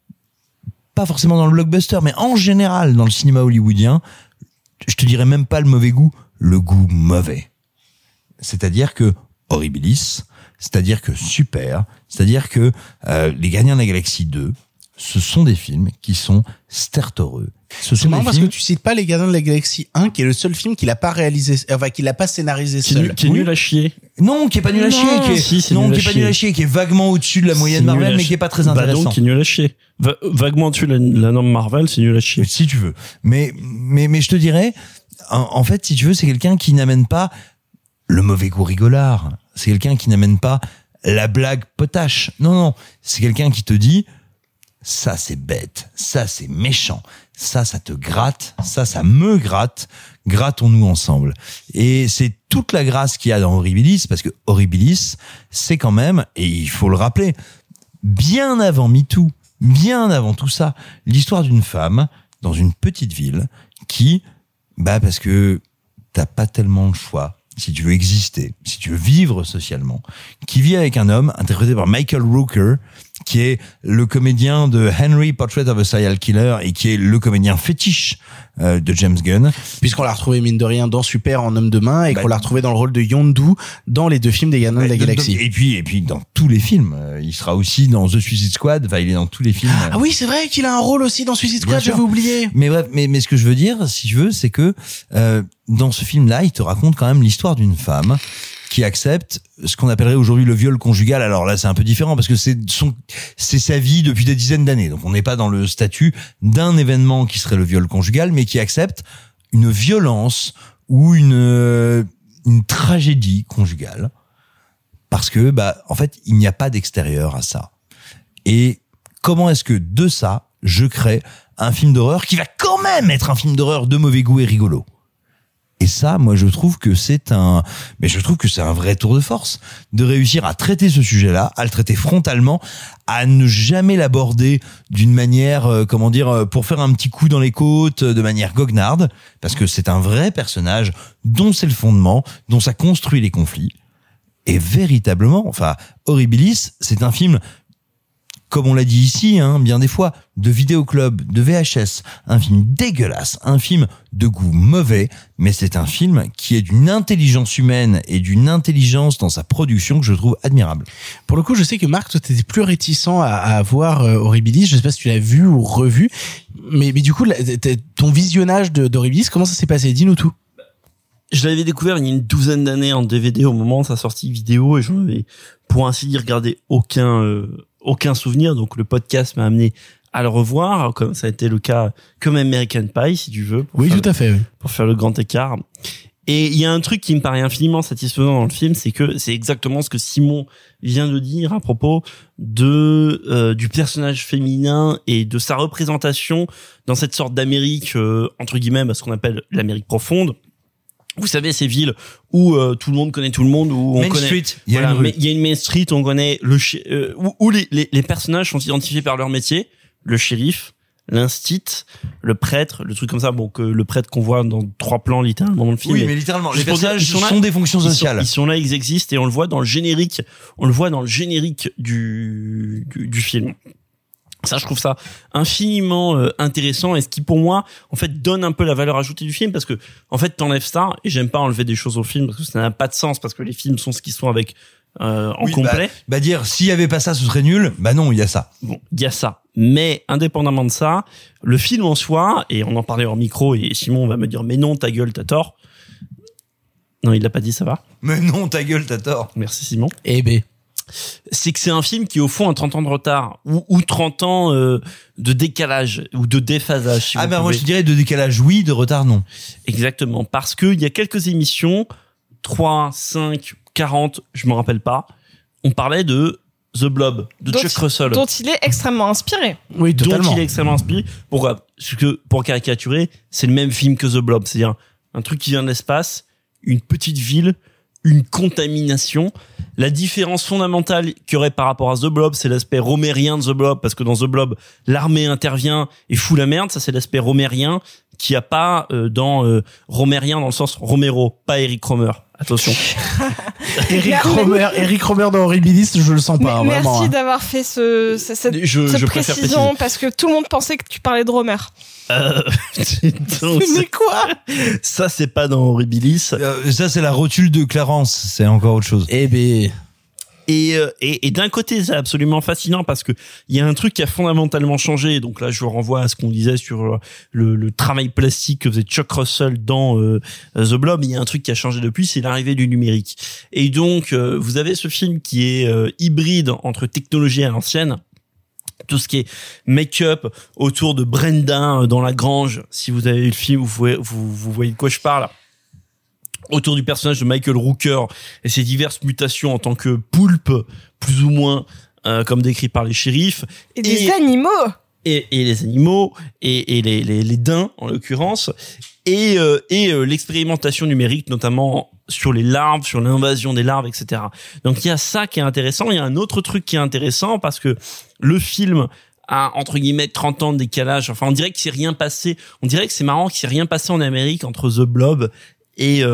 pas forcément dans le blockbuster, mais en général dans le cinéma hollywoodien, je te dirais même pas le mauvais goût, le goût mauvais. C'est-à-dire que Horribilis, c'est-à-dire que Super, c'est-à-dire que Les Gardiens de la Galaxie 2, ce sont des films qui sont stertoreux. C'est marrant parce que tu cites pas Les Gardiens de la Galaxie 1, qui est le seul film qu'il a pas réalisé, enfin qu'il a pas scénarisé seul. Qui est nul à chier. Non, qui est pas nul à chier, qui est pas nul à chier, qui est vaguement au-dessus de la moyenne Marvel, mais qui est pas très intéressant. Bah donc, qui est nul à chier. Vaguement au-dessus de la norme Marvel, c'est nul à chier. Si tu veux. Mais je te dirais, en fait, si tu veux, c'est quelqu'un qui n'amène pas le mauvais goût rigolard. C'est quelqu'un qui n'amène pas la blague potache. Non. C'est quelqu'un qui te dit, ça c'est bête, ça c'est méchant, ça te gratte, ça me gratte, grattons-nous ensemble. Et c'est toute la grâce qu'il y a dans Horribilis, parce que Horribilis, c'est quand même, et il faut le rappeler, bien avant MeToo, bien avant tout ça, l'histoire d'une femme dans une petite ville qui, parce que t'as pas tellement le choix, si tu veux exister, si tu veux vivre socialement, qui vit avec un homme interprété par Michael Rooker, qui est le comédien de Henry, Portrait of a Serial Killer, et qui est le comédien fétiche de James Gunn. Puisqu'on l'a retrouvé, mine de rien, dans Super en homme de main, et qu'on l'a retrouvé dans le rôle de Yondu dans les 2 films des Gardiens de la Galaxie. Et puis dans tous les films. Il sera aussi dans The Suicide Squad, il est dans tous les films. Ah oui, c'est vrai qu'il a un rôle aussi dans Suicide Squad, j'avais oublié. Mais bref, mais ce que je veux dire, si tu veux, c'est que dans ce film-là, il te raconte quand même l'histoire d'une femme qui accepte ce qu'on appellerait aujourd'hui le viol conjugal. Alors là, c'est un peu différent parce que c'est sa vie depuis des dizaines d'années. Donc on n'est pas dans le statut d'un événement qui serait le viol conjugal, mais qui accepte une violence ou une tragédie conjugale. Parce que, en fait, il n'y a pas d'extérieur à ça. Et comment est-ce que de ça, je crée un film d'horreur qui va quand même être un film d'horreur de mauvais goût et rigolo? Et ça, moi, je trouve que c'est un vrai tour de force de réussir à traiter ce sujet-là, à le traiter frontalement, à ne jamais l'aborder d'une manière, pour faire un petit coup dans les côtes, de manière goguenarde, parce que c'est un vrai personnage dont c'est le fondement, dont ça construit les conflits. Et véritablement, Horribilis, c'est un film, comme on l'a dit ici, bien des fois, de vidéoclub, de VHS, un film dégueulasse, un film de goût mauvais, mais c'est un film qui est d'une intelligence humaine et d'une intelligence dans sa production que je trouve admirable. Pour le coup, je sais que Marc, toi, t'étais plus réticent à voir Horribilis. Je sais pas si tu l'as vu ou revu, mais du coup, ton visionnage d'Horribilis, comment ça s'est passé? Dis-nous tout. Je l'avais découvert il y a une douzaine d'années en DVD au moment de sa sortie vidéo et j'en avais, pour ainsi dire, gardé aucun souvenir. Donc le podcast m'a amené à le revoir, comme ça a été le cas comme American Pie, si tu veux. Oui, tout à fait, oui. Pour faire le grand écart. Et il y a un truc qui me paraît infiniment satisfaisant dans le film, c'est que c'est exactement ce que Simon vient de dire à propos du personnage féminin et de sa représentation dans cette sorte d'Amérique, entre guillemets, ce qu'on appelle l'Amérique profonde. Vous savez, ces villes où tout le monde connaît tout le monde, où on Main connaît. Street, il y a une Main Street, on connaît où les personnages sont identifiés par leur métier, le shérif, l'instit, le prêtre, le truc comme ça, que le prêtre qu'on voit dans 3 plans littéralement dans le film. Oui, mais littéralement, les personnages sont des fonctions sociales. Ils sont là, ils existent et on le voit dans le générique. On le voit dans le générique du film. Ça, je trouve ça infiniment intéressant et ce qui, pour moi, en fait, donne un peu la valeur ajoutée du film parce que, en fait, t'enlèves ça et j'aime pas enlever des choses au film parce que ça n'a pas de sens parce que les films sont ce qu'ils sont avec en complet. Dire s'il y avait pas ça, ce serait nul. Non, il y a ça. Bon, il y a ça. Mais indépendamment de ça, le film en soi, et on en parlait hors micro et Simon va me dire mais non, ta gueule, t'as tort. Non, il l'a pas dit, ça va. Mais non, ta gueule, t'as tort. Merci Simon. Eh ben. c'est que c'est un film qui au fond a 30 ans de retard ou 30 ans de décalage ou de déphasage. Si moi je dirais de décalage oui, de retard non. Exactement, parce que il y a quelques émissions 3, 5, 40, je me rappelle pas, on parlait de The Blob, de Chuck Russell. Dont il est extrêmement inspiré. Oui, totalement. Dont il est extrêmement inspiré. Pourquoi? Parce que, pour caricaturer, c'est le même film que The Blob. C'est-à-dire, un truc qui vient de l'espace, une petite ville, une contamination. La différence fondamentale qu'il y aurait par rapport à The Blob, c'est l'aspect romérien de The Blob, parce que dans The Blob, l'armée intervient et fout la merde. Ça, c'est l'aspect romérien qu'il n'y a pas dans romérien dans le sens Romero, pas Eric Romer. Attention. Eric Romer dans Horribilis, je le sens pas. Vraiment. Merci d'avoir fait cette précision, parce que tout le monde pensait que tu parlais de Romer. Mais quoi? Ça, c'est pas dans Horribilis. Ça, c'est la rotule de Clarence. C'est encore autre chose. Eh ben. Et d'un côté, c'est absolument fascinant parce que il y a un truc qui a fondamentalement changé. Donc là, je vous renvoie à ce qu'on disait sur le travail plastique que faisait Chuck Russell dans The Blob. Il y a un truc qui a changé depuis, c'est l'arrivée du numérique. Et donc, vous avez ce film qui est hybride entre technologie à l'ancienne. Tout ce qui est make-up autour de Brenda dans la grange. Si vous avez vu le film, vous voyez de quoi je parle. Autour du personnage de Michael Rooker et ses diverses mutations en tant que poulpe, plus ou moins, comme décrit par les shérifs. Et des animaux. Et les animaux, et les daims, en l'occurrence. Et l'expérimentation numérique, notamment sur les larves, sur l'invasion des larves, etc. Donc il y a ça qui est intéressant. Il y a un autre truc qui est intéressant parce que le film a, entre guillemets, 30 ans de décalage. Enfin, on dirait qu'il s'est rien passé. On dirait que c'est marrant qu'il s'est rien passé en Amérique entre The Blob et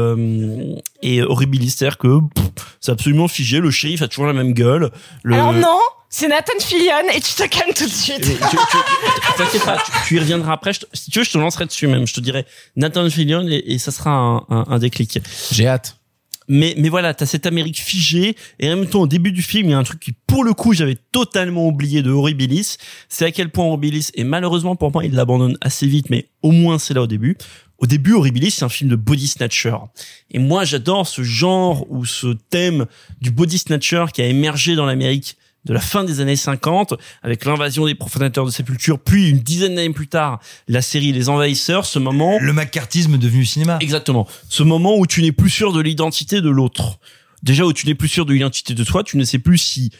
Horribilis, c'est-à-dire que c'est absolument figé. Le shérif a toujours la même gueule. Alors non, c'est Nathan Fillion et tu te calmes tout de suite. T'inquiète pas, tu y reviendras après. Si tu veux, je te lancerai dessus même. Je te dirai Nathan Fillion et ça sera un déclic. J'ai hâte. Mais voilà, t'as cette Amérique figée et en même temps au début du film, il y a un truc qui pour le coup j'avais totalement oublié de Horribilis. C'est à quel point Horribilis, et malheureusement pour moi il l'abandonne assez vite, mais au moins c'est là au début. Au début, Horribilis, c'est un film de body snatcher. Et moi, j'adore ce genre ou ce thème du body snatcher qui a émergé dans l'Amérique de la fin des années 50 avec l'invasion des profanateurs de sépulture, puis une dizaine d'années plus tard, la série Les Envahisseurs, ce moment... Le McCarthyisme devenu cinéma. Exactement. Ce moment où tu n'es plus sûr de l'identité de l'autre. Déjà, où tu n'es plus sûr de l'identité de toi, tu ne sais plus si...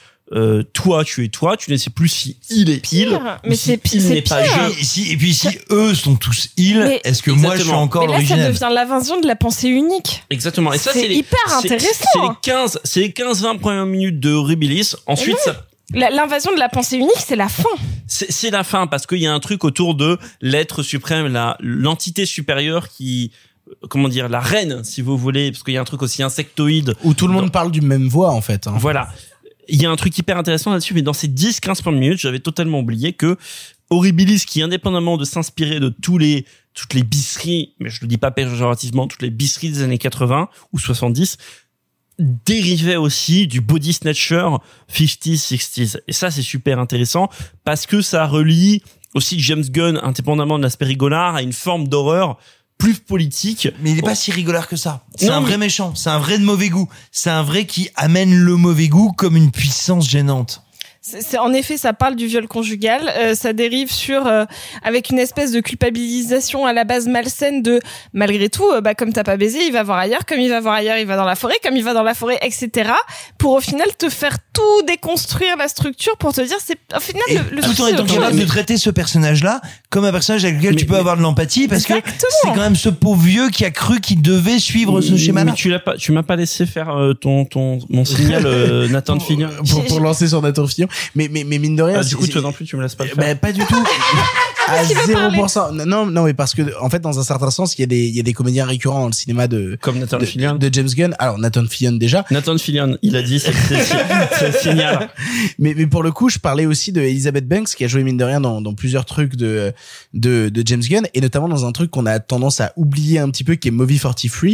toi tu es toi, tu ne sais plus si il est il, mais si c'est il n'est pas pire. je. Et puis si eux sont tous ils, est-ce que moi je suis encore l'original? Mais là ça devient l'invasion de la pensée unique. Exactement. Et ça c'est hyper intéressant. C'est les 15-20 premières minutes de Horribilis. Ensuite ça... L'invasion de la pensée unique, c'est la fin. C'est la fin parce qu'il y a un truc autour de l'être suprême, l'entité supérieure qui, comment dire, la reine, si vous voulez, parce qu'il y a un truc aussi insectoïde. Où tout le monde parle d'une même voix, en fait. Hein. Voilà. Il y a un truc hyper intéressant là-dessus, mais dans ces 10-15 premières minutes, j'avais totalement oublié que Horribilis, qui indépendamment de s'inspirer de toutes les bisseries, mais je le dis pas péjorativement, toutes les bisseries des années 80 ou 70, dérivait aussi du body snatcher 50s, 60s. Et ça, c'est super intéressant parce que ça relie aussi James Gunn, indépendamment de l'aspect rigolard, à une forme d'horreur plus politique. Mais il est pas si rigolard que ça. C'est un vrai méchant. C'est un vrai de mauvais goût. C'est un vrai qui amène le mauvais goût comme une puissance gênante. En effet, ça parle du viol conjugal. Ça dérive sur avec une espèce de culpabilisation à la base malsaine de malgré tout, comme t'as pas baisé, il va voir ailleurs. Comme il va voir ailleurs, il va dans la forêt. Comme il va dans la forêt, etc. Pour au final te faire tout déconstruire la structure pour te dire c'est au final le tout en étant capable de traiter ce personnage-là comme un personnage avec lequel tu peux avoir de l'empathie parce exactement. Que c'est quand même ce pauvre vieux qui a cru qu'il devait suivre ce schéma-là. Mais tu m'as pas laissé faire mon signal Nathan Fillion pour lancer sur Nathan Fillion. Mais mine de rien, du coup toi non plus tu me laisses pas le faire. Pas du tout. À 0%. Non, mais parce que en fait dans un certain sens, il y a des comédiens récurrents dans le cinéma comme Nathan Fillion de James Gunn. Alors Nathan Fillion déjà. Nathan Fillion, il a dit c'est le signal. Mais pour le coup, je parlais aussi de Elizabeth Banks qui a joué mine de rien dans plusieurs trucs de James Gunn et notamment dans un truc qu'on a tendance à oublier un petit peu qui est Movie 43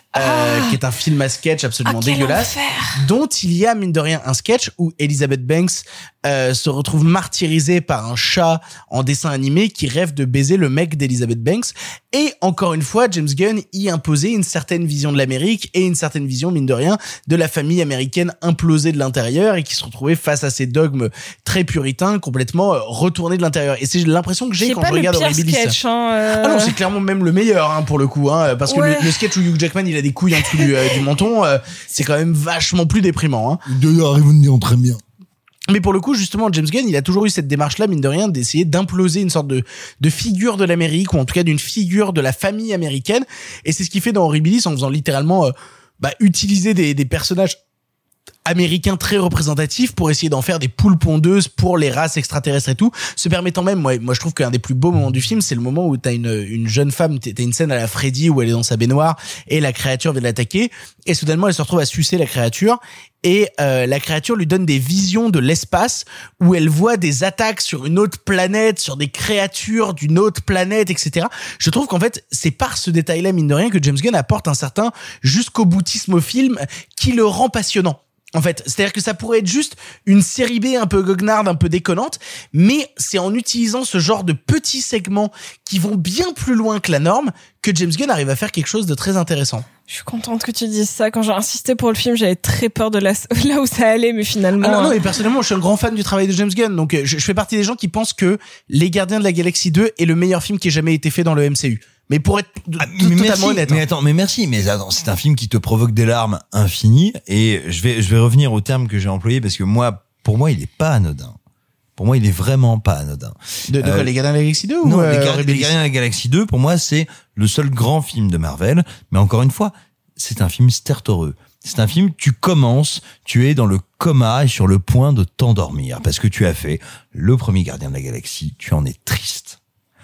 qui est un film à sketch absolument dégueulasse, dont il y a mine de rien un sketch où Elizabeth Banks se retrouve martyrisée par un chat en dessin animé qui rêve de baiser le mec d'Elizabeth Banks. Et encore une fois, James Gunn y imposait une certaine vision de l'Amérique et une certaine vision, mine de rien, de la famille américaine implosée de l'intérieur et qui se retrouvait face à ces dogmes très puritains, complètement retournés de l'intérieur. Et c'est l'impression que j'ai quand je regarde Horribilis. Ah non, c'est clairement même le meilleur pour le coup, parce que le sketch où Hugh Jackman il a des couilles en dessous du menton, c'est quand même vachement plus déprimant. D'ailleurs, ils vont dire très bien. Mais pour le coup, justement, James Gunn, il a toujours eu cette démarche-là, mine de rien, d'essayer d'imploser une sorte de figure de l'Amérique, ou en tout cas d'une figure de la famille américaine. Et c'est ce qu'il fait dans Horribilis en faisant littéralement utiliser des personnages américains très représentatifs pour essayer d'en faire des poules pondeuses pour les races extraterrestres et tout, se permettant même, moi je trouve qu'un des plus beaux moments du film, c'est le moment où t'as une jeune femme, t'as une scène à la Freddy où elle est dans sa baignoire et la créature vient l'attaquer et soudainement elle se retrouve à sucer la créature et la créature lui donne des visions de l'espace où elle voit des attaques sur une autre planète, sur des créatures d'une autre planète, etc. Je trouve qu'en fait, c'est par ce détail-là, mine de rien, que James Gunn apporte un certain jusqu'au boutisme au film qui le rend passionnant. En fait, c'est-à-dire que ça pourrait être juste une série B un peu goguenarde, un peu déconnante, mais c'est en utilisant ce genre de petits segments qui vont bien plus loin que la norme que James Gunn arrive à faire quelque chose de très intéressant. Je suis contente que tu dises ça. Quand j'ai insisté pour le film, j'avais très peur de là où ça allait, mais finalement... Ah non, et personnellement, je suis un grand fan du travail de James Gunn, donc je fais partie des gens qui pensent que Les Gardiens de la Galaxie 2 est le meilleur film qui ait jamais été fait dans le MCU. Mais pour être totalement honnête. Mais attends, mais merci. Mais attends, c'est un film qui te provoque des larmes infinies. Et je vais revenir au terme que j'ai employé parce que pour moi, il est pas anodin. Pour moi, il est vraiment pas anodin. De quoi, Les Gardiens de la Galaxie 2 non, ou Les Gardiens de la Galaxie 2, pour moi, c'est le seul grand film de Marvel. Mais encore une fois, c'est un film stertoreux. C'est un film, tu commences, tu es dans le coma et sur le point de t'endormir parce que tu as fait le premier Gardien de la Galaxie, tu en es triste.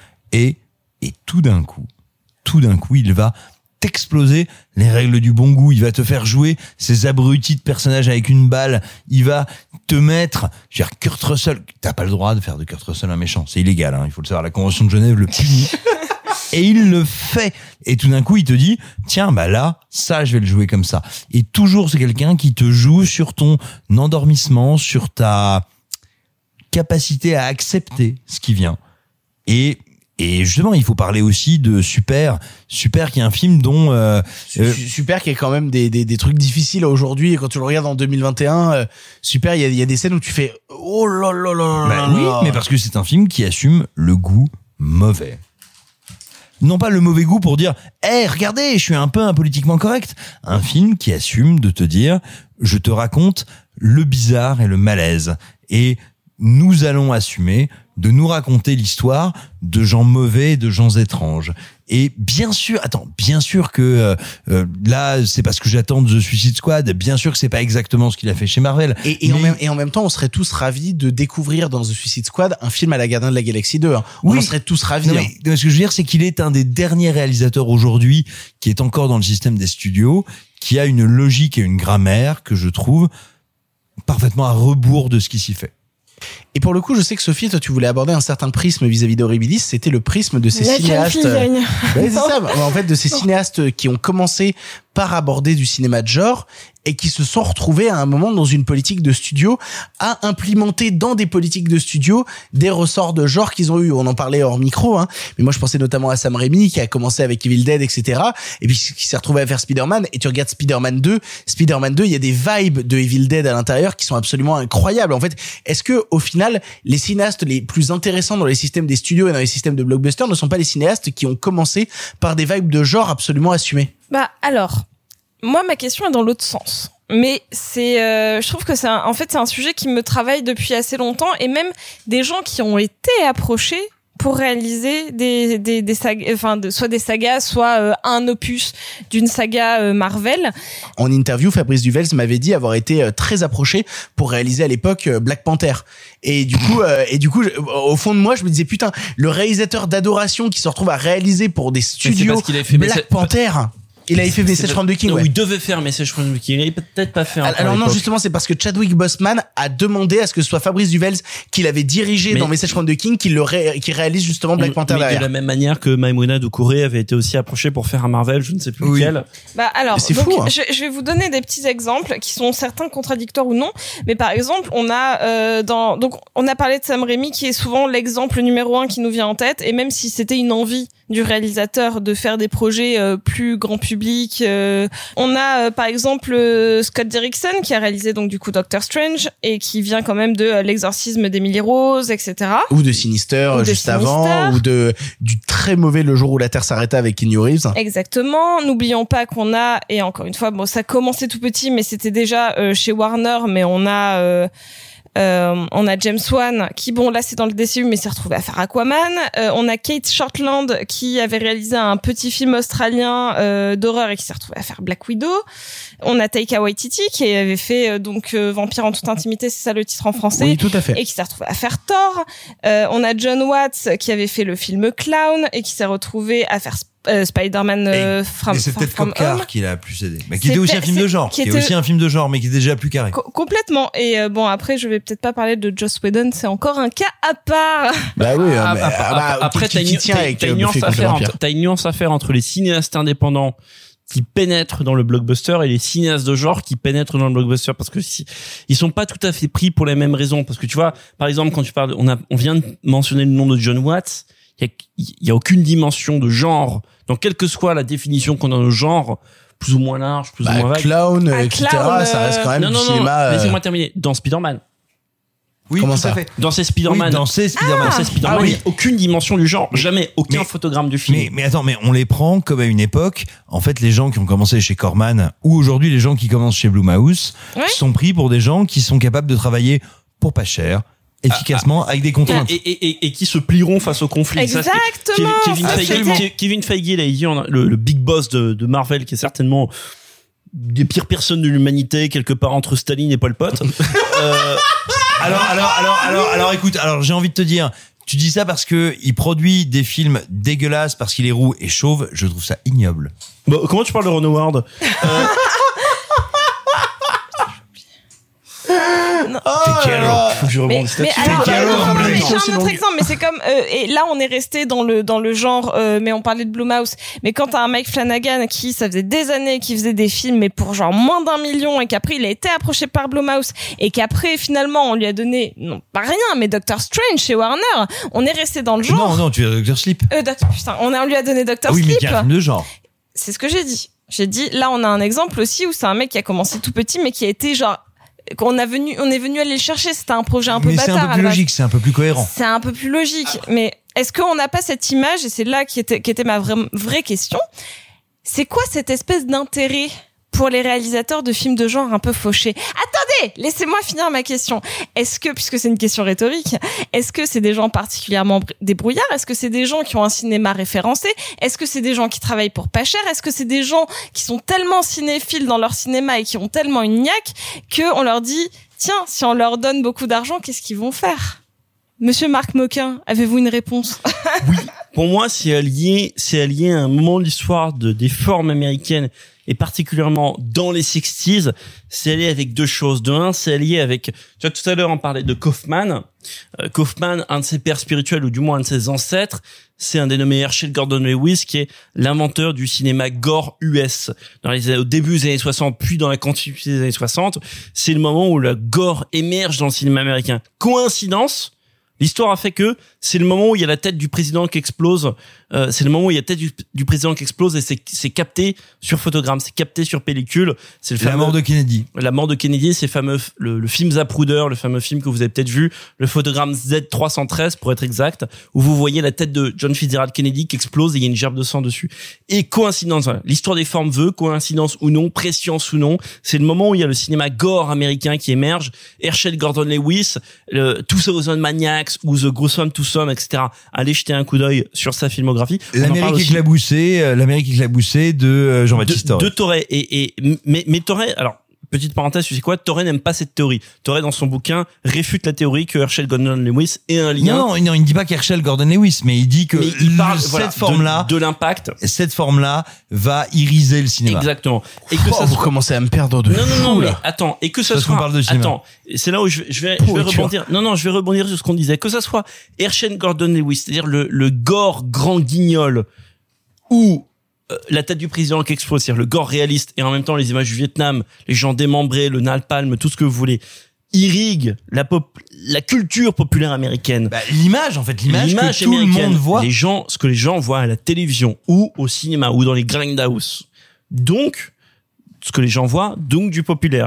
Et tout d'un coup, il va t'exploser les règles du bon goût. Il va te faire jouer ces abrutis de personnages avec une balle. Il va te mettre, je veux dire, Kurt Russell. T'as pas le droit de faire de Kurt Russell un méchant. C'est illégal, il faut le savoir. La Convention de Genève le punit. Et il le fait. Et tout d'un coup, il te dit, tiens, là, ça, je vais le jouer comme ça. Et toujours, c'est quelqu'un qui te joue sur ton endormissement, sur ta capacité à accepter ce qui vient. Et justement, il faut parler aussi de Super qui est un film dont Super qui est quand même des trucs difficiles aujourd'hui. Et quand tu le regardes en 2021, Super, il y a des scènes où tu fais oh là là là là. Oui, mais parce que c'est un film qui assume le goût mauvais. Non pas le mauvais goût pour dire regardez, je suis un peu impolitiquement correct. Un film qui assume de te dire je te raconte le bizarre et le malaise et nous allons assumer de nous raconter l'histoire de gens mauvais et de gens étranges. Et bien sûr que là, c'est pas ce que j'attends de The Suicide Squad. Bien sûr que c'est pas exactement ce qu'il a fait chez Marvel. Et en même temps, on serait tous ravis de découvrir dans The Suicide Squad un film à la Gardien de la Galaxie 2. On en serait tous ravis. Non, mais ce que je veux dire, c'est qu'il est un des derniers réalisateurs aujourd'hui qui est encore dans le système des studios, qui a une logique et une grammaire que je trouve parfaitement à rebours de ce qui s'y fait. Et pour le coup, je sais que Sophie, toi, tu voulais aborder un certain prisme vis-à-vis d'Horribilis. C'était le prisme de ces cinéastes. C'est ça. En fait, de ces cinéastes qui ont commencé par aborder du cinéma de genre et qui se sont retrouvés à un moment dans une politique de studio à implémenter dans des politiques de studio des ressorts de genre qu'ils ont eu. On en parlait hors micro, mais moi je pensais notamment à Sam Raimi qui a commencé avec Evil Dead, etc. Et puis qui s'est retrouvé à faire Spider-Man. Et tu regardes Spider-Man 2, il y a des vibes de Evil Dead à l'intérieur qui sont absolument incroyables. En fait, est-ce que au final, les cinéastes les plus intéressants dans les systèmes des studios et dans les systèmes de blockbusters ne sont pas les cinéastes qui ont commencé par des vibes de genre absolument assumées? Alors, moi, ma question est dans l'autre sens. Mais je trouve que c'est un sujet qui me travaille depuis assez longtemps et même des gens qui ont été approchés pour réaliser des sagas, soit des sagas, soit un opus d'une saga Marvel. En interview, Fabrice Duvels m'avait dit avoir été très approché pour réaliser à l'époque Black Panther. Et du coup, au fond de moi, je me disais putain, le réalisateur d'adoration qui se retrouve à réaliser pour des studios Black Panther. Il avait fait Message from the King, non, ouais. il devait faire Message from the King. Il avait peut-être pas fait. Alors non, justement, c'est parce que Chadwick Boseman a demandé à ce que ce soit Fabrice Duvels qui l'avait dirigé dans Message from the King qui réalise justement Black Panther derrière. De la même manière que Maimouna Doucouré avait été aussi approché pour faire un Marvel, je ne sais plus lequel. Bah alors, c'est donc, fou, hein. je vais vous donner des petits exemples qui sont certains contradictoires ou non. Mais par exemple, on a donc on a parlé de Sam Raimi qui est souvent l'exemple numéro 1 qui nous vient en tête. Et même si c'était une envie du réalisateur de faire des projets plus grand public, on a par exemple Scott Derrickson qui a réalisé donc du coup Doctor Strange et qui vient quand même de l'exorcisme d'Emily Rose, etc. Ou de Sinister juste avant, ou du très mauvais Le jour où la Terre s'arrêta avec Keanu Reeves. Exactement. N'oublions pas qu'on a, et encore une fois, bon, ça commençait tout petit, mais c'était déjà chez Warner, mais on a James Wan qui, bon, là c'est dans le DCU mais s'est retrouvé à faire Aquaman. On a Kate Shortland qui avait réalisé un petit film australien d'horreur et qui s'est retrouvé à faire Black Widow. On a Taika Waititi qui avait fait donc Vampire en toute intimité, c'est ça le titre en français. Oui, tout à fait. Et qui s'est retrouvé à faire Thor. On a John Watts qui avait fait le film Clown et qui s'est retrouvé à faire Spider-Man From c'est peut-être From Cop Car Home. qui l'a plus aidé. Mais qui était aussi un film de genre. Qui est aussi un film de genre, mais qui est déjà plus carré. Complètement. Et bon, après, je vais peut-être pas parler de Joss Whedon, c'est encore un cas à part. Bah oui, après, t'as une nuance à faire entre les cinéastes indépendants qui pénètrent dans le blockbuster et les cinéastes de genre qui pénètrent dans le blockbuster, parce que ils sont pas tout à fait pris pour les mêmes raisons. Parce que tu vois, par exemple, quand tu parles, on vient de mentionner le nom de John Watts, il y a aucune dimension de genre. Donc, quelle que soit la définition qu'on a de genre, plus ou moins large, plus ou moins vague. Clown, etc., ça reste quand même du cinéma. Laissez-moi terminer. Dans Spider-Man. Oui, comment tout ça à fait. Dans ces Spider-Man. Oui, dans ces Spider-Man. Il n'y a aucune dimension du genre. Jamais. Aucun photogramme du film. Mais attends, mais on les prend comme à une époque. En fait, les gens qui ont commencé chez Corman ou aujourd'hui les gens qui commencent chez Blumhouse sont pris pour des gens qui sont capables de travailler pour pas cher, efficacement, avec des contraintes. Et qui se plieront face au conflit. Exactement. Kevin Feige, il a dit, le big boss de Marvel, qui est certainement des pires personnes de l'humanité, quelque part entre Staline et Pol Pot. Alors, écoute, j'ai envie de te dire, tu dis ça parce que il produit des films dégueulasses parce qu'il est roux et chauve. Je trouve ça ignoble. Bon, comment tu parles de Ron Howard? Faut que je rebondisse là-dessus. J'ai un autre exemple, mais c'est comme et là on est resté dans le genre, mais on parlait de Blumhouse. Mais quand t'as un Mike Flanagan qui, ça faisait des années qu'il faisait des films, mais pour genre moins d'1 million, et qu'après il a été approché par Blumhouse, et qu'après finalement on lui a donné, non pas rien, mais Doctor Strange chez Warner, on est resté dans le genre. Non, tu as Doctor Sleep. Putain, on lui a donné Doctor Sleep. Oui, mais qui est un film de genre. C'est ce que j'ai dit. J'ai dit, là on a un exemple aussi où c'est un mec qui a commencé tout petit, mais qui a été genre, on est venu aller le chercher, c'était un projet un peu bâtard. Mais c'est un peu plus logique, c'est un peu plus cohérent. C'est un peu plus logique, mais est-ce qu'on n'a pas cette image, et c'est là qui était ma vraie question, c'est quoi cette espèce d'intérêt pour les réalisateurs de films de genre un peu fauchés? Attendez, laissez-moi finir ma question. Est-ce que, puisque c'est une question rhétorique, est-ce que c'est des gens particulièrement débrouillards? Est-ce que c'est des gens qui ont un cinéma référencé? Est-ce que c'est des gens qui travaillent pour pas cher? Est-ce que c'est des gens qui sont tellement cinéphiles dans leur cinéma et qui ont tellement une niaque qu'on leur dit, tiens, si on leur donne beaucoup d'argent, qu'est-ce qu'ils vont faire? Monsieur Marc Moquin, avez-vous une réponse? Oui, pour moi, c'est allié à un moment de l'histoire des formes américaines, et particulièrement dans les 60s, c'est allié avec deux choses. De un, c'est allié avec, tu vois, tout à l'heure on parlait de Kaufman. Kaufman, un de ses pères spirituels, ou du moins un de ses ancêtres, c'est un dénommé Herschel Gordon Lewis, qui est l'inventeur du cinéma gore US. Au début des années 60, puis dans la continuité des années 60, c'est le moment où le gore émerge dans le cinéma américain. Coïncidence? L'histoire a fait que c'est le moment où il y a la tête du président qui explose. C'est le moment où il y a la tête du président qui explose, et c'est capté sur photogramme, c'est capté sur pellicule. C'est la mort de Kennedy. La mort de Kennedy, c'est le film Zapruder, le fameux film que vous avez peut-être vu, le photogramme Z313 pour être exact, où vous voyez la tête de John Fitzgerald Kennedy qui explose et il y a une gerbe de sang dessus. Et coïncidence, voilà, l'histoire des formes veut, coïncidence ou non, prescience ou non, c'est le moment où il y a le cinéma gore américain qui émerge. Herschel Gordon Lewis, Thousand Maniacs ou The Gruesome Twosome, etc. Allez jeter un coup d'œil sur sa filmographie. L'Amérique éclaboussée de Jean-Baptiste Toré. De Toré. Mais Toré, alors, petite parenthèse, tu sais quoi, Toré n'aime pas cette théorie. Toré, dans son bouquin, réfute la théorie que Herschel Gordon Lewis ait un lien. Non, il ne dit pas qu'Herschel Gordon Lewis, mais il dit que il parle, cette forme-là, de l'impact. Cette forme-là va iriser le cinéma. Exactement. Et que ça vous commencez à me perdre de fou, non, mais là. attends, et que ça Parce qu'on soit, parle de cinéma. attends, c'est là où je vais rebondir. Non, je vais rebondir sur ce qu'on disait. Que ça soit Herschel Gordon Lewis, c'est-à-dire le gore grand guignol, ou la tête du président qui explose, c'est-à-dire le gore réaliste, et en même temps les images du Vietnam, les gens démembrés, le napalm, tout ce que vous voulez, irrigue la culture populaire américaine. L'image, en fait, l'image que tout le monde voit. Ce que les gens voient à la télévision, ou au cinéma, ou dans les grindhouse. Donc, ce que les gens voient, donc du populaire,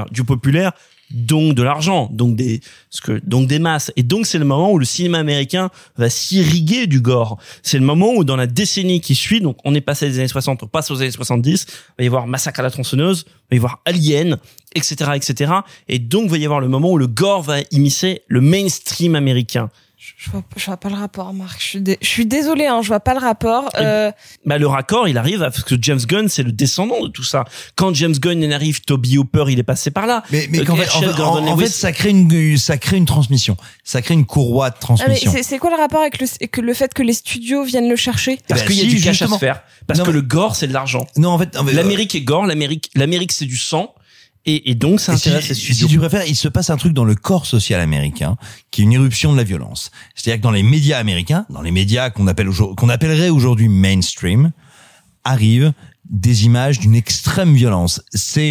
donc de l'argent, donc des masses. Et donc, c'est le moment où le cinéma américain va s'irriguer du gore. C'est le moment où, dans la décennie qui suit, donc on est passé des années 60, on passe aux années 70, il va y avoir Massacre à la tronçonneuse, il va y avoir Alien, etc., etc. Et donc, il va y avoir le moment où le gore va immiscer le mainstream américain. Je vois pas le rapport, Marc. Je suis désolée, hein, je vois pas le rapport. Le raccord, il arrive parce que James Gunn, c'est le descendant de tout ça. Quand James Gunn en arrive, Toby Hooper, il est passé par là. Mais en fait, ça crée une transmission. Ça crée une courroie de transmission. Mais c'est quoi le rapport avec le fait que les studios viennent le chercher? Parce qu'il y a du cash à se faire. Parce que le gore, c'est de l'argent. Non, en fait, l'Amérique est gore, l'Amérique, c'est du sang. Et donc, ça intéresse les studios. Si tu préfères, il se passe un truc dans le corps social américain, qui est une éruption de la violence. C'est-à-dire que dans les médias américains, dans les médias qu'on appellerait aujourd'hui mainstream, arrivent des images d'une extrême violence. C'est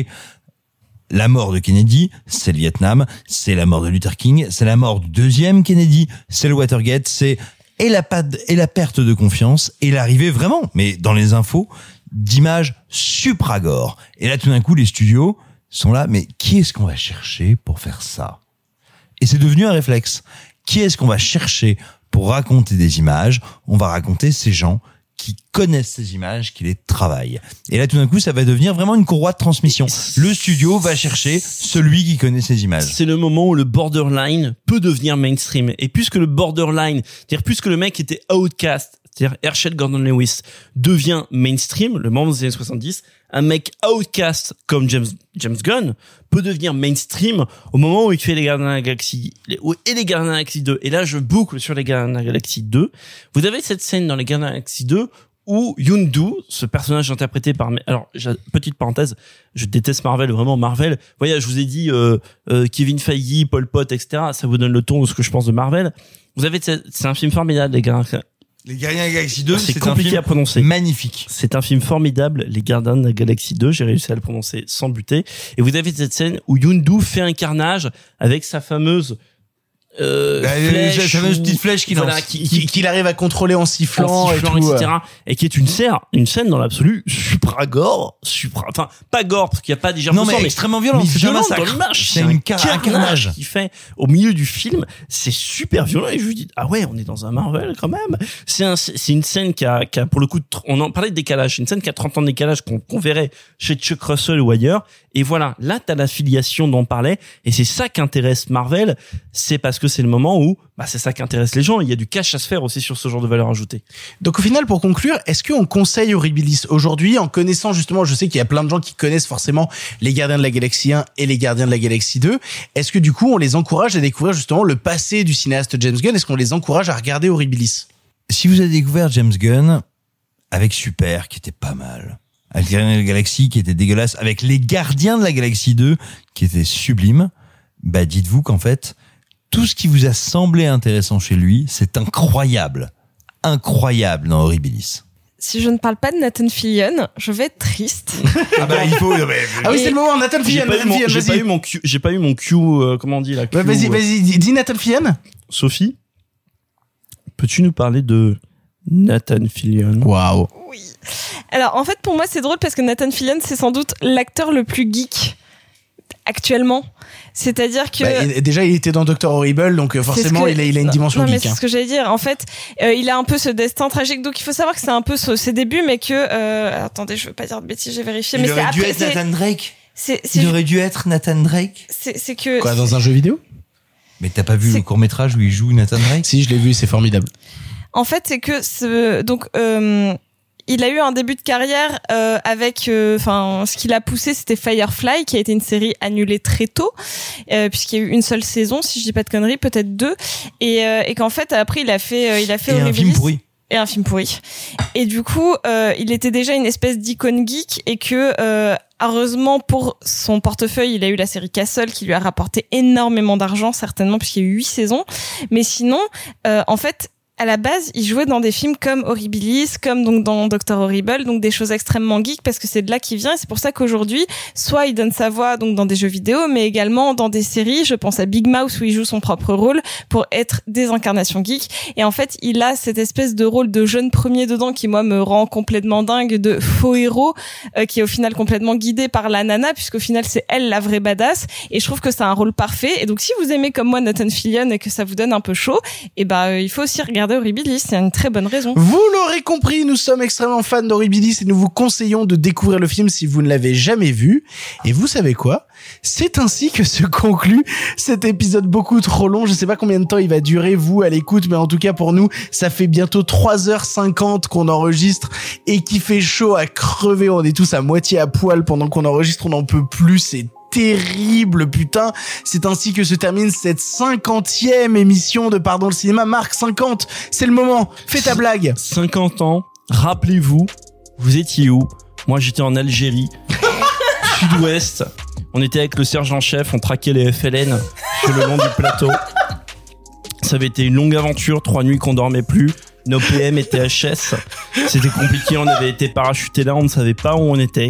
la mort de Kennedy, c'est le Vietnam, c'est la mort de Luther King, c'est la mort du deuxième Kennedy, c'est le Watergate, c'est et la perte de confiance et l'arrivée vraiment, mais dans les infos, d'images supra-gore. Et là, tout d'un coup, les studios sont là, mais qui est-ce qu'on va chercher pour faire ça? Et c'est devenu un réflexe. Qui est-ce qu'on va chercher pour raconter des images? On va raconter ces gens qui connaissent ces images, qui les travaillent. Et là, tout d'un coup, ça va devenir vraiment une courroie de transmission. Le studio va chercher celui qui connaît ces images. C'est le moment où le borderline peut devenir mainstream. Et puisque le borderline, c'est-à-dire puisque le mec était outcast, c'est-à-dire Herschel Gordon Lewis, devient mainstream, le moment des années 70, un mec outcast comme James Gunn peut devenir mainstream au moment où il fait les Gardiens de la Galaxie et les Gardiens de la Galaxie 2. Et là, je boucle sur les Gardiens de la Galaxie 2. Vous avez cette scène dans les Gardiens de la Galaxie 2 où Yondu, ce personnage interprété par... Alors, petite parenthèse, je déteste Marvel, vraiment Marvel. Voyez, je vous ai dit Kevin Feige, Pol Pot, etc. Ça vous donne le ton de ce que je pense de Marvel. Vous avez... C'est un film formidable, les Gardiens... Les Gardiens de la Galaxie 2, c'est compliqué à prononcer. Magnifique. C'est un film formidable, Les Gardiens de la Galaxie 2. J'ai réussi à le prononcer sans buter. Et vous avez cette scène où Yondu fait un carnage avec sa fameuse flèche, sa fameuse petite flèche qu'il arrive à contrôler en sifflant et tout, etc. Et qui est une scène dans l'absolu supra-gore, enfin pas gore parce qu'il n'y a pas déjà non mais extrêmement violent, c'est un massacre dans l'image, c'est un carnage qui fait au milieu du film, c'est super violent et je lui dis ah ouais, on est dans un Marvel quand même. C'est une scène qui a pour le coup on en parlait de décalage, c'est une scène qui a 30 ans de décalage qu'on verrait chez Chuck Russell ou ailleurs. Et voilà, là t'as l'affiliation dont on parlait et c'est ça qui intéresse Marvel, c'est parce que c'est le moment où c'est ça qui intéresse les gens, il y a du cash à se faire aussi sur ce genre de valeur ajoutée. Donc au final, pour conclure, est-ce qu'on conseille Horribilis aujourd'hui, en connaissant justement, je sais qu'il y a plein de gens qui connaissent forcément les Gardiens de la Galaxie 1 et les Gardiens de la Galaxie 2, est-ce que du coup on les encourage à découvrir justement le passé du cinéaste James Gunn? Est-ce qu'on les encourage à regarder Horribilis? Si vous avez découvert James Gunn avec Super qui était pas mal, avec les Gardiens de la Galaxie qui était dégueulasse, avec les Gardiens de la Galaxie 2 qui était sublime, dites-vous qu'en fait tout ce qui vous a semblé intéressant chez lui, c'est incroyable dans Horribilis. Si je ne parle pas de Nathan Fillion, je vais être triste. Il faut. Ah oui, c'est le moment, Nathan Fillion. J'ai pas eu mon cue, comment on dit là. Vas-y, dis Nathan Fillion. Sophie, peux-tu nous parler de Nathan Fillion? Waouh. Oui. Alors en fait, pour moi, c'est drôle parce que Nathan Fillion, c'est sans doute l'acteur le plus geek actuellement. C'est-à-dire que déjà il était dans Dr Horrible, donc forcément il a une dimension geek. Mais c'est ce que j'allais dire. En fait, il a un peu ce destin tragique. Donc il faut savoir que c'est un peu ses débuts, mais que attendez, je veux pas dire de bêtises, j'ai vérifié. Il aurait dû être Nathan Drake. Il aurait dû être Nathan Drake. C'est que quoi, dans un jeu vidéo? Mais t'as pas vu le court-métrage où il joue Nathan Drake? Si, je l'ai vu, c'est formidable. En fait, c'est que il a eu un début de carrière avec, ce qui l'a poussé, c'était Firefly, qui a été une série annulée très tôt, puisqu'il y a eu une seule saison, si je dis pas de conneries, peut-être 2, et qu'en fait après il a fait un film pourri. Et un film pourri. Et du coup, il était déjà une espèce d'icône geek et que, heureusement pour son portefeuille, il a eu la série Castle qui lui a rapporté énormément d'argent, certainement, puisqu'il y a eu 8 saisons. Mais sinon, en fait, à la base, il jouait dans des films comme Horribilis, comme donc dans Dr. Horrible, donc des choses extrêmement geeks parce que c'est de là qu'il vient et c'est pour ça qu'aujourd'hui, soit il donne sa voix donc dans des jeux vidéo, mais également dans des séries. Je pense à Big Mouth où il joue son propre rôle pour être des incarnations geeks. Et en fait, il a cette espèce de rôle de jeune premier dedans qui moi me rend complètement dingue, de faux héros qui est au final complètement guidé par la nana puisqu'au final c'est elle la vraie badass. Et je trouve que c'est un rôle parfait. Et donc si vous aimez comme moi Nathan Fillion et que ça vous donne un peu chaud, et il faut aussi regarder Horribilis, c'est une très bonne raison. Vous l'aurez compris, nous sommes extrêmement fans d'Horribilis et nous vous conseillons de découvrir le film si vous ne l'avez jamais vu. Et vous savez quoi ? C'est ainsi que se conclut cet épisode beaucoup trop long. Je sais pas combien de temps il va durer, vous, à l'écoute, mais en tout cas pour nous, ça fait bientôt 3h50 qu'on enregistre et qui fait chaud à crever. On est tous à moitié à poil pendant qu'on enregistre, on n'en peut plus, c'est terrible, putain. C'est ainsi que se termine cette 50e émission de Pardon le cinéma. Marc, 50, c'est le moment. Fais ta blague. 50 ans, rappelez-vous, vous étiez où ? Moi, j'étais en Algérie, sud-ouest. On était avec le sergent-chef, on traquait les FLN sur le long du plateau. Ça avait été une longue aventure, 3 nuits qu'on dormait plus. Nos PM étaient HS. C'était compliqué, on avait été parachutés là, on ne savait pas où on était.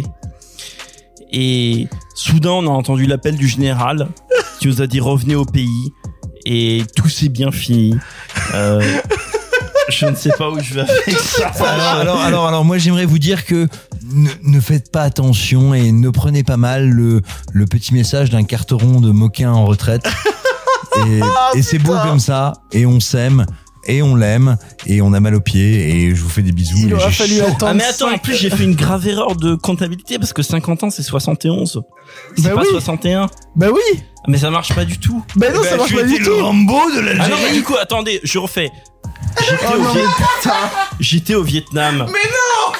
Et soudain, on a entendu l'appel du général qui nous a dit revenez au pays et tout s'est bien fini. Je ne sais pas où je vais avec ça. Alors, moi, j'aimerais vous dire que ne faites pas attention et ne prenez pas mal le petit message d'un carteron de moquin en retraite. Et c'est beau comme ça, et on s'aime. Et on l'aime, et on a mal aux pieds, et je vous fais des bisous. Il aura fallu attendre. Ah mais attends, en plus j'ai fait une grave erreur de comptabilité parce que 50 ans c'est 71. C'est pas 61. Bah oui. Mais ça marche pas du tout. Bah non, ça marche pas du tout. Le Rambo de l'Algérie. Ah non mais du coup, attendez, je refais. J'étais au Vietnam. Mais non.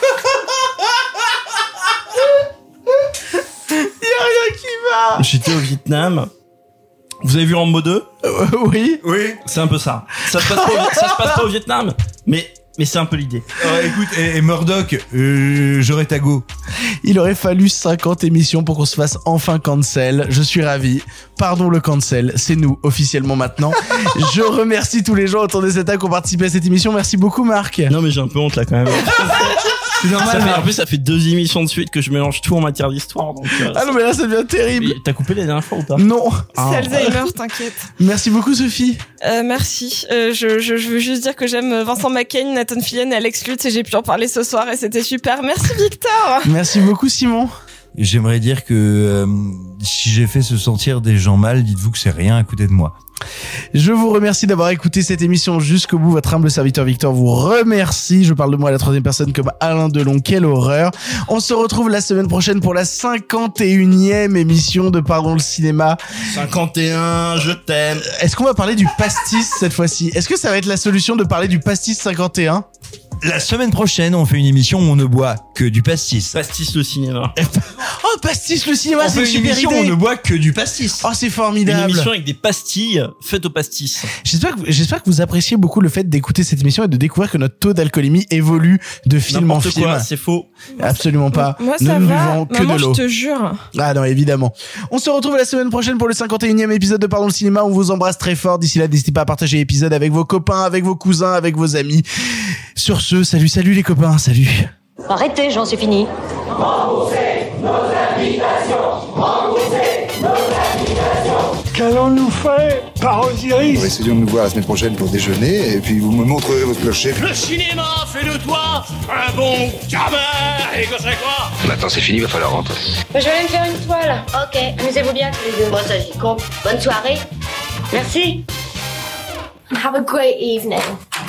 Y a rien qui va. J'étais au Vietnam. Vous avez vu Rambo 2 ? Oui. C'est un peu ça. Ça se passe pas au Vietnam, mais c'est un peu l'idée. Écoute, et Murdoch, j'aurais ta go. Il aurait fallu 50 émissions pour qu'on se fasse enfin cancel. Je suis ravi. Pardon le cancel, c'est nous officiellement maintenant. Je remercie tous les gens autour de cette table qui ont participé à cette émission. Merci beaucoup Marc. Non mais j'ai un peu honte là quand même. C'est normal. En plus, ça fait 2 émissions de suite que je mélange tout en matière d'histoire. Donc, ah non, mais là, ça devient terrible. Mais t'as coupé la dernière fois ou pas ? Non. C'est Alzheimer, t'inquiète. Merci beaucoup, Sophie. Merci. Je veux juste dire que j'aime Vincent McCain, Nathan Fillion et Alex Lutz et j'ai pu en parler ce soir et c'était super. Merci, Victor. Merci beaucoup, Simon. J'aimerais dire que si j'ai fait se sentir des gens mal, dites-vous que c'est rien à côté de moi. Je vous remercie d'avoir écouté cette émission jusqu'au bout. Votre humble serviteur Victor vous remercie. Je parle de moi à la 3e personne comme Alain Delon. Quelle horreur. On se retrouve la semaine prochaine pour la 51e émission de Pardon le cinéma. 51, je t'aime. Est-ce qu'on va parler du pastis cette fois-ci ? Est-ce que ça va être la solution de parler du pastis 51 ? La semaine prochaine, on fait une émission où on ne boit que du pastis. Pastis le cinéma. Oh, pastis le cinéma, c'est une super idée. On fait une émission où on ne boit que du pastis. Oh, c'est formidable. Une émission avec des pastilles faites au pastis. J'espère que vous appréciez beaucoup le fait d'écouter cette émission et de découvrir que notre taux d'alcoolémie évolue de film en film. Quoi, c'est faux. Absolument pas. Moi, ça ne va. buvons que Maman, de l'eau. je te jure. Ah non, évidemment. On se retrouve la semaine prochaine pour le 51e épisode de Pardon le cinéma. On vous embrasse très fort. D'ici là, n'hésitez pas à partager l'épisode avec vos copains, avec vos cousins, avec vos amis. Sur ce, salut les copains, salut. Arrêtez, j'en suis fini. Remboursez nos invitations. Remboursez nos invitations. Qu'allons-nous faire par Osiris ? Essayons de nous voir la semaine prochaine pour déjeuner et puis vous me montrerez votre clocher. Le cinéma fait de toi un bon gamin. Et que c'est quoi ? Maintenant c'est fini, il va falloir rentrer. Je vais aller me faire une toile. Ok, amusez-vous bien tous les deux. Bon, ça j'y compte. Bonne soirée. Merci. Have a great evening.